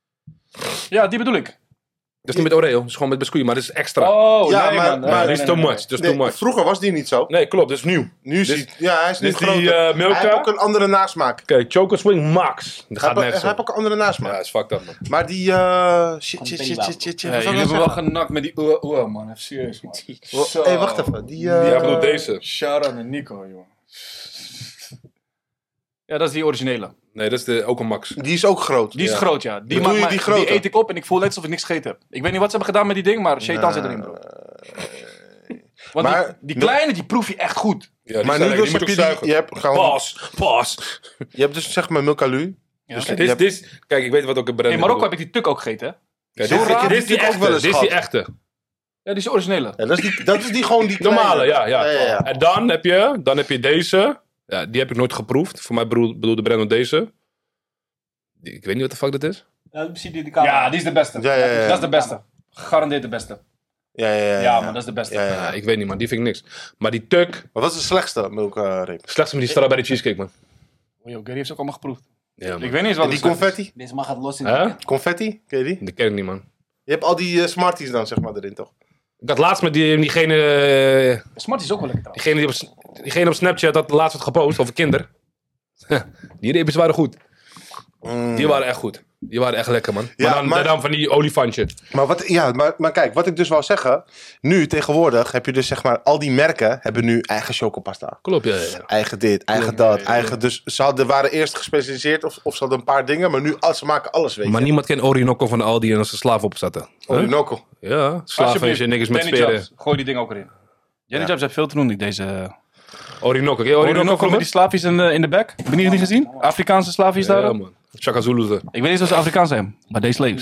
Ja, die bedoel ik. Dat is niet met Oreo. Dat is gewoon met biscuit. Maar dat is extra. Oh, Ja, nee, maar- man. maar- dit is too much. Dat is too Nee, much. vroeger was die niet zo. Nee, klopt. Dat is nieuw. Nu is Dit- hij... Ja, hij is nu dit is groter. die, Milka. Hij heeft ook een andere nasmaak. Kijk, Choco Swing Max. Dat Hij gaat heeft nergens hij heeft op. ook een andere nasmaak. Ja, dat is fucked up, man. Maar die... Shit. Ja, Wat jullie zou ik hebben nou wel zeggen? genakt met die oe, man. Even serieus, man. Hé, wacht even. Die... Ja, bedoel deze. Sharon en Nico, joh. Ja, dat is die originele. Nee, dat is ook een Max. Die is ook groot. Die is Ja. groot, ja. Bedoel je die grote? Die eet ik op en ik voel net alsof ik niks gegeten heb. Ik weet niet wat ze hebben gedaan met die ding, maar shaitan zit erin, bro. Want Maar- die kleine, die proef je echt goed. Ja, Maar nu dus heb je die... Je hebt gewoon... Pas. Je hebt dus zeg maar Milka Lu. Ja. Dus Dit je is, hebt- dit is- kijk, ik weet wat ook een brand In Marokko heb ik die tuk ook gegeten, hè? Kijk, Zo dit, raar. dit is die Ik heb ook echte. wel eens Dit is die gehad. echte. Ja, die is de originele. Ja, dat is die gewoon die kleine. Normale, ja. Ja. En dan heb je deze. Ja, die heb ik nooit geproefd. Voor mij bedoelde Brandon deze. Ik weet niet wat de fuck dat is. Ja, die is de beste. Ja. Dat is de beste. Gegarandeerd de beste. Ja. man, dat is de beste. Ja. Ja, ik weet niet, man. Die vind ik niks. Maar die tuk. Maar wat is de slechtste Milka reep? Slechts met die strawberry cheesecake, man. Oh, joh, Gary heeft ze ook allemaal geproefd. Ja, man. Ik weet niet eens wat En die het is. confetti? Deze man gaat los in Hè? Confetti? Ken je die? Die ken ik niet, man. Je hebt al die Smarties dan zeg maar erin toch? Ik had laatst met diegene Smart is ook wel lekker trouwens. diegene op Snapchat had laatst wat gepost over kinder. Die reepjes waren goed. Die waren echt goed. Die waren echt lekker, man. Ja, maar dan van die olifantje. Maar kijk, wat ik dus wou zeggen. Nu tegenwoordig heb je dus zeg maar al die merken hebben nu eigen chocopasta. Klopt, ja. Eigen dit, eigen dat, eigen... Dus waren eerst gespecialiseerd of ze hadden een paar dingen. Maar nu ze maken alles, weet je. Maar niemand kent Orinoco van de Aldi en als ze slaaf opzetten. Orinoco. Ja, slaven en niks met Danny speren. Jobs, gooi die ding ook erin. Jenny Jobs heeft veel te doen, deze... Orinoco, ken je Orinoco Orinoco met van die slaafjes in de bek. Ben je die gezien? Afrikaanse slaafjes daar. Ja, man. Chaka Zulu's. Ik weet niet of ze Afrikaans zijn, maar deze slaves.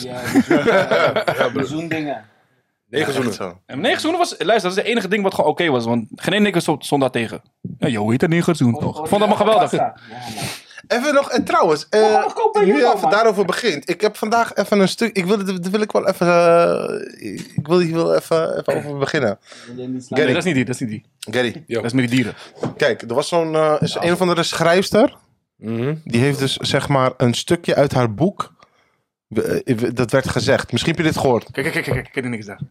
die zoendingen. Echt zo. En negerzoenen was, luister, dat is het enige ding wat gewoon oké was, want geen nigger stond daar tegen. Ja, joh, heet een negerzoen toch? Ik vond dat maar geweldig. Even nog, en trouwens, nu je even daarover begint. Ik heb vandaag even een stuk, daar wil ik wel even, ik wil hier wel even over beginnen. Nee, dat is niet die. Gary, Ja. Dat is met die dieren. kijk, er was zo'n, een of andere schrijfster. Die heeft dus zeg maar een stukje uit haar boek Dat werd gezegd. Misschien heb je dit gehoord. Kijk, ik ken er niks daar.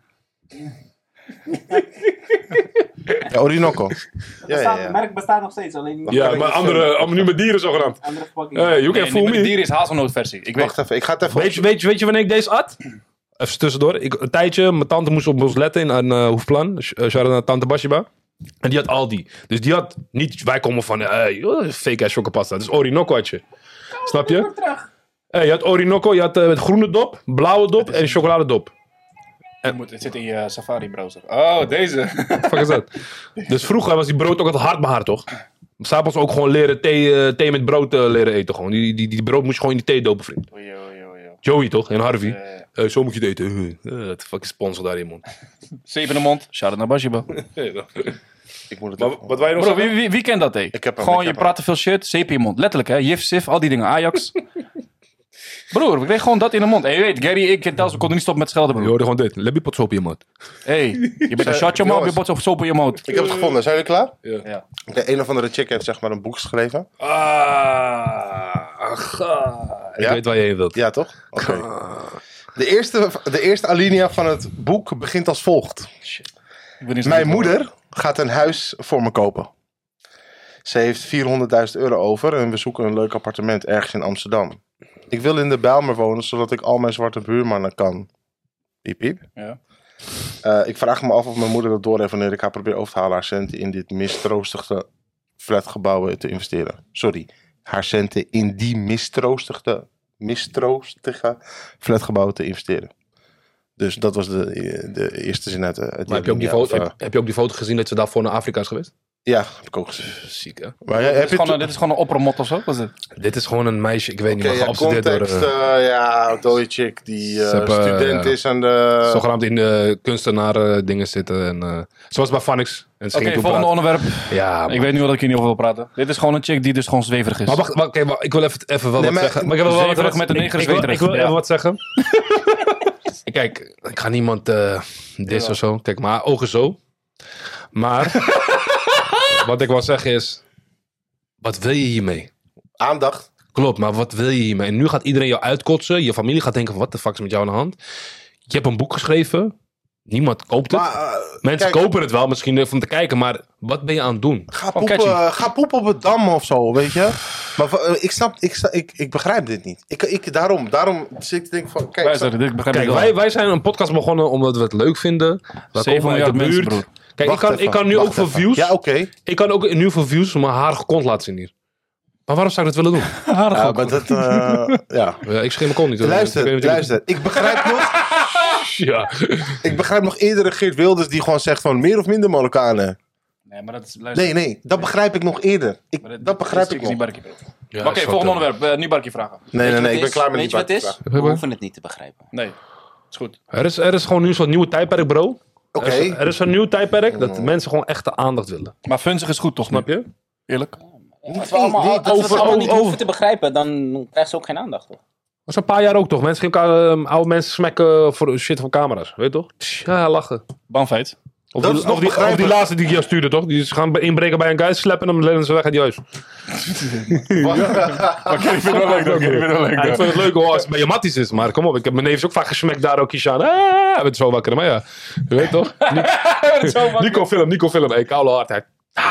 Ja, Orinoco. Het merk bestaat nog steeds, alleen niet. Ja, maar nu met dieren zogenaamd. Andere verpakking. Hey, you can Nee, fool niet met de me. dieren is hazelnootversie. Ik weet. Wacht even, ik ga het even... Weet je wanneer ik deze at? Even tussendoor. Een tijdje, mijn tante moest op ons letten in Hoefplan. Shout-out naar tante Bashiba. En die had Aldi. Dus die had niet... Wij komen van... fake ass chocopasta. Dus Orinoco had je. Snap je? Je had Orinoco. Je had met groene dop, blauwe dop en chocoladedop. Het zit in je Safari browser. Oh, deze. Fuck is dat? Dus vroeger was die brood ook altijd hard behaard, toch? S'avonds ook gewoon leren thee met brood leren eten. Gewoon. Die brood moest je gewoon in die thee dopen, vriend. Joey, toch? En Harvey. Zo moet je het eten. Wat de fuck is sponsor daar in, man? Zeep in de mond. Shout-out naar Bashiba. Ik moet het Maar even- wat wij nog Bro, zeggen? wie kent dat, hé? Ik heb hem, Gewoon, ik je heb praat te veel shit, zeep in je mond. Letterlijk, hè. Jif, Sif, al die dingen. Ajax. Broer, we kregen gewoon dat in de mond. En je weet, Gary, ik en Tels, we konden niet stoppen met schelden, Je broer. hoorde gewoon dit. Lebby pot op je mond. Hey, je bent een shotje, man. Je bot op soep in je mond. Ik heb het gevonden. Zijn jullie klaar? Ja. De een of andere chick heeft zeg maar een boek geschreven. Ik Ja? weet waar je heen wilt. Ja, toch? Oké. De eerste alinea van het boek begint als volgt. Mijn moeder gaat een huis voor me kopen. Ze heeft €400.000 over en we zoeken een leuk appartement ergens in Amsterdam. Ik wil in de Bijlmer wonen, zodat ik al mijn zwarte buurmannen kan. Piep, piep. Ja. Ik vraag me af of mijn moeder dat doorheeft wanneer ik haar probeer over te halen haar centen in dit mistroostige flatgebouwen te investeren. Sorry, haar centen in die mistroostige flatgebouwen te investeren. Dus dat was de eerste zin uit het Maar heb je, ook die alinea, foto, of, heb je ook die foto gezien dat ze daarvoor naar Afrika is geweest? Ja, heb ik ook gezien. Ziek, hè? Maar ja, Dit heb is, je gewoon, dit is gewoon een oppermot of zo? Wat is het? Dit is gewoon een meisje, ik weet niet, Oké, maar ja, geobsedeerd door... context, ja, dode chick die Ze hebben, student is aan de... zogenaamd in de kunstenaar dingen zitten. En, zoals bij Phonics. En ze Oké, ging toen volgende praten. onderwerp. Ja, Ik weet nu wat ik hier niet over wil praten. Dit is gewoon een chick die dus gewoon zweverig is. Maar wacht, oké, ik wil even wel Nee, wat maar- zeggen. Maar ik wil wel Zweverig wat- met de neger is ik wil- zweterig. Ik wil Ja. even wat zeggen. Kijk, ik ga niemand dissen of zo. Kijk, maar ogen zo. Maar wat ik wil zeggen is, wat wil je hiermee? Aandacht. Klopt, maar wat wil je hiermee? En nu gaat iedereen jou uitkotsen. Je familie gaat denken, wat de fuck is met jou aan de hand? Je hebt een boek geschreven. Niemand koopt het. Maar, Mensen kijk, kopen het wel misschien even om te kijken, maar wat ben je aan het doen? Ga Gewoon poepen op het dam of zo, weet je. Maar ik begrijp dit niet. Daarom zit ik te denken van, kijk, Luister, dit begrijp Kijk, ik wel. wij zijn een podcast begonnen omdat we het leuk vinden. We 7 komen uit de miljard mensen, buurt. broer. Kijk, Wacht ik kan nu wacht ook voor even. views. Ja, oké. Ik kan ook nu voor views mijn harige kont laten zien hier. Maar waarom zou ik dat willen doen? Ja, maar dat, ja. Ja, ik scheer mijn kont niet. hoor. Ik weet Luister, niet wat luister. Ik begrijp nog... je- Ja. Ik begrijp nog eerder Geert Wilders die gewoon zegt van meer of minder Marokkanen. Nee, maar dat is... Luister, Nee, dat begrijp ik nog eerder. maar Dat begrijp dit ik is niet nog. Barkie, bro. Ja, Oké, is volgende wat, onderwerp. Nu Barkie vragen. Nee, ik ben klaar met Weet die je wat het is? buitenvraag. We hoeven het niet te begrijpen. Nee, is goed. Er is gewoon nu zo'n nieuwe tijdperk, bro. Oké. Er is een nieuw tijdperk dat mensen gewoon echte aandacht willen. Maar funzig is goed, toch? Snap je? Eerlijk? Als we het allemaal niet over- hoeven te begrijpen, dan krijgen ze ook geen aandacht, toch? Dat is een paar jaar ook toch. Mensen gaan elkaar, oude mensen smekken voor shit van camera's. Weet je toch? Ja, lachen. Banfeit. Of Dat die, is nog of die begrijpelijk. laatste die ik jou stuurde, toch? Die gaan inbreken bij een guy, sleppen hem en lenen ze weg uit die huis. Ik vind het wel leuk, Ja, ik vind het leuk hoor, als het bij je matties is. Maar kom op, ik heb mijn neefjes ook vaak gesmekt daar ook, Kishan. Hij werd zo wakker, maar ja. Je weet toch? Nico film. Hey, koude hardheid.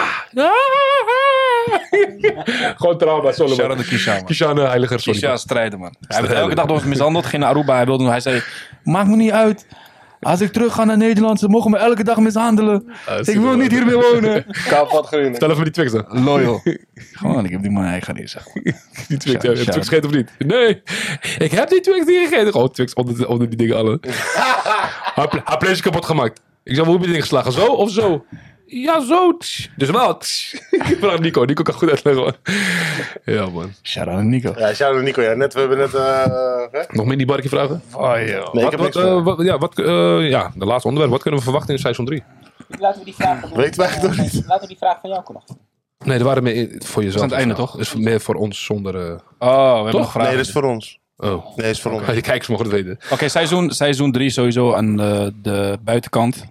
Gewoon trauma, solo. Shout out to Kishan, man. Kishan, heiliger, sorry. Kisha strijden, man. Hij werd elke dag door ons mishandeld. Ging naar Aruba. Hij zei, maakt me niet uit. Als ik terug ga naar Nederland, ze mogen me elke dag mishandelen. Ik wil niet hier meer wonen. Kapot groen. Stel even die Twix dan. Loyal. Gewoon, ik heb die man eigen neer, zeg maar. Die Twix, Shout- heb je shout. Twix gegeten of niet? Nee, ik heb die Twix niet gegeten. Gewoon Twix onder die dingen alle. Haar vlees kapot gemaakt. Ik zei, hoe heb je die ding geslagen? Zo of zo? Ja, zo. Dus wel. Ik vraag Nico. Nico kan goed uitleggen, man. Ja, man. Shout out Nico. Ja, shout out Nico. Ja, we hebben net... hè? Nog meer die barkie vragen? Oh, joh. Nee, ik heb niks meer. Ja, de laatste onderwerp. Wat kunnen we verwachten in seizoen 3? Laten we die vraag van Weet wij het nog niet? Laten we die vraag van jou nog. Nee, er waren meer voor jezelf. aan het einde, vragen. toch? Dus meer voor ons zonder... Oh, we hebben nog vragen. Nee, dat is voor ons. Oh. Nee, dat is voor ons. De kijkers mogen het weten. Oké, seizoen 3 sowieso aan de buitenkant.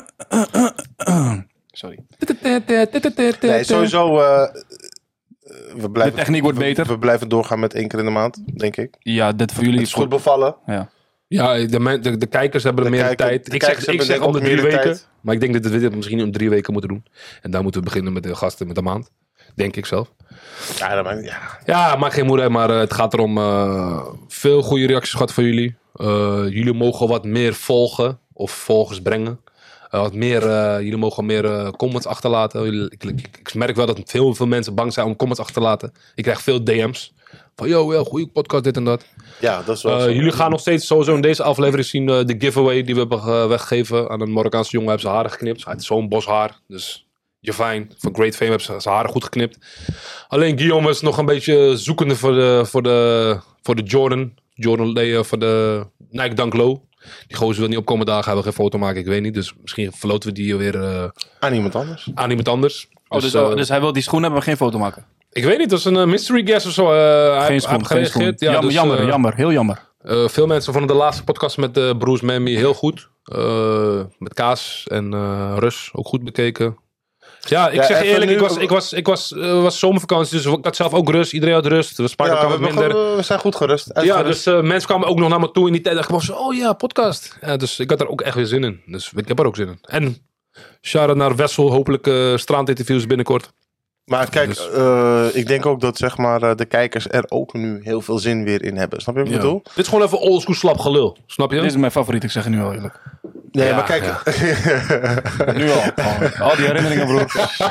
Sorry. Nee, sowieso... we blijven, De techniek wordt beter. We blijven doorgaan met 1 keer in de maand, denk ik. Ja, dit voor jullie Het is goed bevallen. Ja. Ja, de kijkers hebben meer tijd. Ik zeg om de 3 weken. Tijd. Maar ik denk dat we dit misschien om 3 weken moeten doen. En dan moeten we beginnen met de gasten met de maand. Denk ik zelf. Ja, dat maakt, ja. Ja, maakt geen moeite uit. Maar het gaat erom veel goede reacties gehad van jullie. Jullie mogen wat meer volgen. Of volgers brengen. Jullie mogen meer comments achterlaten. Ik merk wel dat veel mensen bang zijn om comments achter te laten. Ik krijg veel DM's. Van, yo, goede podcast, dit en dat. Ja, dat is wel zo. Jullie gaan nog steeds sowieso in deze aflevering zien de giveaway die we hebben weggegeven aan een Marokkaanse jongen. Hij heeft zijn haren geknipt. Hij heeft zo'n bos haar. Dus Javine van Great Fame heeft zijn haren goed geknipt. Alleen Guillaume is nog een beetje zoekende voor de Jordan. Voor de Nike Dunk Low. Die gozer wil niet opkomen dagen. Hij wil geen foto maken. Ik weet niet. Dus misschien verloten we die weer Aan iemand anders. aan iemand anders. Dus hij wil die schoen hebben, maar geen foto maken. Ik weet niet. Dat is een mystery guest of zo. Hij heeft gereageerd. Ja, Jammer, heel jammer. Veel mensen vonden de laatste podcast met Bruce Mammy heel goed. Met Kaas en Rus ook goed bekeken. Ja, ik zeg je eerlijk, ik was zomervakantie, dus ik had zelf ook rust. Iedereen had rust. We spraken elkaar wat minder. We zijn goed gerust. Ja, dus mensen kwamen ook nog naar me toe in die tijd. Dacht ik van, oh ja, podcast. Ja, dus ik had er ook echt weer zin in. Dus ik heb er ook zin in. En shout-out naar Wessel. Hopelijk strandinterviews binnenkort. Maar kijk, ik denk ook dat zeg maar, de kijkers er ook nu heel veel zin weer in hebben. Snap je wat ik bedoel? Dit is gewoon even oldschool slap gelul. Snap je? Dit is mijn favoriet, ik zeg het nu al eerlijk. Nee, Ja, maar kijk. ja. Nu al. Al die herinneringen, broer.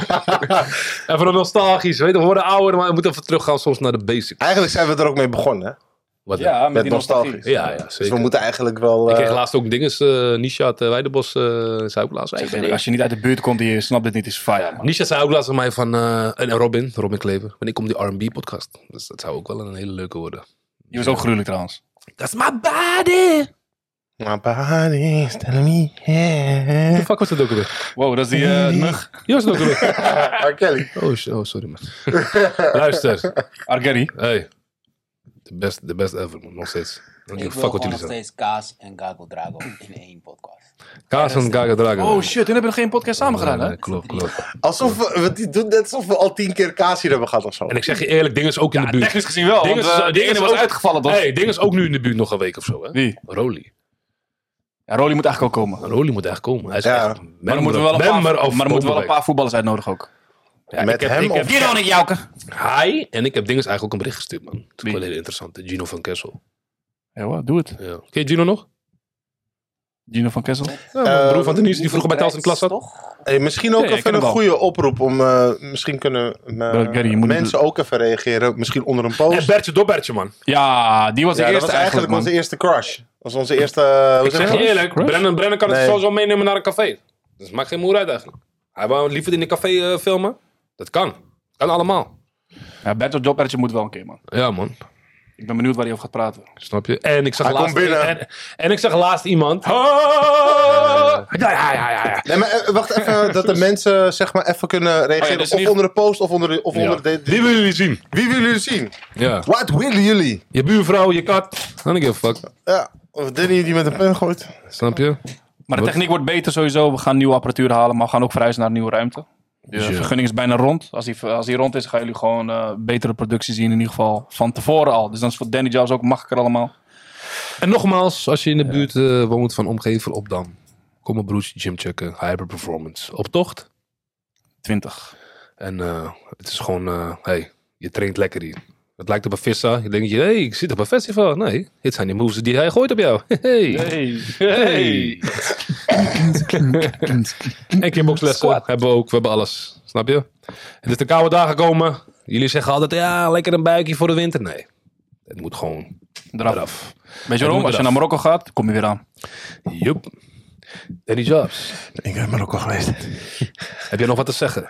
Even nostalgisch. Weet je, we worden ouder, maar we moeten even teruggaan soms naar de basics. Eigenlijk zijn we er ook mee begonnen, hè? Wat Ja, met Met die nostalgie. nostalgie. ja, Dus zeker. we moeten eigenlijk wel... Ik kreeg laatst ook dinges, Nisha Weidebos zei ook laatst. Als je niet uit de buurt komt en je snapt dit niet, is fire. Man. Nisha zei ook laatst aan mij van, en Robin Klever. En ik kom die R&B podcast. Dus dat zou ook wel een hele leuke worden. Die was ook gruwelijk trouwens. That's my body! My body's telling me, yeah. What the fuck was dat ook alweer? Wow, dat is die mug. Ja, was dat ook alweer? R. Kelly. Oh, sorry man. Luister. Argeri. Hey. The best ever, man. Nog steeds. Don't give a fuck wat jullie zeggen. steeds Kaas en Gago Drago in 1 podcast. Kaas en Gaga Drago. Oh shit, toen hebben we nog geen podcast samen gedaan, hè? Nee, klopt. Alsof we die doen net alsof we al 10 keer kaas hier hebben gehad of zo. En ik zeg je eerlijk, Ding is ook in de buurt. Technisch gezien wel, Ding want die ene was ook- uitgevallen, toch? Hey, Ding is ook nu in de buurt nog een week of zo, hè? Wie? Rolly. Ja, Rolly moet eigenlijk ook komen. Rolly moet echt komen. Hij is Ja. echt Maar dan moeten we wel een paar voetballers uitnodigen ook. Met hem of... Hier dan ik, Jouke. Hij en ik heb Dinges eigenlijk ook een bericht gestuurd, man. Het is Wie? wel heel interessant. Gino van Kessel. Ja, wat, doe het. Ja. Ken je Gino nog? Gino van Kessel. Ja, mijn broer van Denise die vroeger bij Tels in de klas zat. Hey, misschien ook Ja, ik ken even hem een wel. goede oproep om... misschien kunnen Gary, je moet mensen ook even reageren. Misschien onder een post. En Bertje Dobbertje, man. Ja, die was de Ja, dat eerste was eigenlijk man. onze eerste crush. Dat was onze eerste... Ik zeg je eerlijk, Brennan kan het Nee. sowieso meenemen naar een café. Dus maakt geen moer uit eigenlijk. Hij wou liever in een café filmen. Dat kan. Kan allemaal. Ja, Bertje Dobbertje moet wel een keer, man. Ja, man. Ik ben benieuwd waar hij over gaat praten. Snap je? En ik zag Hij laatst... komt binnen. En ik zag laatst iemand... Ja. Nee, maar wacht even. Dat de mensen zeg maar even kunnen reageren. dus Of niet- onder de post of onder de... Wie willen jullie zien? Wie willen jullie zien? Ja. Wat willen jullie? Je buurvrouw, je kat. I don't give a fuck. Ja. Of Danny die met een pen gooit. Snap je? Maar de techniek wordt beter sowieso. We gaan nieuwe apparatuur halen, maar we gaan ook verhuizen naar een nieuwe ruimte. De Ja. vergunning is bijna rond. Als die rond is, gaan jullie gewoon betere productie zien. In ieder geval van tevoren al. Dus dan is voor Danny Jobs ook makkelijker allemaal. En nogmaals, als je in de buurt woont van Omgever op Dam. Kom mijn broertje gym checken. Hyper Performance. Op tocht. 20. En het is gewoon... hey, je traint lekker hier. Het lijkt op een vissa. Je denkt, hey, ik zit op een festival. Nee, dit zijn de moves die hij gooit op jou. Hey. En kickboxlessen hebben we ook. We hebben alles. Snap je? Het is de koude dagen komen. Jullie zeggen altijd, ja, lekker een buikje voor de winter. Nee, het moet gewoon eraf. Weet je waarom? Als je naar Marokko gaat, kom je weer aan. Jup. Danny Jobs. Ik ben Marokko geweest. Heb jij nog wat te zeggen?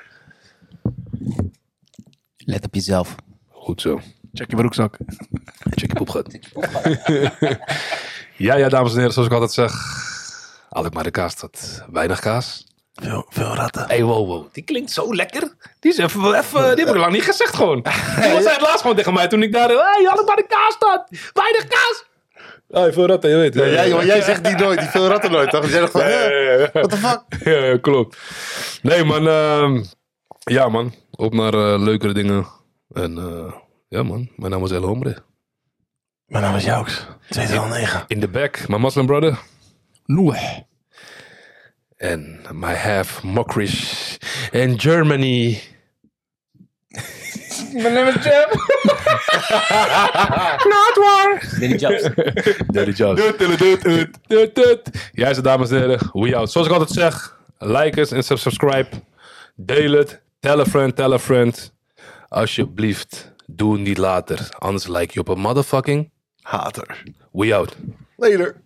Let op jezelf. Goed zo. Check je broekzak. Check je poepgat. Ja, dames en heren, zoals ik altijd zeg. Alkmaar de Kaasstad. Weinig kaas. Veel ratten. Hey, wow. Die klinkt zo lekker. Die is even die heb ik lang niet gezegd gewoon. Die zei het laatst gewoon tegen mij toen ik daar... Hey, Alkmaar de Kaasstad. Weinig kaas. Hey, veel ratten, je weet. Jij zegt die nooit. Die veel ratten nooit. Toch? Je zegt van, what the fuck? Ja, klopt. Nee, man. Ja, man. Op naar leukere dingen. En ja man, mijn naam is El Hombre. Mijn naam is Jouks. 209. In the back, my Muslim brother. Noeh. En my half Mokrish in Germany. Mijn naam is Jam. Not waar. Danny Jobs. Dirty Jobs. Juist, dames en heren. We out. Zoals ik altijd zeg, like us en subscribe. Deel het. Tell a friend. Alsjeblieft, doe het niet later. Anders lijk je op een motherfucking Hater. We out. Later.